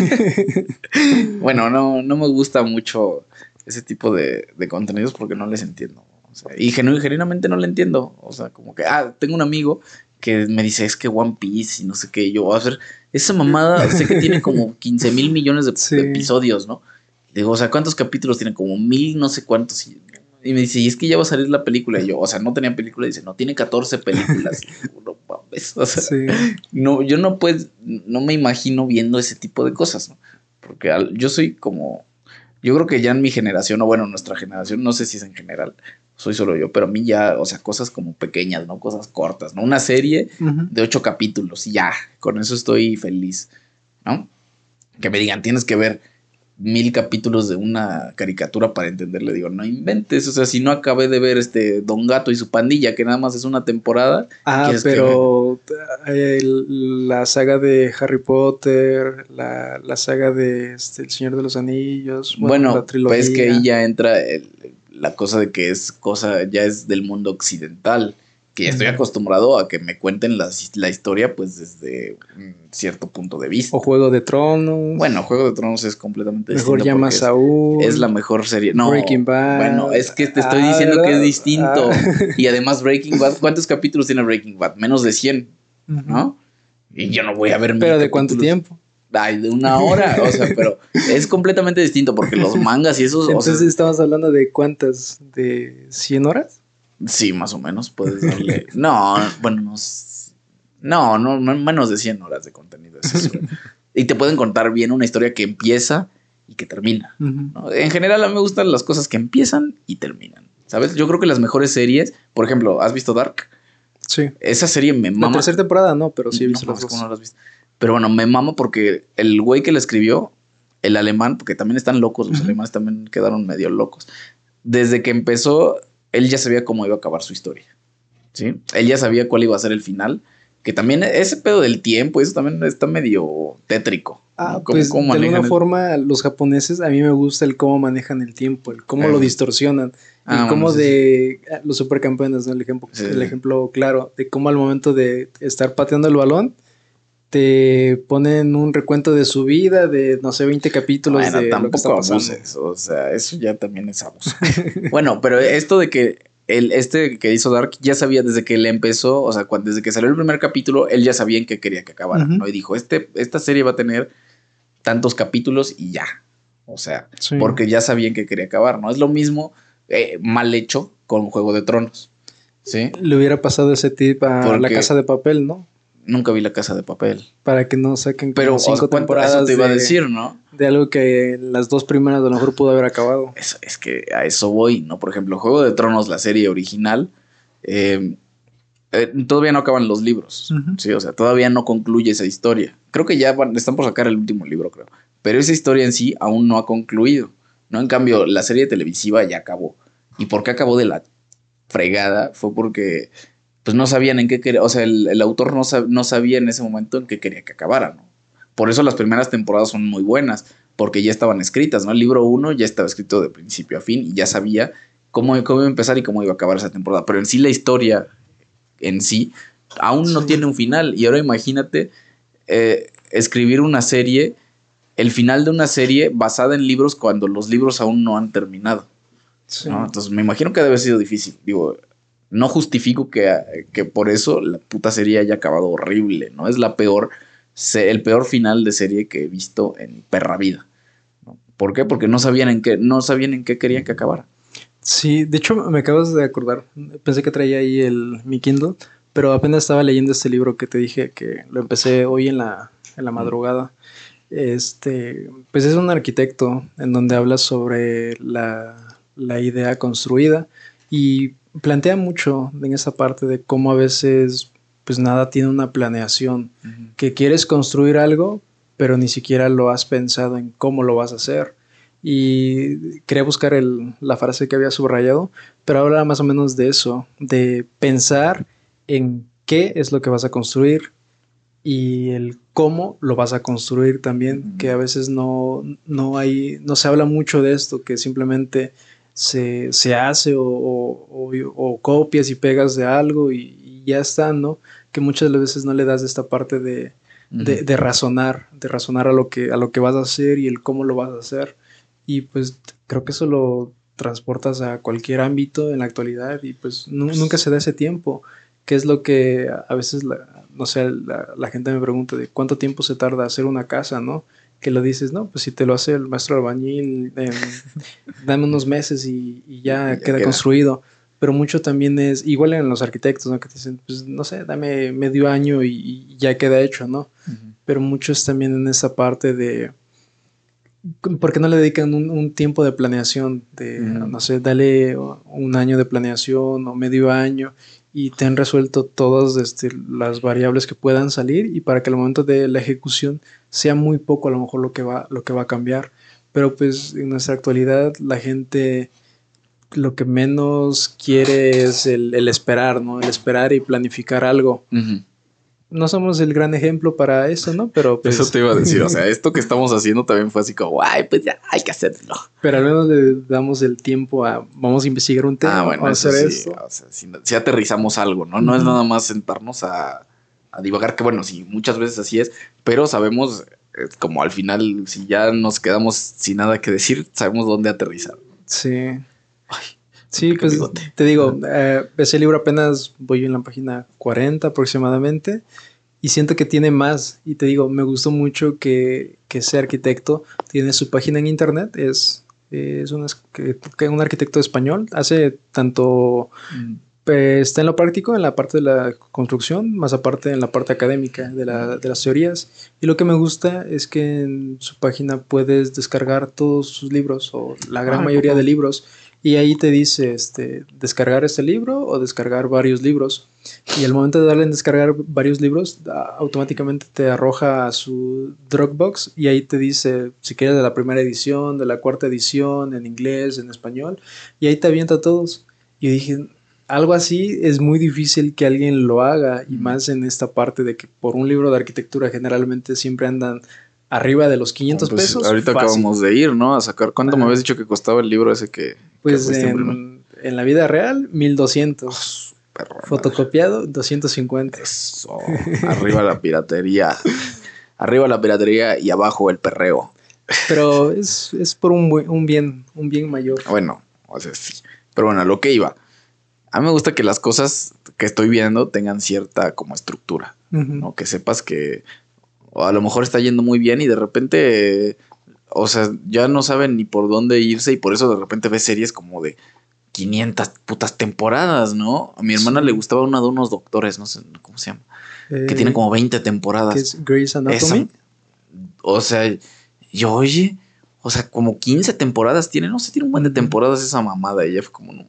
Bueno, no, no me gusta mucho ese tipo de, de contenidos porque no les entiendo. O sea, y genu- genuinamente no le entiendo. O sea, como que, ah, tengo un amigo que me dice, es que One Piece y no sé qué. Y yo, a ver, esa mamada, sé que tiene como quince mil millones de, Sí. de episodios, ¿no? Le digo, o sea, ¿cuántos capítulos tiene? Como mil, no sé cuántos. Y, y me dice, y es que ya va a salir la película. Y yo, o sea, no tenía película. Y dice, no, tiene catorce películas. Y digo, no mames, o sea, Sí. no, yo no pues, no me imagino viendo ese tipo de cosas, ¿no? Porque al- yo soy como, yo creo que ya en mi generación, o bueno, nuestra generación, no sé si es en general, soy solo yo, pero a mí ya, o sea, cosas como pequeñas, ¿no? Cosas cortas, ¿no? Una serie Ujú. de ocho capítulos y ya, con eso estoy feliz, ¿no? Que me digan, tienes que ver mil capítulos de una caricatura para entenderle. Digo, no inventes. O sea, si no acabé de ver este Don Gato y su pandilla, que nada más es una temporada, Ah, ¿quieres que haga? pero eh, el- la saga de Harry Potter, la, la saga de este, El Señor de los Anillos, bueno, la Bueno, pues que ahí trilogía. ya entra el- la cosa de que es cosa, ya es del mundo occidental, que ya estoy Ujú. acostumbrado a que me cuenten las- la historia pues desde un cierto punto de O vista. Juego de Tronos, Bueno, Juego de Tronos es completamente Mejor distinto llama a porque es, es la Saúl, mejor serie. No, Breaking bueno, Bad. es que te estoy Ah, diciendo que es ¿verdad? Ah. distinto. Y además Breaking Bad, ¿cuántos capítulos tiene Breaking Bad? Menos de cien, Ujú. ¿no? Y yo no voy a ver mil ¿Pero de cuánto capítulos. tiempo? Ay, de una hora, o sea, pero es completamente distinto porque los mangas y esos, o sea, Entonces estamos hablando de cuántas, de cien horas. sí, más o menos puedes darle. No, bueno, no, s- no, no, no, menos de cien horas de contenido es eso. Y te pueden contar bien una historia que empieza y que termina, Ujú. ¿no? En general, a mí me gustan las cosas que empiezan y terminan, ¿sabes? Yo creo que las mejores series, por ejemplo, ¿has visto Dark? Sí. Esa serie me La mama. tercera temporada no, pero sí he No visto las mames, ¿cómo no dos. la has visto? Pero bueno, me mama porque el güey que la escribió, el alemán, porque también están locos, los Ujú. alemanes también quedaron medio locos. Desde que empezó, él ya sabía cómo iba a acabar su historia, ¿sí? Él ya sabía cuál iba a ser el final, que también ese pedo del tiempo, eso también está medio tétrico, Ah, ¿no? ¿Cómo, pues cómo de alguna manejan el...? forma los japoneses, a mí me gusta el cómo manejan el tiempo, el cómo lo Eh, distorsionan, el ah, bueno, cómo sí, sí. de ah, los supercampeones, ¿no? El ejemplo, Sí, el sí. ejemplo claro, de cómo al momento de estar pateando el balón, te ponen un recuento de su vida, de no sé, veinte capítulos Bueno, de lo que tampoco está pasando. abuses, o sea, eso ya también es abusar. Bueno, pero esto de que el, este que hizo Dark ya sabía desde que le empezó, o sea, cuando, desde que salió el primer capítulo, él ya sabía en qué quería que acabara, Ujú. ¿no? Y dijo, este, esta serie va a tener tantos capítulos y ya. O sea, Sí. porque ya sabían que quería acabar, ¿no? Es lo mismo eh, mal hecho con Juego de Tronos, ¿sí? Le hubiera pasado ese tip a La Casa Porque de Papel, ¿no? nunca vi La Casa de Papel. Para que no saquen como Pero, o sea, cinco ¿cuánto? Eso te temporadas iba a de, decir, ¿no? de algo que las dos primeras a lo mejor pudo haber acabado. Es, es que a eso voy, ¿no? Por ejemplo, Juego de Tronos, la serie original, eh, eh, todavía no acaban los libros, Ujú. ¿sí? O sea, todavía no concluye esa historia. Creo que ya van, están por sacar el último libro, creo. Pero esa historia en sí aún no ha concluido, ¿no? En cambio, la serie televisiva ya acabó. ¿Y por qué acabó de la fregada? Fue porque, pues, no sabían en qué quería, o sea, el, el autor no, sab, no sabía en ese momento en qué quería que acabara, ¿no? Por eso las primeras temporadas son muy buenas, porque ya estaban escritas, ¿no? El libro uno ya estaba escrito de principio a fin y ya sabía cómo, cómo iba a empezar y cómo iba a acabar esa temporada. Pero en sí la historia en sí aún no Sí, tiene un final. Y ahora imagínate eh, escribir una serie, el final de una serie basada en libros cuando los libros aún no han terminado, sí. ¿no? Entonces me imagino que debe haber sido difícil. Digo, no justifico que, que por eso la puta serie haya acabado horrible, ¿no? Es la peor, el peor final de serie que he visto en mi perra vida, ¿no? ¿Por qué? Porque no sabían en qué, no sabían en qué querían que acabara. Sí, de hecho me acabas de acordar. Pensé que traía ahí el, mi Kindle, pero apenas estaba leyendo este libro que te dije que lo empecé hoy en la, en la madrugada. Este, pues es un arquitecto en donde habla sobre la, la idea construida y plantea mucho en esa parte de cómo a veces pues nada tiene una planeación, Uh-huh. que quieres construir algo, pero ni siquiera lo has pensado en cómo lo vas a hacer. Y quería buscar el, la frase que había subrayado, pero habla más o menos de eso, de pensar en qué es lo que vas a construir y el cómo lo vas a construir también, Ujú. que a veces no, no hay, no se habla mucho de esto, que simplemente se, se hace o, o- o- o copias y pegas de algo y, y ya está, ¿no? Que muchas de las veces no le das esta parte de, Ujú. de, de razonar, de razonar a lo que, a lo que vas a hacer y el cómo lo vas a hacer. Y pues creo que eso lo transportas a cualquier ámbito en la actualidad y pues nu- nunca se da ese tiempo, que es lo que a veces, la, no sé, la, la gente me pregunta de cuánto tiempo se tarda hacer una casa, ¿no? Que lo dices, no, pues si te lo hace el maestro albañil, en, dame unos meses y, y Y, y ya ya queda queda. construido. Pero mucho también es, igual en los arquitectos, ¿no? Que te dicen, pues no sé, dame medio año y, y ya queda hecho, ¿no? Ujú. Pero muchos también en esa parte de, ¿por qué no le dedican un, un tiempo de planeación? De, Ujú. no sé, dale un año de planeación o medio año y te han resuelto todas este, las variables que puedan salir y para que al momento de la ejecución sea muy poco a lo mejor lo que va, lo que va a cambiar. Pero pues en nuestra actualidad la gente lo que menos quiere es el, el esperar, ¿no? El esperar y planificar algo. Ujú. No somos el gran ejemplo para eso, ¿no? Pero Eso pues, te iba a decir, o sea, esto que estamos haciendo también fue así como, ay, pues ya hay que hacerlo. pero al menos le damos el tiempo a, vamos a investigar un Ah, tema, bueno, vamos a eso hacer sí, esto. o sea, si, si aterrizamos algo, ¿no? No es Ujú. nada más sentarnos a, a divagar, que bueno, sí, muchas veces así es, pero sabemos, eh, como al final, si ya nos quedamos sin nada que decir, sabemos dónde aterrizar. Sí, Ay, me sí, pica el pues bigote. te digo, eh, ese libro apenas voy en la página cuarenta aproximadamente y siento que tiene más. Y te digo, me gustó mucho que, que ese arquitecto tiene su página en internet, es, es un, es- que- que un arquitecto español, hace tanto Mm, eh, está en lo práctico, en la parte de la construcción, más aparte en la parte académica de, la, de las teorías. Y lo que me gusta es que en su página puedes descargar todos sus libros o la gran Ay, mayoría de poco. libros. Y ahí te dice este, descargar este libro o descargar varios libros. Y al momento de darle en descargar varios libros, a- automáticamente te arroja a su Dropbox y ahí te dice si quieres de la primera edición, de la cuarta edición, en inglés, en español. Y ahí te avienta todos. Y dije, algo así es muy difícil que alguien lo haga y Mm, más en esta parte de que por un libro de arquitectura generalmente siempre andan arriba de los ah, quinientos pues pesos, ahorita fácil. acabamos de ir, ¿no? A sacar, ¿cuánto me habías Ajá. dicho que costaba el libro ese que, que Pues fuiste a imprimir? en, en la vida real, mil Oh, doscientos. su perra madre. Fotocopiado, doscientos cincuenta. Eso, arriba la piratería. Arriba la piratería y abajo el perreo. Pero es, es por un, buen- un bien, un bien mayor. Bueno, o sea, sí. Pero bueno, a lo que iba. A mí me gusta que las cosas que estoy viendo tengan cierta como estructura, Ujú. ¿no? Que sepas que o a lo mejor está yendo muy bien y de repente, eh, o sea, ya no saben ni por dónde irse y por eso de repente ves series como de quinientas putas temporadas, ¿no? A mi hermana le Sí. gustaba una de unos doctores, no sé cómo se llama, que tiene Eh, como veinte que temporadas. es Grey's Esa, Anatomy. o sea, yo, oye, o sea, como quince temporadas tiene, no sé, tiene un buen de Ujú. temporadas esa mamada. Y ella fue como, no.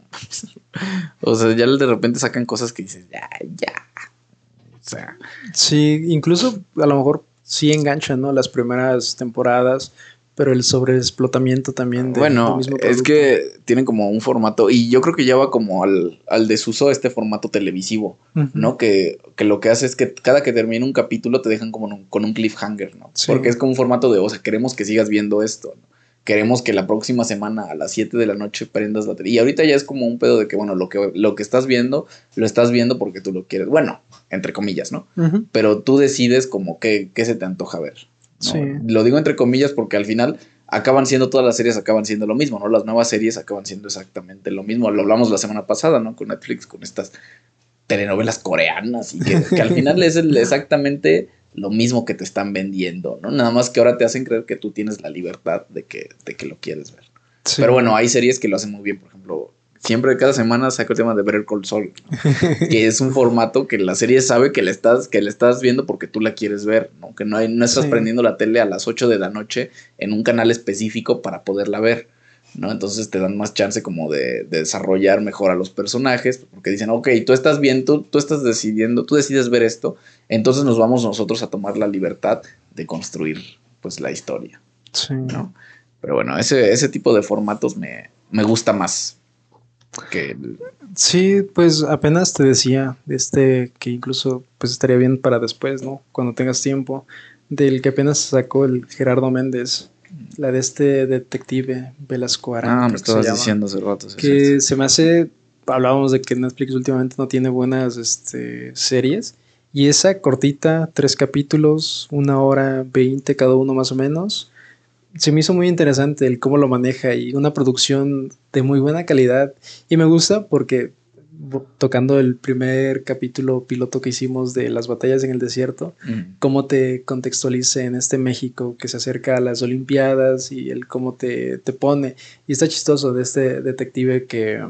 O sea, ya de repente sacan cosas que dices, ya, ya. O sea, Sí, incluso a lo mejor sí enganchan, ¿no? Las primeras temporadas, pero el sobreexplotamiento también de, del bueno, mismo es producto. que tienen como un formato, y yo creo que ya va como al, al desuso este formato televisivo, Ujú. ¿no? Que, que lo que hace es que cada que termina un capítulo te dejan como en un- con un cliffhanger, ¿no? Porque Sí, es como un formato de, o sea, queremos que sigas viendo esto, ¿no? Queremos que la próxima semana a las siete de la noche prendas la tele. Y ahorita ya es como un pedo de que, bueno, lo que, lo que estás viendo, lo estás viendo porque tú lo quieres. Bueno, entre comillas, ¿no? ujú, Pero tú decides como qué, qué se te antoja ver, sí, ¿no? Lo digo entre comillas porque al final acaban siendo, todas las series acaban siendo lo mismo, ¿no? Las nuevas series acaban siendo exactamente lo mismo. Lo hablamos la semana pasada, ¿no? Con Netflix, con estas telenovelas coreanas y que, que al final es el- exactamente lo mismo que te están vendiendo, ¿no? Nada más que ahora te hacen creer que tú tienes la libertad de que, de que lo quieres ver. sí. Pero bueno, hay series que lo hacen muy bien, por ejemplo, siempre cada semana saca el tema de Better Call Saul, ¿no? Que es un formato que la serie sabe que le estás, que le estás viendo porque tú la quieres ver, ¿no? Que no, hay, no estás Sí, prendiendo la tele a las ocho de la noche en un canal específico para poderla ver, ¿no? Entonces te dan más chance como de, de desarrollar mejor a los personajes, porque dicen, ok, tú estás viendo, tú, tú estás decidiendo, tú decides ver esto, entonces nos vamos nosotros a tomar la libertad de construir, pues, la historia, sí. ¿no? Pero bueno, ese, ese tipo de formatos me, me gusta más. Que... Sí, pues apenas te decía, este, que incluso pues estaría bien para después, ¿no? Cuando tengas tiempo, del que apenas sacó el Gerardo Méndez, la de este detective Velasco Arana, Ah, me creo que se estabas llama, diciendo hace rato, sí, es cierto. que se me hace, hablábamos de que Netflix últimamente no tiene buenas, este, series, y esa cortita, tres capítulos, una hora veinte cada uno más o menos, se me hizo muy interesante el cómo lo maneja y una producción de muy buena calidad. Y me gusta porque tocando el primer capítulo piloto que hicimos de las batallas en el desierto, Mm. cómo te contextualiza en este México que se acerca a las Olimpiadas y el cómo te, te pone. Y está chistoso de este detective que,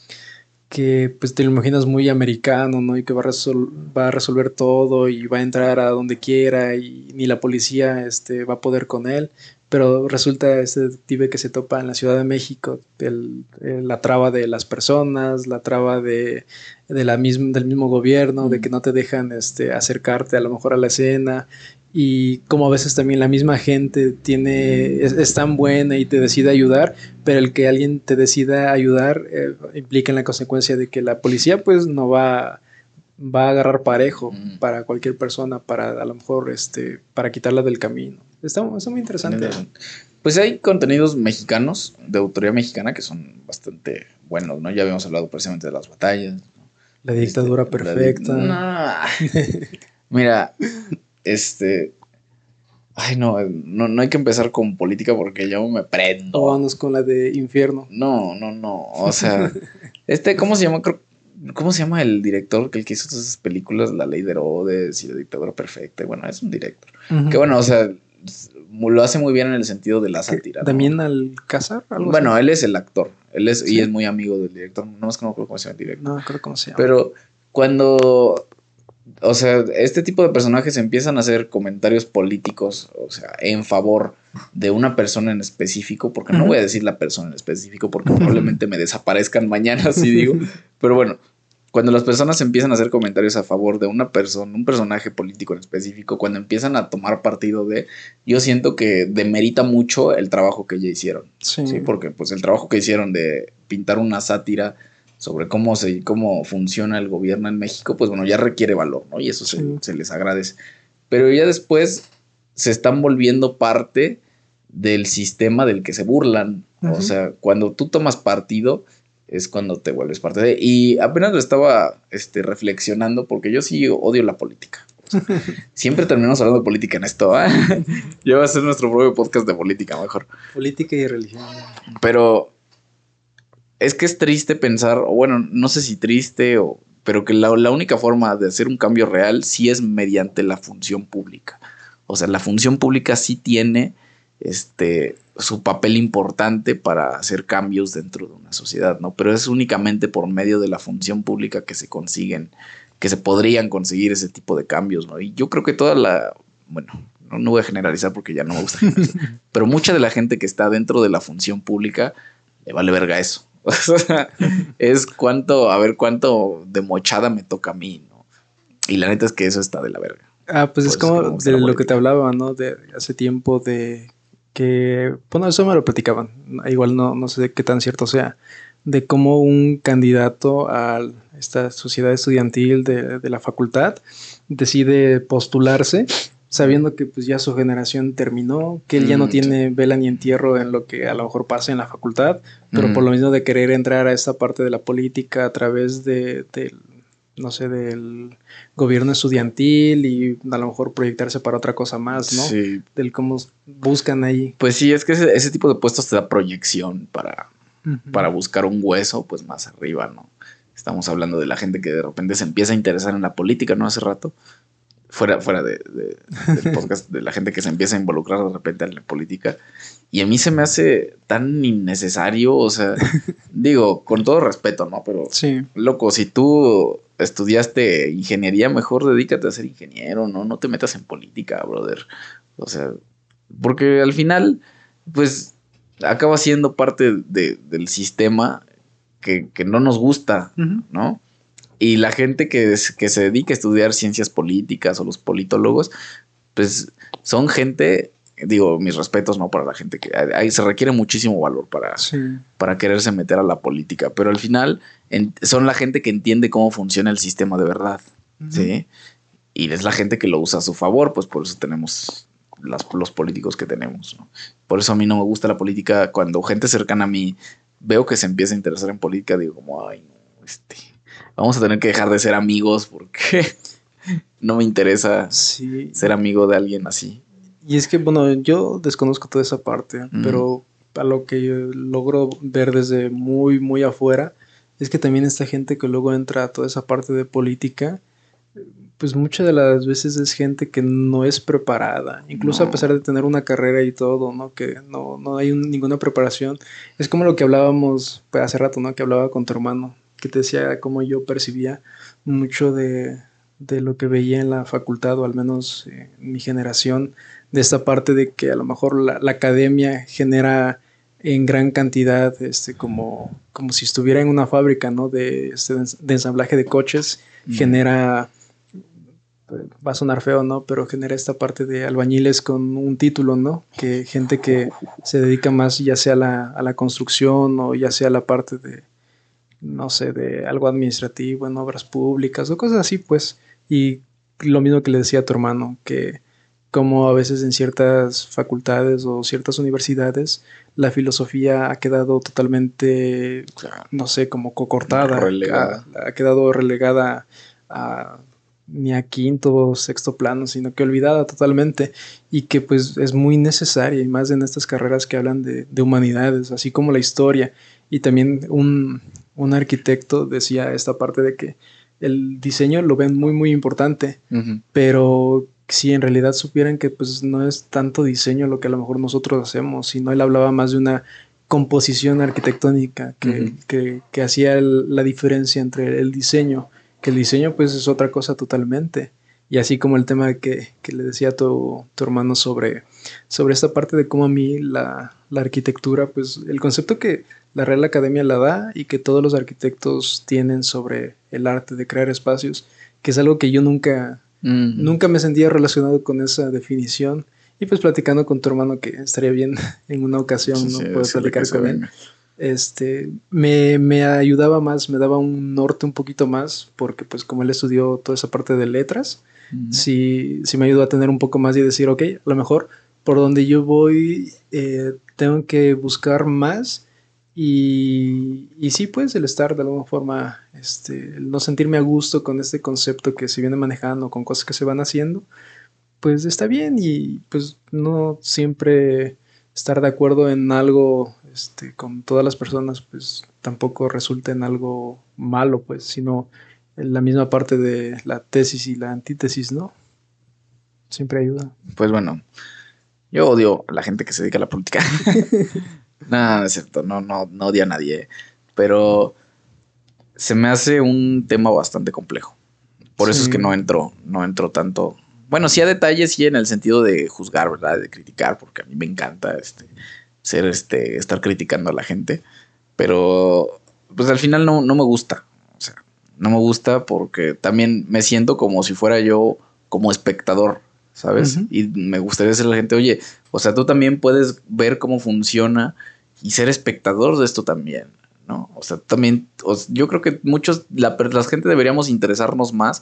que pues te lo imaginas muy americano, ¿no? Y que va a, resol va a resolver todo y va a entrar a donde quiera y ni la policía este, va a poder con él. Pero resulta este detective que se topa en la Ciudad de México, el, el, la traba de las personas, la traba de, de la misma, del mismo gobierno, mm. de que no te dejan este, acercarte a lo mejor a la escena, y como a veces también la misma gente tiene, es, es tan buena y te decide ayudar, pero el que alguien te decida ayudar eh, implica en la consecuencia de que la policía pues no va, va a agarrar parejo mm. para cualquier persona, para a lo mejor este, para quitarla del camino. Está, está muy interesante. Pues hay contenidos mexicanos de autoría mexicana que son bastante buenos, ¿no? Ya habíamos hablado precisamente de las batallas, ¿no? La dictadura este, perfecta. La di no. Mira, este... Ay, no, no, no hay que empezar con política porque yo me prendo. O vamos con la de infierno. No, no, no. O sea, este, ¿cómo se llama? ¿Cómo se llama el director que el que hizo todas esas películas? La Ley de Herodes y La Dictadura Perfecta. Bueno, es un director. Uh-huh. Que bueno, o sea, lo hace muy bien en el sentido de la sátira, ¿no? ¿También Alcázar? ¿Algo bueno, así? Él es el actor. Él es, ¿sí? Y es muy amigo del director. No más que no creo cómo se llama el director. No creo cómo se llama. Pero cuando... O sea, este tipo de personajes empiezan a hacer comentarios políticos, o sea, en favor de una persona en específico, porque uh-huh. no voy a decir la persona en específico, porque probablemente me desaparezcan mañana, si digo. Pero bueno, cuando las personas empiezan a hacer comentarios a favor de una persona, un personaje político en específico, cuando empiezan a tomar partido de, yo siento que demerita mucho el trabajo que ya hicieron. Sí. ¿Sí? Porque pues el trabajo que hicieron de pintar una sátira sobre cómo se cómo funciona el gobierno en México, pues bueno, ya requiere valor, ¿no? Y eso se, sí. se les agradece. Pero ya después se están volviendo parte del sistema del que se burlan. Uh-huh. O sea, cuando tú tomas partido es cuando te vuelves parte de... Y apenas lo estaba este, reflexionando porque yo sí odio la política. O sea, siempre terminamos hablando de política en esto, ¿eh? Ya va a ser nuestro propio podcast de política, mejor. Política y religión. Pero... es que es triste pensar, o bueno, no sé si triste, o, pero que la, la única forma de hacer un cambio real sí es mediante la función pública. O sea, la función pública sí tiene este, su papel importante para hacer cambios dentro de una sociedad, ¿no? Pero es únicamente por medio de la función pública que se consiguen, que se podrían conseguir ese tipo de cambios, ¿no? Y yo creo que toda la, bueno, no, no voy a generalizar porque ya no me gusta generalizar, pero mucha de la gente que está dentro de la función pública le vale verga eso. O sea, es cuánto, a ver cuánto de mochada me toca a mí, ¿no? Y la neta es que eso está de la verga. Ah, pues, pues es como es que de lo que te hablaba, ¿no? De hace tiempo de que, bueno, eso me lo platicaban, igual no, no sé qué tan cierto sea, de cómo un candidato a esta sociedad estudiantil de, de la facultad decide postularse sabiendo que pues ya su generación terminó, que él mm, ya no tiene vela ni entierro en lo que a lo mejor pasa en la facultad, pero mm. por lo mismo de querer entrar a esta parte de la política a través de, de, no sé, del gobierno estudiantil y a lo mejor proyectarse para otra cosa más, ¿no? Sí. Del cómo buscan ahí. Pues sí, es que ese, ese tipo de puestos te da proyección para, uh-huh. para buscar un hueso pues más arriba, ¿no? Estamos hablando de la gente que de repente se empieza a interesar en la política, ¿no? Hace rato. Fuera, fuera de, de, del podcast, de la gente que se empieza a involucrar de repente en la política. Y a mí se me hace tan innecesario, o sea, digo, con todo respeto, ¿no? Pero, sí. loco, si tú estudiaste ingeniería, mejor dedícate a ser ingeniero, ¿no? No te metas en política, brother. O sea, porque al final, pues, acaba siendo parte de, del sistema que, que no nos gusta, uh-huh. ¿no? Y la gente que, que se dedica a estudiar ciencias políticas o los politólogos, pues son gente digo, mis respetos, ¿no? Para la gente que... Ahí se requiere muchísimo valor para, Sí. para quererse meter a la política, pero al final en, son la gente que entiende cómo funciona el sistema de verdad, uh-huh. ¿sí? Y es la gente que lo usa a su favor, pues por eso tenemos las, los políticos que tenemos, ¿no? Por eso a mí no me gusta la política. Cuando gente cercana a mí veo que se empieza a interesar en política, digo como, ay, no, este, vamos a tener que dejar de ser amigos porque no me interesa sí. ser amigo de alguien así. Y es que, bueno, yo desconozco toda esa parte, mm. pero a lo que yo logro ver desde muy, muy afuera, es que también esta gente que luego entra a toda esa parte de política, pues muchas de las veces es gente que no es preparada, incluso no. a pesar de tener una carrera y todo, ¿no? Que no, no hay un, ninguna preparación. Es como lo que hablábamos pues, hace rato, ¿no? Que hablaba con tu hermano, que te decía cómo yo percibía mucho de, de lo que veía en la facultad, o al menos eh, en mi generación, de esta parte de que a lo mejor la, la academia genera en gran cantidad, este, como, como si estuviera en una fábrica, ¿no? De, este, de ensamblaje de coches, mm. genera, va a sonar feo, ¿no? Pero genera esta parte de albañiles con un título, ¿no? Que gente que se dedica más ya sea a la, a la construcción o ya sea a la parte de, no sé, de algo administrativo en obras públicas o cosas así, pues. Y lo mismo que le decía a tu hermano, que como a veces en ciertas facultades o ciertas universidades la filosofía ha quedado totalmente, no sé, como cocortada, relegada. Ha, ha quedado relegada a, ni a quinto o sexto plano, sino que olvidada totalmente, y que pues es muy necesaria, y más en estas carreras que hablan de, de humanidades, así como la historia. Y también un, un arquitecto decía esta parte de que el diseño lo ven muy muy importante, uh-huh. pero si en realidad supieran que pues no es tanto diseño lo que a lo mejor nosotros hacemos, sino él hablaba más de una composición arquitectónica que, uh-huh. que, que hacía el, la diferencia entre el diseño, que el diseño pues es otra cosa totalmente. Y así como el tema que, que le decía a tu, tu hermano sobre, sobre esta parte de cómo a mí la, la arquitectura, pues el concepto que la Real Academia la da y que todos los arquitectos tienen sobre el arte de crear espacios, que es algo que yo nunca... Mm. Nunca me sentía relacionado con esa definición, y pues platicando con tu hermano, que estaría bien en una ocasión, sí, ¿no? Sí, poder platicar con él. Este, me, me ayudaba más, me daba un norte un poquito más, porque pues como él estudió toda esa parte de letras, mm. sí, sí me ayudó a tener un poco más y decir, ok, a lo mejor por donde yo voy eh, tengo que buscar más. Y, y sí, pues el estar de alguna forma, este, el no sentirme a gusto con este concepto que se viene manejando, con cosas que se van haciendo, pues está bien, y pues no siempre estar de acuerdo en algo este, con todas las personas, pues tampoco resulta en algo malo, pues, sino en la misma parte de la tesis y la antítesis, ¿no? Siempre ayuda. Pues bueno, yo odio a la gente que se dedica a la política. Nada, no es cierto, no, no, no odio a nadie, pero se me hace un tema bastante complejo. Por sí. eso es que no entro, no entro tanto. Bueno, sí a detalles, sí en el sentido de juzgar, ¿verdad? De criticar, porque a mí me encanta este, ser, este, estar criticando a la gente. Pero, pues al final no, no me gusta. O sea, no me gusta porque también me siento como si fuera yo como espectador, ¿sabes? Uh-huh. Y me gustaría decirle a la gente, oye, o sea, tú también puedes ver cómo funciona y ser espectador de esto también, ¿no? O sea, también, o sea, yo creo que muchos, la, la gente deberíamos interesarnos más.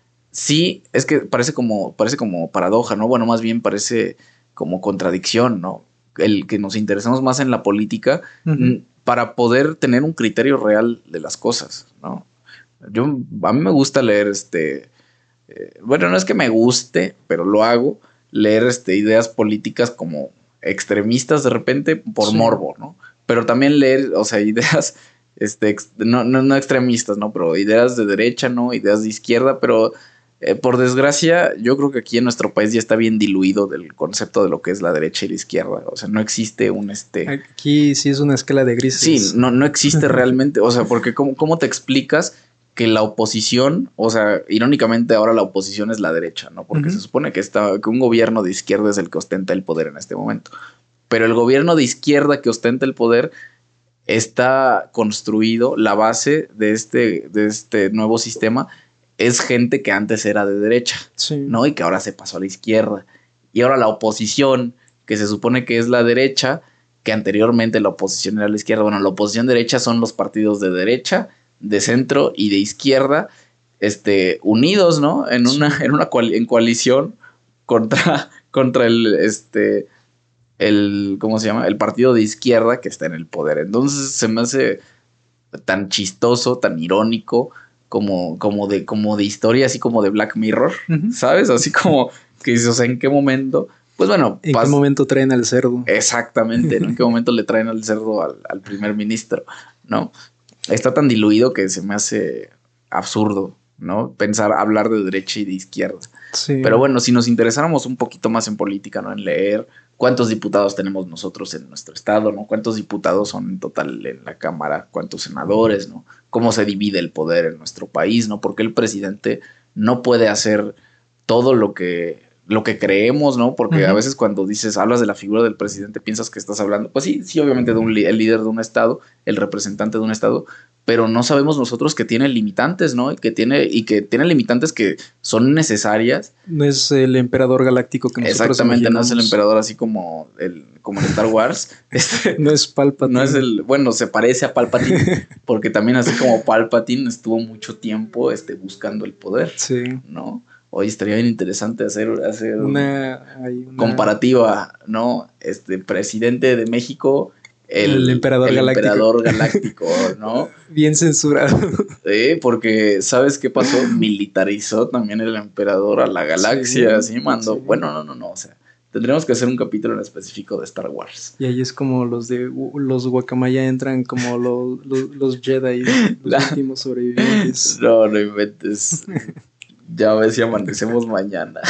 Sí, es que parece como, parece como paradoja, ¿no? Bueno, más bien parece como contradicción, ¿no? El que nos interesemos más en la política uh-huh. para poder tener un criterio real de las cosas, ¿no? Yo, a mí me gusta leer este... Eh, bueno, no es que me guste, pero lo hago, leer este, ideas políticas como extremistas de repente por sí. morbo, ¿no? Pero también leer, o sea, ideas, este, ex, no, no, no extremistas, ¿no? Pero ideas de derecha, ¿no? Ideas de izquierda, pero eh, por desgracia, yo creo que aquí en nuestro país ya está bien diluido del concepto de lo que es la derecha y la izquierda. O sea, no existe un este... Aquí sí es una escala de grises. Sí, no, no existe realmente, o sea, porque ¿cómo, cómo te explicas que la oposición, o sea, irónicamente ahora la oposición es la derecha, ¿no? Porque uh-huh. se supone que, está, que un gobierno de izquierda es el que ostenta el poder en este momento. Pero el gobierno de izquierda que ostenta el poder está construido, la base de este, de este nuevo sistema es gente que antes era de derecha, sí. ¿no? Y que ahora se pasó a la izquierda. Y ahora la oposición, que se supone que es la derecha, que anteriormente la oposición era la izquierda. Bueno, la oposición derecha son los partidos de derecha, de centro y de izquierda, este, unidos, ¿no? En una, sí. en una coal- en coalición contra, contra el, este, el, ¿cómo se llama? El partido de izquierda que está en el poder. Entonces se me hace tan chistoso, tan irónico, como, como, de, como de historia, así como de Black Mirror, uh-huh. ¿sabes? Así como que dices, o sea, ¿en qué momento? Pues bueno. ¿En pas- qué momento traen al cerdo? Exactamente, ¿no? ¿En qué momento le traen al cerdo al, al primer ministro? ¿No? Está tan diluido que se me hace absurdo, ¿no? Pensar, hablar de derecha y de izquierda. Sí. Pero bueno, si nos interesáramos un poquito más en política, ¿no? En leer cuántos diputados tenemos nosotros en nuestro estado, ¿no? Cuántos diputados son en total en la Cámara, cuántos senadores, ¿no? Cómo se divide el poder en nuestro país, ¿no? Porque el presidente no puede hacer todo lo que, lo que creemos, ¿no? Porque uh-huh. a veces cuando dices, hablas de la figura del presidente, piensas que estás hablando, pues sí, sí, obviamente de un el líder de un estado, el representante de un estado, pero no sabemos nosotros que tiene limitantes, ¿no? Y que tiene, y que tiene limitantes que son necesarias. No es el emperador galáctico que nosotros Exactamente, imaginamos. No es el emperador así como el, como en Star Wars. Este, no es Palpatine. No es el, bueno, se parece a Palpatine, porque también así como Palpatine estuvo mucho tiempo este, buscando el poder, sí. ¿no? Hoy estaría bien interesante hacer, hacer una, una comparativa, ¿no? Este, presidente de México, el, el emperador el galáctico. emperador galáctico, ¿no? Bien censurado. Sí, porque ¿sabes qué pasó? Militarizó también el emperador a la galaxia, sí, así mandó. Sí. Bueno, no, no, no, o sea, tendríamos que hacer un capítulo en específico de Star Wars. Y ahí es como los de los Guacamaya entran como los, los, los Jedi, los la... últimos sobrevivientes. No, no inventes. Ya ves si amanecemos mañana.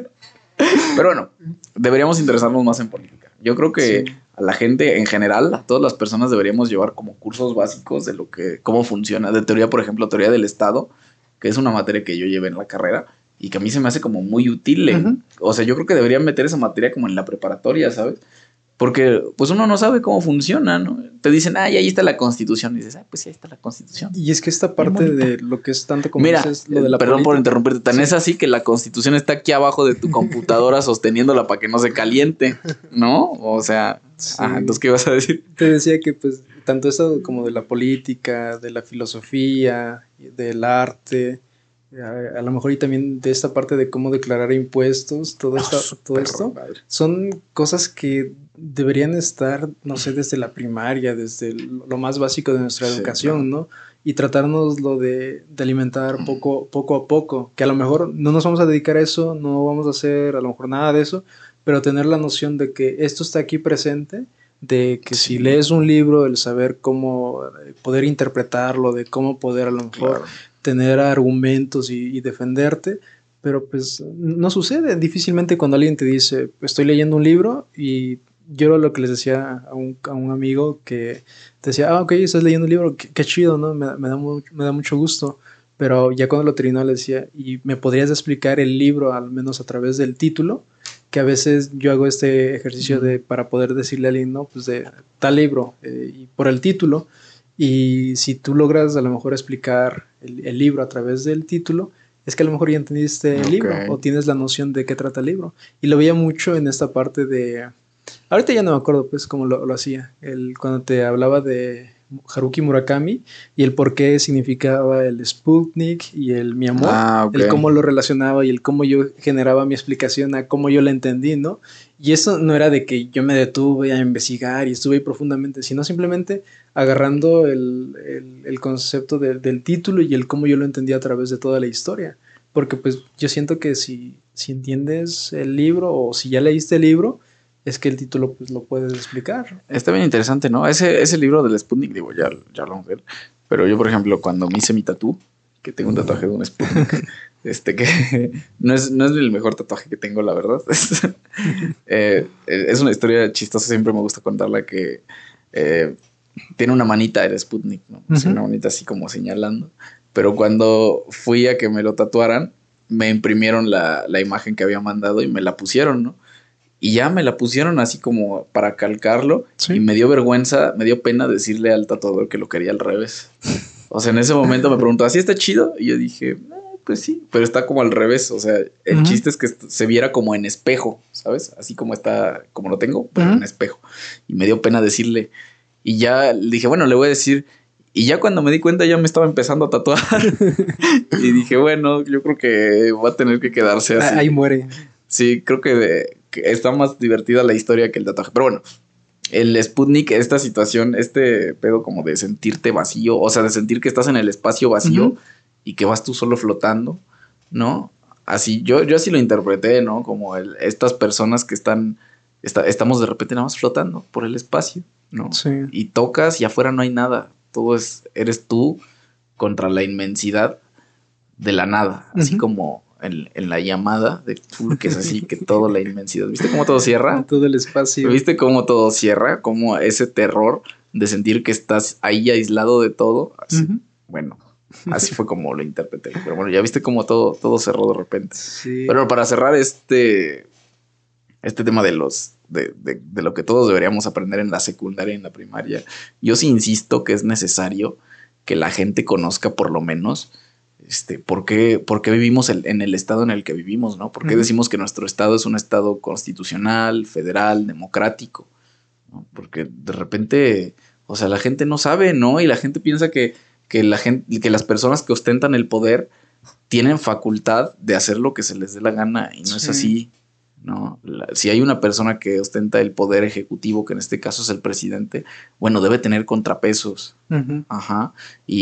Pero bueno, deberíamos interesarnos más en política. Yo creo que sí. a la gente en general, a todas las personas deberíamos llevar como cursos básicos de lo que, cómo funciona. De teoría, por ejemplo, teoría del Estado, que es una materia que yo llevé en la carrera y que a mí se me hace como muy útil. En, uh-huh. O sea, yo creo que deberían meter esa materia como en la preparatoria, ¿sabes? Porque pues uno no sabe cómo funciona, ¿no? Te dicen, ah, y ahí está la Constitución. Y dices, ah, pues sí, ahí está la Constitución. Y es que esta parte de lo que es tanto como Mira, dices, lo de la perdón política. por interrumpirte, tan sí. es así que la Constitución está aquí abajo de tu computadora sosteniéndola para que no se caliente, ¿no? O sea, sí. Ajá, entonces, ¿qué ibas a decir? Te decía que pues tanto esto como de la política, de la filosofía, del arte, a, a lo mejor y también de esta parte de cómo declarar impuestos, todo, esta, oh, todo esto, madre. Son cosas que deberían estar, no sé, desde la primaria, desde lo más básico de nuestra sí, educación, claro. ¿no? Y tratarnos lo de, de alimentar poco, poco a poco, que a lo mejor no nos vamos a dedicar a eso, no vamos a hacer a lo mejor nada de eso, pero tener la noción de que esto está aquí presente, de que sí. si lees un libro, el saber cómo poder interpretarlo, de cómo poder a lo mejor claro. tener argumentos y, y defenderte, pero pues no sucede. Difícilmente cuando alguien te dice, estoy leyendo un libro, y yo lo que les decía a un, a un amigo que decía, ah, ok, estás leyendo un libro, qué, qué chido, ¿no? Me, me, da mu- me da mucho gusto, pero ya cuando lo terminó le decía, ¿y me podrías explicar el libro al menos a través del título? Que a veces yo hago este ejercicio de, para poder decirle a alguien, no, pues de tal libro, eh, y por el título, y si tú logras a lo mejor explicar el, el libro a través del título, es que a lo mejor ya entendiste el okay. libro, o tienes la noción de qué trata el libro. Y lo veía mucho en esta parte de, ahorita ya no me acuerdo pues cómo lo, lo hacía, el, cuando te hablaba de Haruki Murakami y el por qué significaba el Sputnik y el mi amor, ah, okay. el cómo lo relacionaba y el cómo yo generaba mi explicación a cómo yo la entendí, ¿no? Y eso no era de que yo me detuve a investigar y estuve ahí profundamente, sino simplemente agarrando el, el, el concepto de, del título y el cómo yo lo entendí a través de toda la historia. Porque pues yo siento que si, si entiendes el libro o si ya leíste el libro, es que el título pues lo puedes explicar. Está bien interesante, ¿no? Ese, ese libro del Sputnik, digo, ya, ya hablamos de él. Pero yo, por ejemplo, cuando me hice mi tatú, que tengo un tatuaje de un Sputnik, este que no es, no es el mejor tatuaje que tengo, la verdad. eh, es una historia chistosa, siempre me gusta contarla, que eh, tiene una manita el Sputnik, ¿no? O sea, uh-huh. una manita así como señalando. Pero cuando fui a que me lo tatuaran, me imprimieron la, la imagen que había mandado y me la pusieron, ¿no? Y ya me la pusieron así como para calcarlo. ¿Sí? Y me dio vergüenza, me dio pena decirle al tatuador que lo quería al revés. O sea, en ese momento me preguntó, ¿así está chido? Y yo dije, eh, pues sí, pero está como al revés, o sea, el Ujú. chiste es que est- se viera como en espejo, ¿sabes? Así como está, como lo tengo, pero Ujú. en espejo. Y me dio pena decirle, y ya le dije, bueno, le voy a decir, y ya cuando me di cuenta ya me estaba empezando a tatuar, y dije, bueno, yo creo que va a tener que quedarse Ah, ahí así. muere. Sí, creo que, de- que está más divertida la historia que el tatuaje, pero bueno. El Sputnik, esta situación, este pedo como de sentirte vacío, o sea, de sentir que estás en el espacio vacío Ujú. y que vas tú solo flotando, ¿no? Así, yo, yo así lo interpreté, ¿no? Como el, estas personas que están, está- estamos de repente nada más flotando por el espacio, ¿no? Sí. Y tocas y afuera no hay nada, todo es, eres tú contra la inmensidad de la nada, así Ujú. como en, en la llamada de Full, que es así, que todo la inmensidad. ¿Viste cómo todo cierra? Todo el espacio. ¿Viste cómo todo cierra? Como ese terror de sentir que estás ahí aislado de todo. Así, Ujú. bueno, así fue como lo interpreté. Pero bueno, ya viste cómo todo, todo cerró de repente. Sí. Pero para cerrar este, este tema de los de, de, de lo que todos deberíamos aprender en la secundaria y en la primaria, yo sí insisto que es necesario que la gente conozca por lo menos este, por qué, por qué vivimos el, en el estado en el que vivimos, ¿no? ¿Por qué Ujú. decimos que nuestro estado es un estado constitucional, federal, democrático? ¿No? Porque de repente, o sea, la gente no sabe, ¿no? Y la gente piensa que, que, la gente, que las personas que ostentan el poder tienen facultad de hacer lo que se les dé la gana y no es Sí. así, ¿no? La- si hay una persona que ostenta el poder ejecutivo, que en este caso es el presidente, bueno, debe tener contrapesos, Ujú. ajá,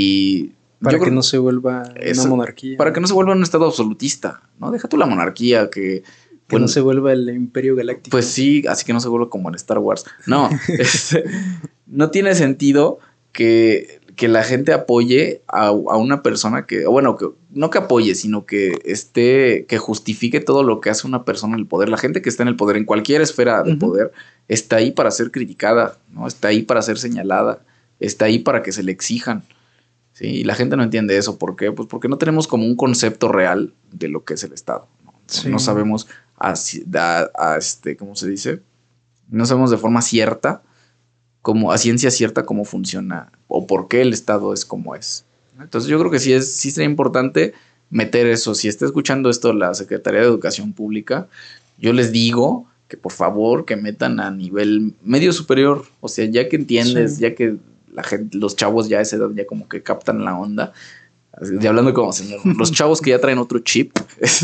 y yo Para que creo no se vuelva una es monarquía, para que ¿no? no se vuelva un estado absolutista, ¿no? Deja tú la monarquía, que, Que no bueno, se vuelva el imperio pues galáctico. sí, así que no se vuelva como en Star Wars. No, es- no tiene sentido que, que la gente apoye a, a una persona que, bueno, que no que apoye, sino que esté, que justifique todo lo que hace una persona en el poder. La gente que está en el poder, en cualquier esfera de Ujú. poder, está ahí para ser criticada, ¿no? Está ahí para ser señalada, está ahí para que se le exijan. Sí, y la gente no entiende eso. ¿Por qué? Pues porque no tenemos como un concepto real de lo que es el Estado. No, Sí. no sabemos, así, a, a este, ¿cómo se dice? No sabemos de forma cierta, como a ciencia cierta, cómo funciona o por qué el Estado es como es. Entonces yo creo que sí, es, sí sería importante meter eso. Si está escuchando esto la Secretaría de Educación Pública, yo les digo que por favor que metan a nivel medio superior. O sea, ya que entiendes, Sí. ya que la gente, los chavos ya a esa edad ya como que captan la onda. Así, y hablando como señor, los chavos que ya traen otro chip,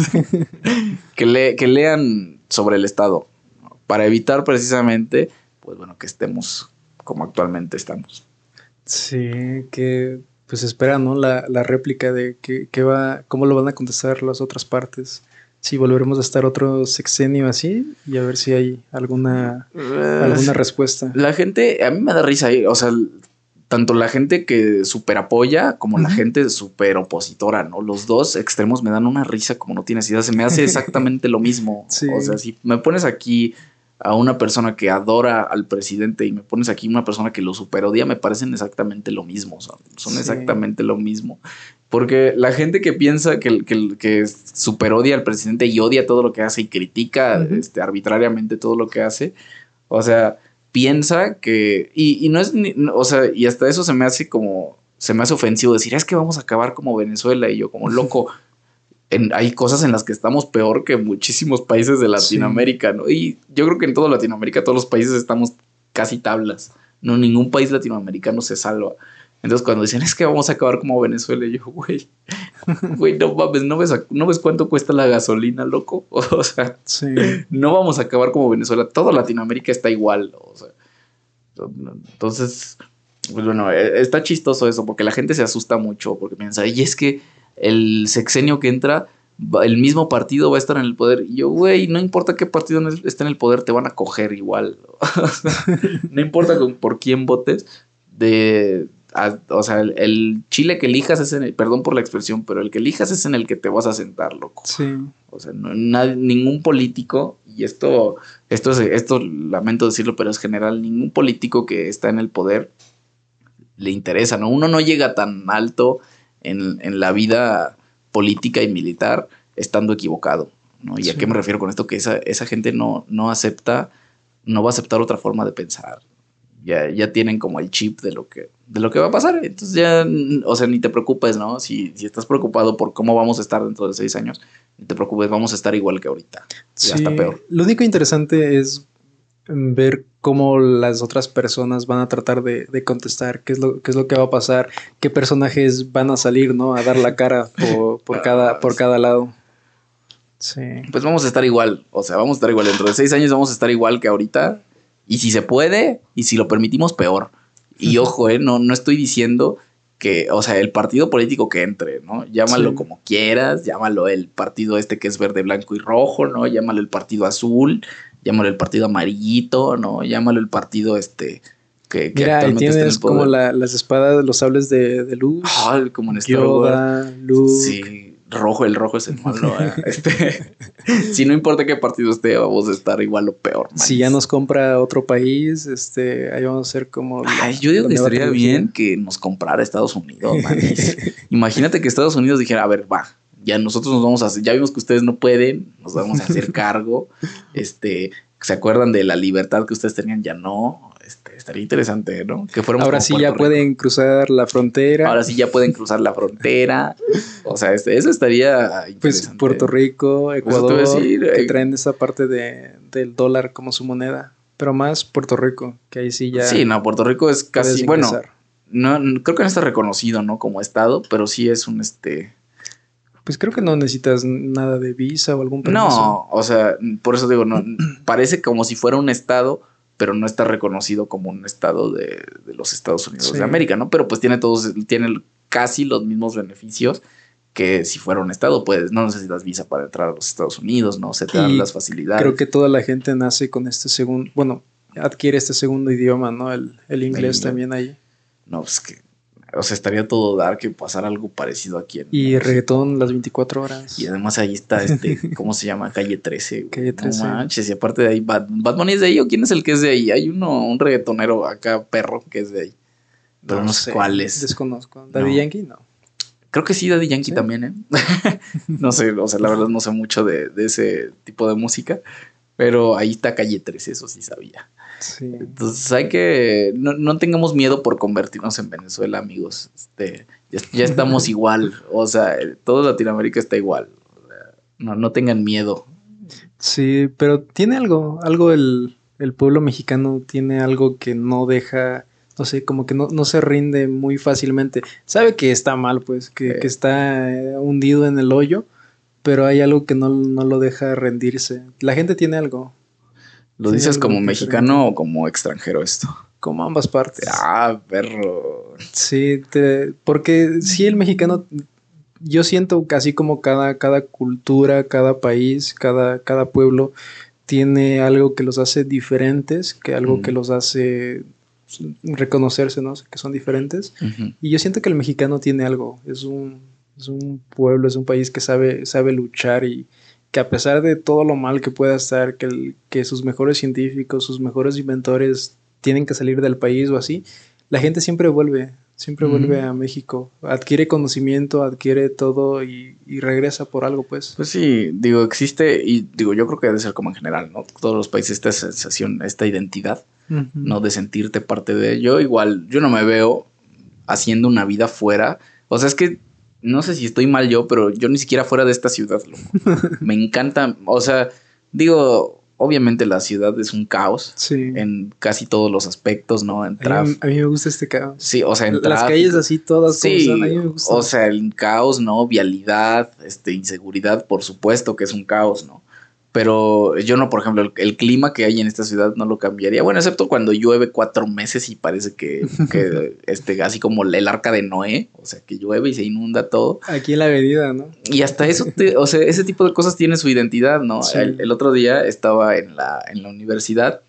que, le, que lean sobre el Estado, ¿no? Para evitar precisamente, pues bueno, que estemos como actualmente estamos. Sí, que pues espera, ¿no? La, la réplica de que, que va, cómo lo van a contestar las otras partes. Si volveremos a estar otro sexenio así y a ver si hay alguna, alguna respuesta. La gente, a mí me da risa, ¿eh? O sea, tanto la gente que super apoya como la Ujú. gente super opositora, ¿no? Los dos extremos me dan una risa como no tienes idea. Se me hace exactamente lo mismo. O sea, Sí, si me pones aquí a una persona que adora al presidente y me pones aquí una persona que lo super odia, me parecen exactamente lo mismo. Son, son sí. exactamente lo mismo. Porque la gente que piensa que, que, que super odia al presidente y odia todo lo que hace y critica Ujú. este, arbitrariamente todo lo que hace, o sea, piensa que. Y, y no es ni. O sea, y hasta eso se me hace como. Se me hace ofensivo decir, es que vamos a acabar como Venezuela. Y yo, como loco, en, hay cosas en las que estamos peor que muchísimos países de Sí, Latinoamérica, ¿no? Y yo creo que en toda Latinoamérica, todos los países estamos casi tablas. No, ningún país latinoamericano se salva. Entonces, cuando dicen, es que vamos a acabar como Venezuela, y yo, güey, güey, no mames, ¿no ves, a- ¿no ves cuánto cuesta la gasolina, loco? O sea, sí, no vamos a acabar como Venezuela. Toda Latinoamérica está igual. O sea, entonces, pues bueno, eh, está chistoso eso, porque la gente se asusta mucho, porque piensa, y es que el sexenio que entra, va- el mismo partido va a estar en el poder. Y yo, güey, no importa qué partido no es- esté en el poder, te van a coger igual. O sea, no importa con- por quién votes, de, a- o sea, el, el chile que elijas es en el, perdón por la expresión, pero el que elijas es en el que te vas a sentar, loco. sí, O sea, no, nadie- ningún político, y esto, esto, es- esto lamento decirlo, pero es general, ningún político que está en el poder le interesa, ¿no? Uno no llega tan alto en, en la vida política y militar estando equivocado, ¿no? ¿Y a sí, qué me refiero con esto? Que esa, esa gente no, no acepta, no va a aceptar otra forma de pensar. Ya, ya tienen como el chip de lo que, de lo que va a pasar. Entonces ya, o sea, ni te preocupes, ¿no? Si, si estás preocupado por cómo vamos a estar dentro de seis años, ni te preocupes, vamos a estar igual que ahorita. Sí, y hasta peor. Lo único interesante es ver cómo las otras personas van a tratar de, de contestar, qué es, lo, qué es lo que va a pasar, qué personajes van a salir, ¿no? A dar la cara por, por, cada, por cada lado. Sí. Pues vamos a estar igual, o sea, vamos a estar igual. Dentro de seis años vamos a estar igual que ahorita. Y si se puede, y si lo permitimos, peor. Y ojo, eh, no, no estoy diciendo que, o sea, el partido político que entre, ¿no? Llámalo sí. como quieras, llámalo el partido este que es verde, blanco y rojo, ¿no? Llámalo el partido azul, llámalo el partido amarillito, ¿no? Llámalo el partido este que, que Mira, actualmente tienes está en el poder. Como la, las espadas, los sables de, de luz. Oh, como en Star Yoda, Wars. Luke. Sí. Rojo, el rojo es el malo. ¿eh? Este, si no importa qué partido esté, vamos a estar igual o peor. Man. Si ya nos compra otro país, este, ahí vamos a ser como. La, Ay, yo digo que estaría tecnología. bien que nos comprara Estados Unidos, man. Imagínate que Estados Unidos dijera, a ver, va, ya nosotros nos vamos a hacer, ya vimos que ustedes no pueden, nos vamos a hacer cargo. Este, ¿se acuerdan de la libertad que ustedes tenían? Ya no. Este, estaría interesante, ¿no? Que fuéramos Ahora sí ya Rico. Pueden cruzar la frontera. Ahora sí ya pueden cruzar la frontera. O sea, este, eso estaría pues Puerto Rico, Ecuador, pues decir, que eh, traen esa parte de, del dólar como su moneda. Pero más Puerto Rico, que ahí sí ya. Sí, no, Puerto Rico es casi, bueno, no, no, creo que no está reconocido, ¿no? Como estado, pero sí es un este. Pues creo que no necesitas nada de visa o algún permiso. No, o sea, por eso digo, no, parece como si fuera un estado, pero no está reconocido como un estado de, de los Estados Unidos sí. de América, ¿no? Pero pues tiene todos, tiene casi los mismos beneficios que si fuera un estado, pues no necesitas visa para entrar a los Estados Unidos, ¿no? Se te dan y las facilidades. Creo que toda la gente nace con este segundo, bueno, adquiere este segundo idioma, ¿no? El, el inglés el, también ahí. No, pues que, o sea, estaría todo dar que pasara algo parecido aquí en Y México. Reggaetón las veinticuatro horas. Y además ahí está este, ¿cómo se llama? Calle trece. Calle trece. No manches, y aparte de ahí, Bad, Bad Bunny es de ahí, ¿o quién es el que es de ahí? Hay uno, un reggaetonero acá, perro, que es de ahí. Pero no, no sé cuál es. Desconozco. ¿Daddy no. Yankee? No. Creo que sí, Daddy Yankee ¿Sí? también, ¿eh? No sé, o sea, la verdad no sé mucho de, de ese tipo de música, pero ahí está Calle trece, eso sí sabía. Sí. Entonces hay que, no, no tengamos miedo por convertirnos en Venezuela, amigos. Este, ya, ya estamos igual, o sea, toda Latinoamérica está igual. No, no tengan miedo. Sí, pero tiene algo, algo el, el pueblo mexicano tiene algo que no deja, no sé, como que no, no se rinde muy fácilmente. Sabe que está mal, pues, que, eh. que está eh, hundido en el hoyo, pero hay algo que no, no lo deja rendirse. La gente tiene algo. ¿Lo tiene dices algo como mexicano o como extranjero esto? Como ambas partes. Ah, perro. Sí, te, porque sí el mexicano... Yo siento que así como cada, cada cultura, cada país, cada, cada pueblo tiene algo que los hace diferentes, que algo mm. que los hace reconocerse, ¿no? Que son diferentes. Uh-huh. Y yo siento que el mexicano tiene algo. Es un, es un pueblo, es un país que sabe, sabe luchar y que a pesar de todo lo mal que pueda estar, que, el, que sus mejores científicos, sus mejores inventores tienen que salir del país o así, la gente siempre vuelve. Siempre mm. vuelve a México, adquiere conocimiento, adquiere todo y, y regresa por algo, pues. Pues sí, digo, existe, y digo, yo creo que debe ser como en general, ¿no? Todos los países esta sensación, esta identidad, uh-huh. ¿no? De sentirte parte de ello. Igual, yo no me veo haciendo una vida fuera. O sea, es que, no sé si estoy mal yo, pero yo ni siquiera fuera de esta ciudad, loco. Me encanta, o sea, digo... Obviamente la ciudad es un caos sí. en casi todos los aspectos, ¿no? En a, mí, a mí me gusta este caos. Sí, o sea, en Las tráfico. calles así todas sí, como son, a mí me gusta. O sea, el caos, ¿no? Vialidad, este, inseguridad, por supuesto que es un caos, ¿no? Pero yo no, por ejemplo, el, el clima que hay en esta ciudad no lo cambiaría. Bueno, excepto cuando llueve cuatro meses y parece que, que este, así como el arca de Noé, o sea, que llueve y se inunda todo. Aquí en la avenida, ¿no? Y hasta eso, te, o sea, ese tipo de cosas tiene su identidad, ¿no? Sí. El, el otro día estaba en la, en la universidad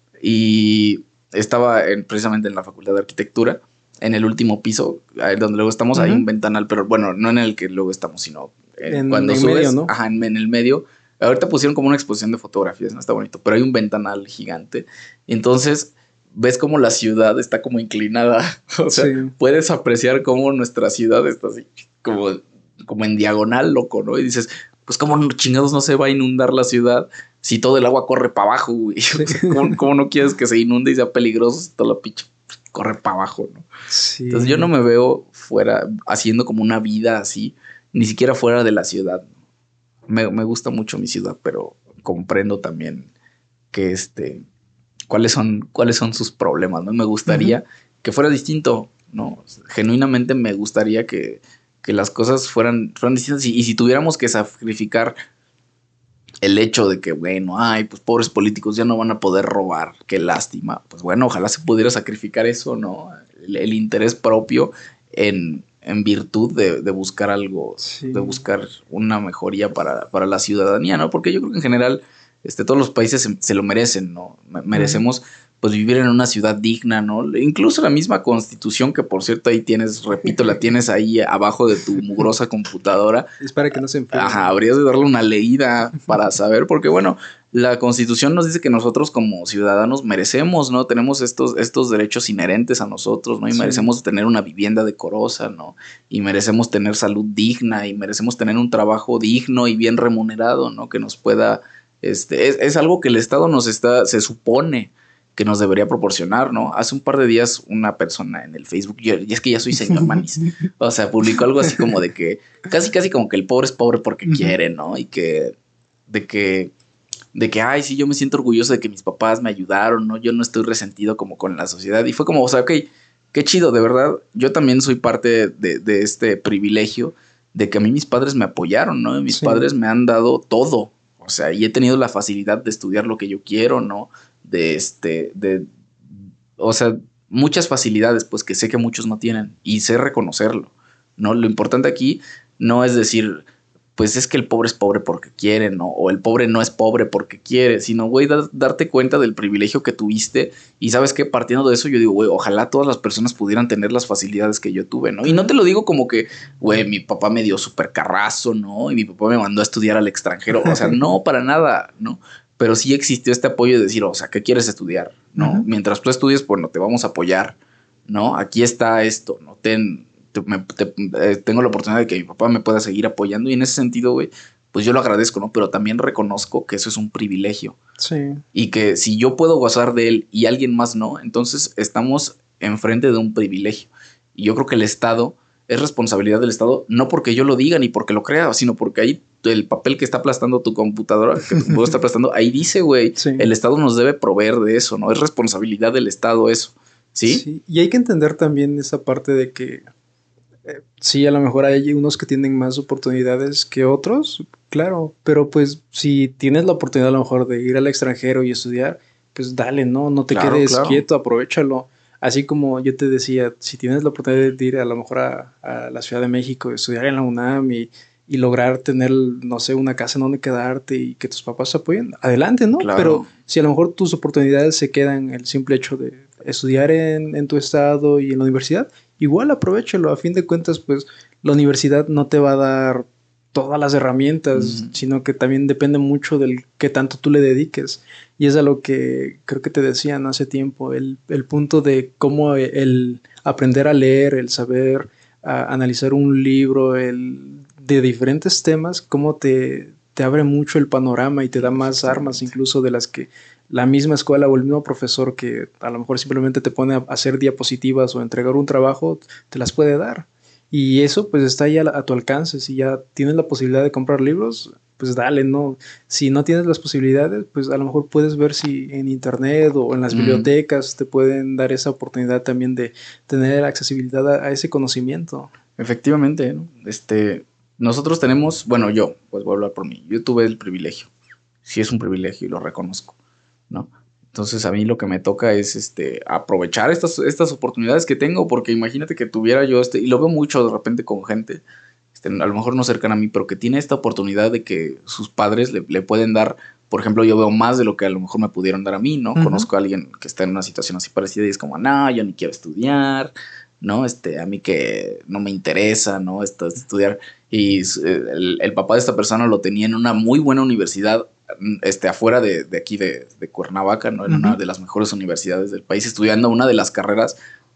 y estaba en, precisamente en la Facultad de Arquitectura, en el último piso, donde luego estamos, uh-huh. hay un ventanal, pero bueno, no en el que luego estamos, sino en, en cuando en subes, medio, ¿no? Ajá, en, en el medio. Ahorita pusieron como una exposición de fotografías, ¿no? Está bonito, pero hay un ventanal gigante. Entonces, ves como la ciudad está como inclinada. O sea, sí. puedes apreciar cómo nuestra ciudad está así, como, como en diagonal, loco, ¿no? Y dices, pues cómo chingados no se va a inundar la ciudad si todo el agua corre para abajo, güey. Sí. ¿Cómo, ¿Cómo no quieres que se inunde y sea peligroso si toda la pinche corre para abajo, ¿no? Sí. Entonces yo no me veo fuera, haciendo como una vida así, ni siquiera fuera de la ciudad. Me, me gusta mucho mi ciudad, pero comprendo también que este, cuáles son, cuáles son sus problemas, ¿no? Me gustaría uh-huh. que fuera distinto, ¿no? Genuinamente me gustaría que, que las cosas fueran, fueran distintas y, y si tuviéramos que sacrificar el hecho de que, bueno, ay, pues pobres políticos ya no van a poder robar, qué lástima. Pues bueno, ojalá se pudiera sacrificar eso, ¿no? El, el interés propio en, en virtud de, de buscar algo, sí. de buscar una mejoría para, para la ciudadanía, ¿no? Porque yo creo que en general este, todos los países se, se lo merecen, ¿no? Merecemos... Uh-huh. Pues vivir en una ciudad digna, ¿no? Incluso la misma Constitución, que por cierto ahí tienes, repito, la tienes ahí abajo de tu mugrosa computadora. Es para que no se enferme. Ajá, habrías de darle una leída para saber, porque bueno, la Constitución nos dice que nosotros como ciudadanos merecemos, ¿no? Tenemos estos, estos derechos inherentes a nosotros, ¿no? Y sí. merecemos tener una vivienda decorosa, ¿no? Y merecemos tener salud digna y merecemos tener un trabajo digno y bien remunerado, ¿no? Que nos pueda, este, es, es algo que el Estado nos está, se supone que nos debería proporcionar, ¿no? Hace un par de días una persona en el Facebook, y es que ya soy señor manis, o sea, publicó algo así como de que, casi casi como que el pobre es pobre porque uh-huh. quiere, ¿no? Y que, de que, de que, ay, sí, yo me siento orgulloso de que mis papás me ayudaron, ¿no? Yo no estoy resentido como con la sociedad. Y fue como, o sea, ok, qué chido, de verdad, yo también soy parte de, de este privilegio de que a mí mis padres me apoyaron, ¿no? Mis sí. padres me han dado todo, o sea, y he tenido la facilidad de estudiar lo que yo quiero, ¿no? De este, de, o sea, muchas facilidades, pues que sé que muchos no tienen y sé reconocerlo, ¿no? Lo importante aquí no es decir, pues es que el pobre es pobre porque quiere, ¿no? O el pobre no es pobre porque quiere, sino, güey, da, darte cuenta del privilegio que tuviste y sabes que partiendo de eso yo digo, güey, ojalá todas las personas pudieran tener las facilidades que yo tuve, ¿no? Y no te lo digo como que, güey, mi papá me dio súper carrazo, ¿no? Y mi papá me mandó a estudiar al extranjero, o sea, no, para nada, ¿no? Pero sí existió este apoyo de decir, o sea, ¿qué quieres estudiar? ¿No? Uh-huh. Mientras tú estudies, pues no te vamos a apoyar, ¿no? Aquí está esto, ¿no? Ten, te, me, te, eh, tengo la oportunidad de que mi papá me pueda seguir apoyando y en ese sentido, güey, pues yo lo agradezco, ¿no? Pero también reconozco que eso es un privilegio. Sí. Y que si yo puedo gozar de él y alguien más no, entonces estamos enfrente de un privilegio. Y yo creo que el Estado, es responsabilidad del Estado, no porque yo lo diga ni porque lo crea, sino porque ahí el papel que está aplastando tu computadora, que tu computadora está aplastando, ahí dice, güey, sí. el Estado nos debe proveer de eso, ¿no? Es responsabilidad del Estado eso, ¿sí? Sí, y hay que entender también esa parte de que eh, sí, a lo mejor hay unos que tienen más oportunidades que otros, claro, pero pues si tienes la oportunidad a lo mejor de ir al extranjero y estudiar, pues dale, ¿no? No te claro, quedes claro. quieto, aprovéchalo. Así como yo te decía, si tienes la oportunidad de ir a lo mejor a, a la Ciudad de México, estudiar en la UNAM y y lograr tener, no sé, una casa en donde quedarte y que tus papás te apoyen, adelante, ¿no? Claro. Pero si a lo mejor tus oportunidades se quedan en el simple hecho de estudiar en, en tu estado y en la universidad, igual aprovéchalo. A fin de cuentas, pues, la universidad no te va a dar todas las herramientas, mm. sino que también depende mucho del qué tanto tú le dediques. Y es a lo que creo que te decían hace tiempo, el, el punto de cómo el aprender a leer, el saber a analizar un libro, el de diferentes temas, cómo te, te abre mucho el panorama y te da más armas incluso de las que la misma escuela o el mismo profesor que a lo mejor simplemente te pone a hacer diapositivas o entregar un trabajo, te las puede dar. Y eso pues está ya a tu alcance. Si ya tienes la posibilidad de comprar libros, pues dale, ¿no? Si no tienes las posibilidades, pues a lo mejor puedes ver si en internet o en las mm. bibliotecas te pueden dar esa oportunidad también de tener accesibilidad a, a ese conocimiento. Efectivamente, ¿no? Este... Nosotros tenemos, bueno, yo, pues voy a hablar por mí, yo tuve el privilegio, sí es un privilegio y lo reconozco, ¿no? Entonces a mí lo que me toca es este, aprovechar estas, estas oportunidades que tengo, porque imagínate que tuviera yo, este, y lo veo mucho de repente con gente, este, a lo mejor no cercana a mí, pero que tiene esta oportunidad de que sus padres le, le pueden dar, por ejemplo, yo veo más de lo que a lo mejor me pudieron dar a mí, ¿no? Uh-huh. Conozco a alguien que está en una situación así parecida y es como, no, yo ni quiero estudiar, ¿no? Este, a mí que no me interesa, ¿no? Esto, estudiar. Y el, el papá de esta persona lo tenía en una muy buena universidad, este, afuera de, de aquí de, de Cuernavaca, ¿no? En uh-huh. una de las mejores universidades del país, estudiando una de las carreras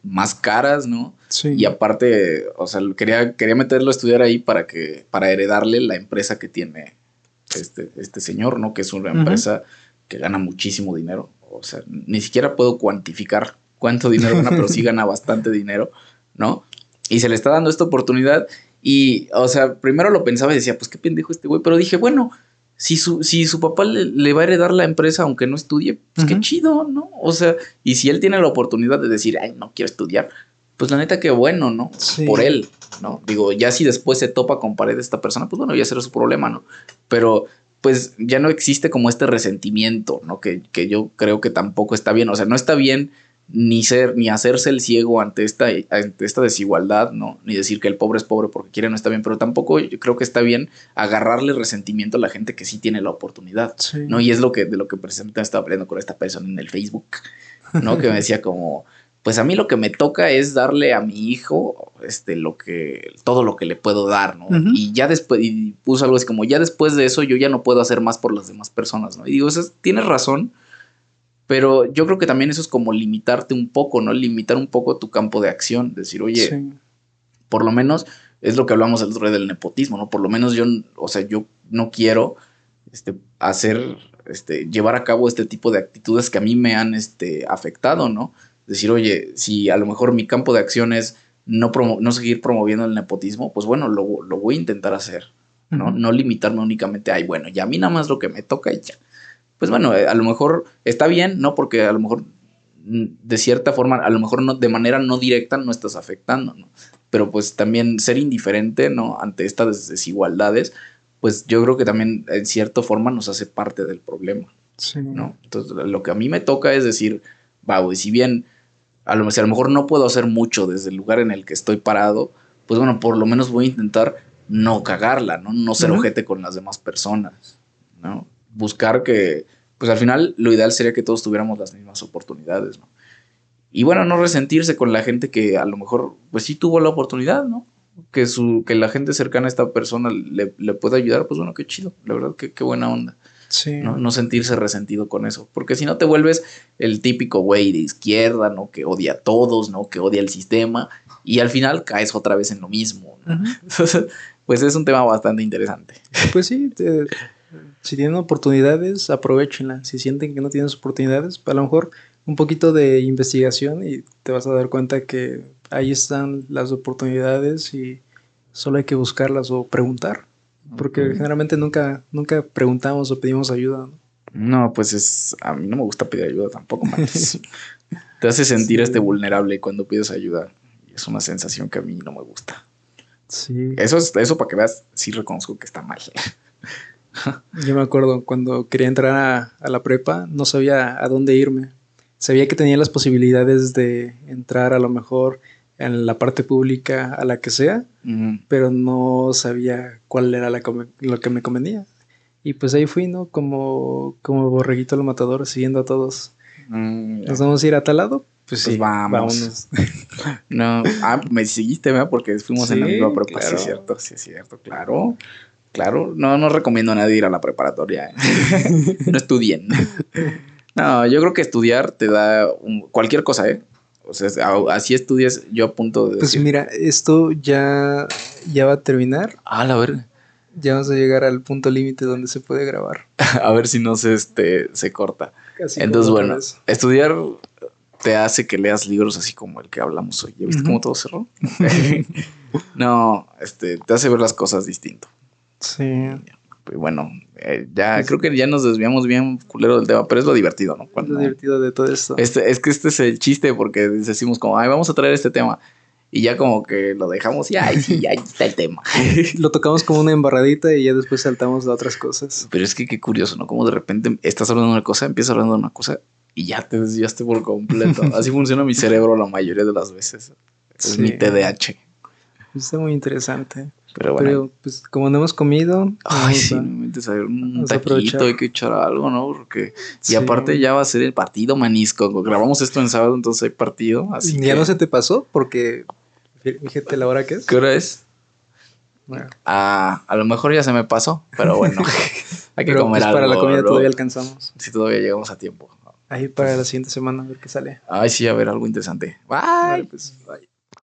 más caras, ¿no? Sí. Y aparte, o sea, quería, quería meterlo a estudiar ahí para que, para heredarle la empresa que tiene este, este señor, ¿no? Que es una empresa uh-huh. que gana muchísimo dinero. O sea, ni siquiera puedo cuantificar cuánto dinero gana, pero sí gana bastante dinero, ¿no? Y se le está dando esta oportunidad. Y, o sea, primero lo pensaba y decía, pues qué pendejo este güey. Pero dije, bueno, si su, si su papá le, le va a heredar la empresa aunque no estudie, pues uh-huh. qué chido, ¿no? O sea, y si él tiene la oportunidad de decir, ay, no quiero estudiar, pues la neta qué bueno, ¿no? Sí. Por él, ¿no? Digo, ya si después se topa con pared esta persona, pues bueno, ya será su problema, ¿no? Pero pues ya no existe como este resentimiento, ¿no? Que, que yo creo que tampoco está bien. O sea, no está bien ni ser, ni hacerse el ciego ante esta, ante esta desigualdad, ¿no? Ni decir que el pobre es pobre porque quiere, no está bien. Pero tampoco yo creo que está bien agarrarle resentimiento a la gente que sí tiene la oportunidad, sí. ¿no? Y es lo que, de lo que precisamente estaba hablando con esta persona en el Facebook, ¿no? Que me decía como, pues a mí lo que me toca es darle a mi hijo este, lo que, todo lo que le puedo dar, ¿no? Uh-huh. Y ya después, y puso algo así como, ya después de eso yo ya no puedo hacer más por las demás personas, ¿no? Y digo, o sea, tienes razón, pero yo creo que también eso es como limitarte un poco, ¿no? Limitar un poco tu campo de acción, decir, oye, sí. por lo menos, es lo que hablamos el otro día del nepotismo, ¿no? Por lo menos yo, o sea, yo no quiero este, hacer, este, llevar a cabo este tipo de actitudes que a mí me han este, afectado, ¿no? Decir, oye, si a lo mejor mi campo de acción es no, promo- no seguir promoviendo el nepotismo, pues bueno, lo, lo voy a intentar hacer, ¿no? Uh-huh. No limitarme únicamente, ay, bueno, ya a mí nada más lo que me toca y ya. Pues bueno, a lo mejor está bien, ¿no? Porque a lo mejor, de cierta forma, a lo mejor no, de manera no directa no estás afectando, ¿no? Pero pues también ser indiferente, ¿no? Ante estas desigualdades, pues yo creo que también en cierta forma nos hace parte del problema, sí. ¿no? Entonces, lo que a mí me toca es decir, va, güey, si bien a lo, si a lo mejor no puedo hacer mucho desde el lugar en el que estoy parado, pues bueno, por lo menos voy a intentar no cagarla, ¿no? No ser uh-huh. ojete con las demás personas, ¿no? Buscar que, pues al final lo ideal sería que todos tuviéramos las mismas oportunidades, ¿no? Y bueno, no resentirse con la gente que a lo mejor, pues sí tuvo la oportunidad, ¿no? Que, su, que la gente cercana a esta persona le, le pueda ayudar, pues bueno, qué chido, la verdad, que qué buena onda. Sí. ¿no? no sentirse resentido con eso, porque si no te vuelves el típico güey de izquierda, ¿no? Que odia a todos, ¿no? Que odia el sistema y al final caes otra vez en lo mismo, ¿no? Uh-huh. Entonces, pues es un tema bastante interesante. Pues sí, te, si tienen oportunidades, aprovechenlas. Si sienten que no tienen oportunidades, a lo mejor un poquito de investigación y te vas a dar cuenta que ahí están las oportunidades y solo hay que buscarlas o preguntar. Porque okay. generalmente nunca, nunca preguntamos o pedimos ayuda, ¿no? No, pues es... A mí no me gusta pedir ayuda tampoco, Matis. Te hace sentir sí. este vulnerable cuando pides ayuda. Y es una sensación que a mí no me gusta. Sí. Eso, es, eso para que veas, sí reconozco que está mal. Yo me acuerdo cuando quería entrar a, a la prepa, no sabía a dónde irme. Sabía que tenía las posibilidades de entrar a lo mejor en la parte pública, a la que sea, uh-huh. pero no sabía cuál era la com- lo que me convenía. Y pues ahí fui, ¿no? Como, como borreguito al matador, siguiendo a todos. Mm, ¿Nos vamos a ir a tal lado? Pues, pues sí, vamos. vámonos. No, ah, me seguiste, ¿verdad? Porque fuimos sí, en la misma prepa. Claro. Sí, es cierto, sí, es cierto, claro. Claro, no, no recomiendo a nadie ir a la preparatoria. ¿eh? No estudien. No, yo creo que estudiar te da un, cualquier cosa, ¿eh? O sea, así estudias, yo a punto de Pues decir... mira, esto ya, ya va a terminar. Ah, la verga. Ya vamos a llegar al punto límite donde se puede grabar. A ver si no se, este, se corta. Casi Entonces, bueno, vez. estudiar te hace que leas libros así como el que hablamos hoy. ¿Ya viste uh-huh. cómo todo cerró? No, este, te hace ver las cosas distinto. Sí. Pues bueno, eh, ya sí, creo que ya nos desviamos bien culero del tema, pero es lo divertido, ¿no? Cuando, es lo divertido de todo esto. Este, es que este es el chiste porque decimos como, ay, vamos a traer este tema. Y ya como que lo dejamos y ay, sí, ahí está el tema. Lo tocamos como una embarradita y ya después saltamos a otras cosas. Pero es que qué curioso, ¿no? Como de repente estás hablando de una cosa, empiezas hablando de una cosa y ya te desviaste por completo. Así funciona mi cerebro la mayoría de las veces. Es sí. mi T D A H. Está muy interesante. Pero bueno. Pero pues como no hemos comido... Ay, sí, a, no me metes a ver un taquito, hay que echar algo, ¿no? Porque... Sí. Y aparte ya va a ser el partido, manisco. Grabamos esto en sábado, entonces hay partido. Así ¿Ya que... no se te pasó? Porque... Fíjate la hora que es. ¿Qué hora es? Bueno. Ah, a lo mejor ya se me pasó, pero bueno. Hay que pero, comer pues, algo. Para la comida ¿no? todavía alcanzamos. Sí, todavía llegamos a tiempo. ahí para la siguiente semana a ver qué sale. Ay, sí, a ver, algo interesante. Bye. Vale, pues, bye.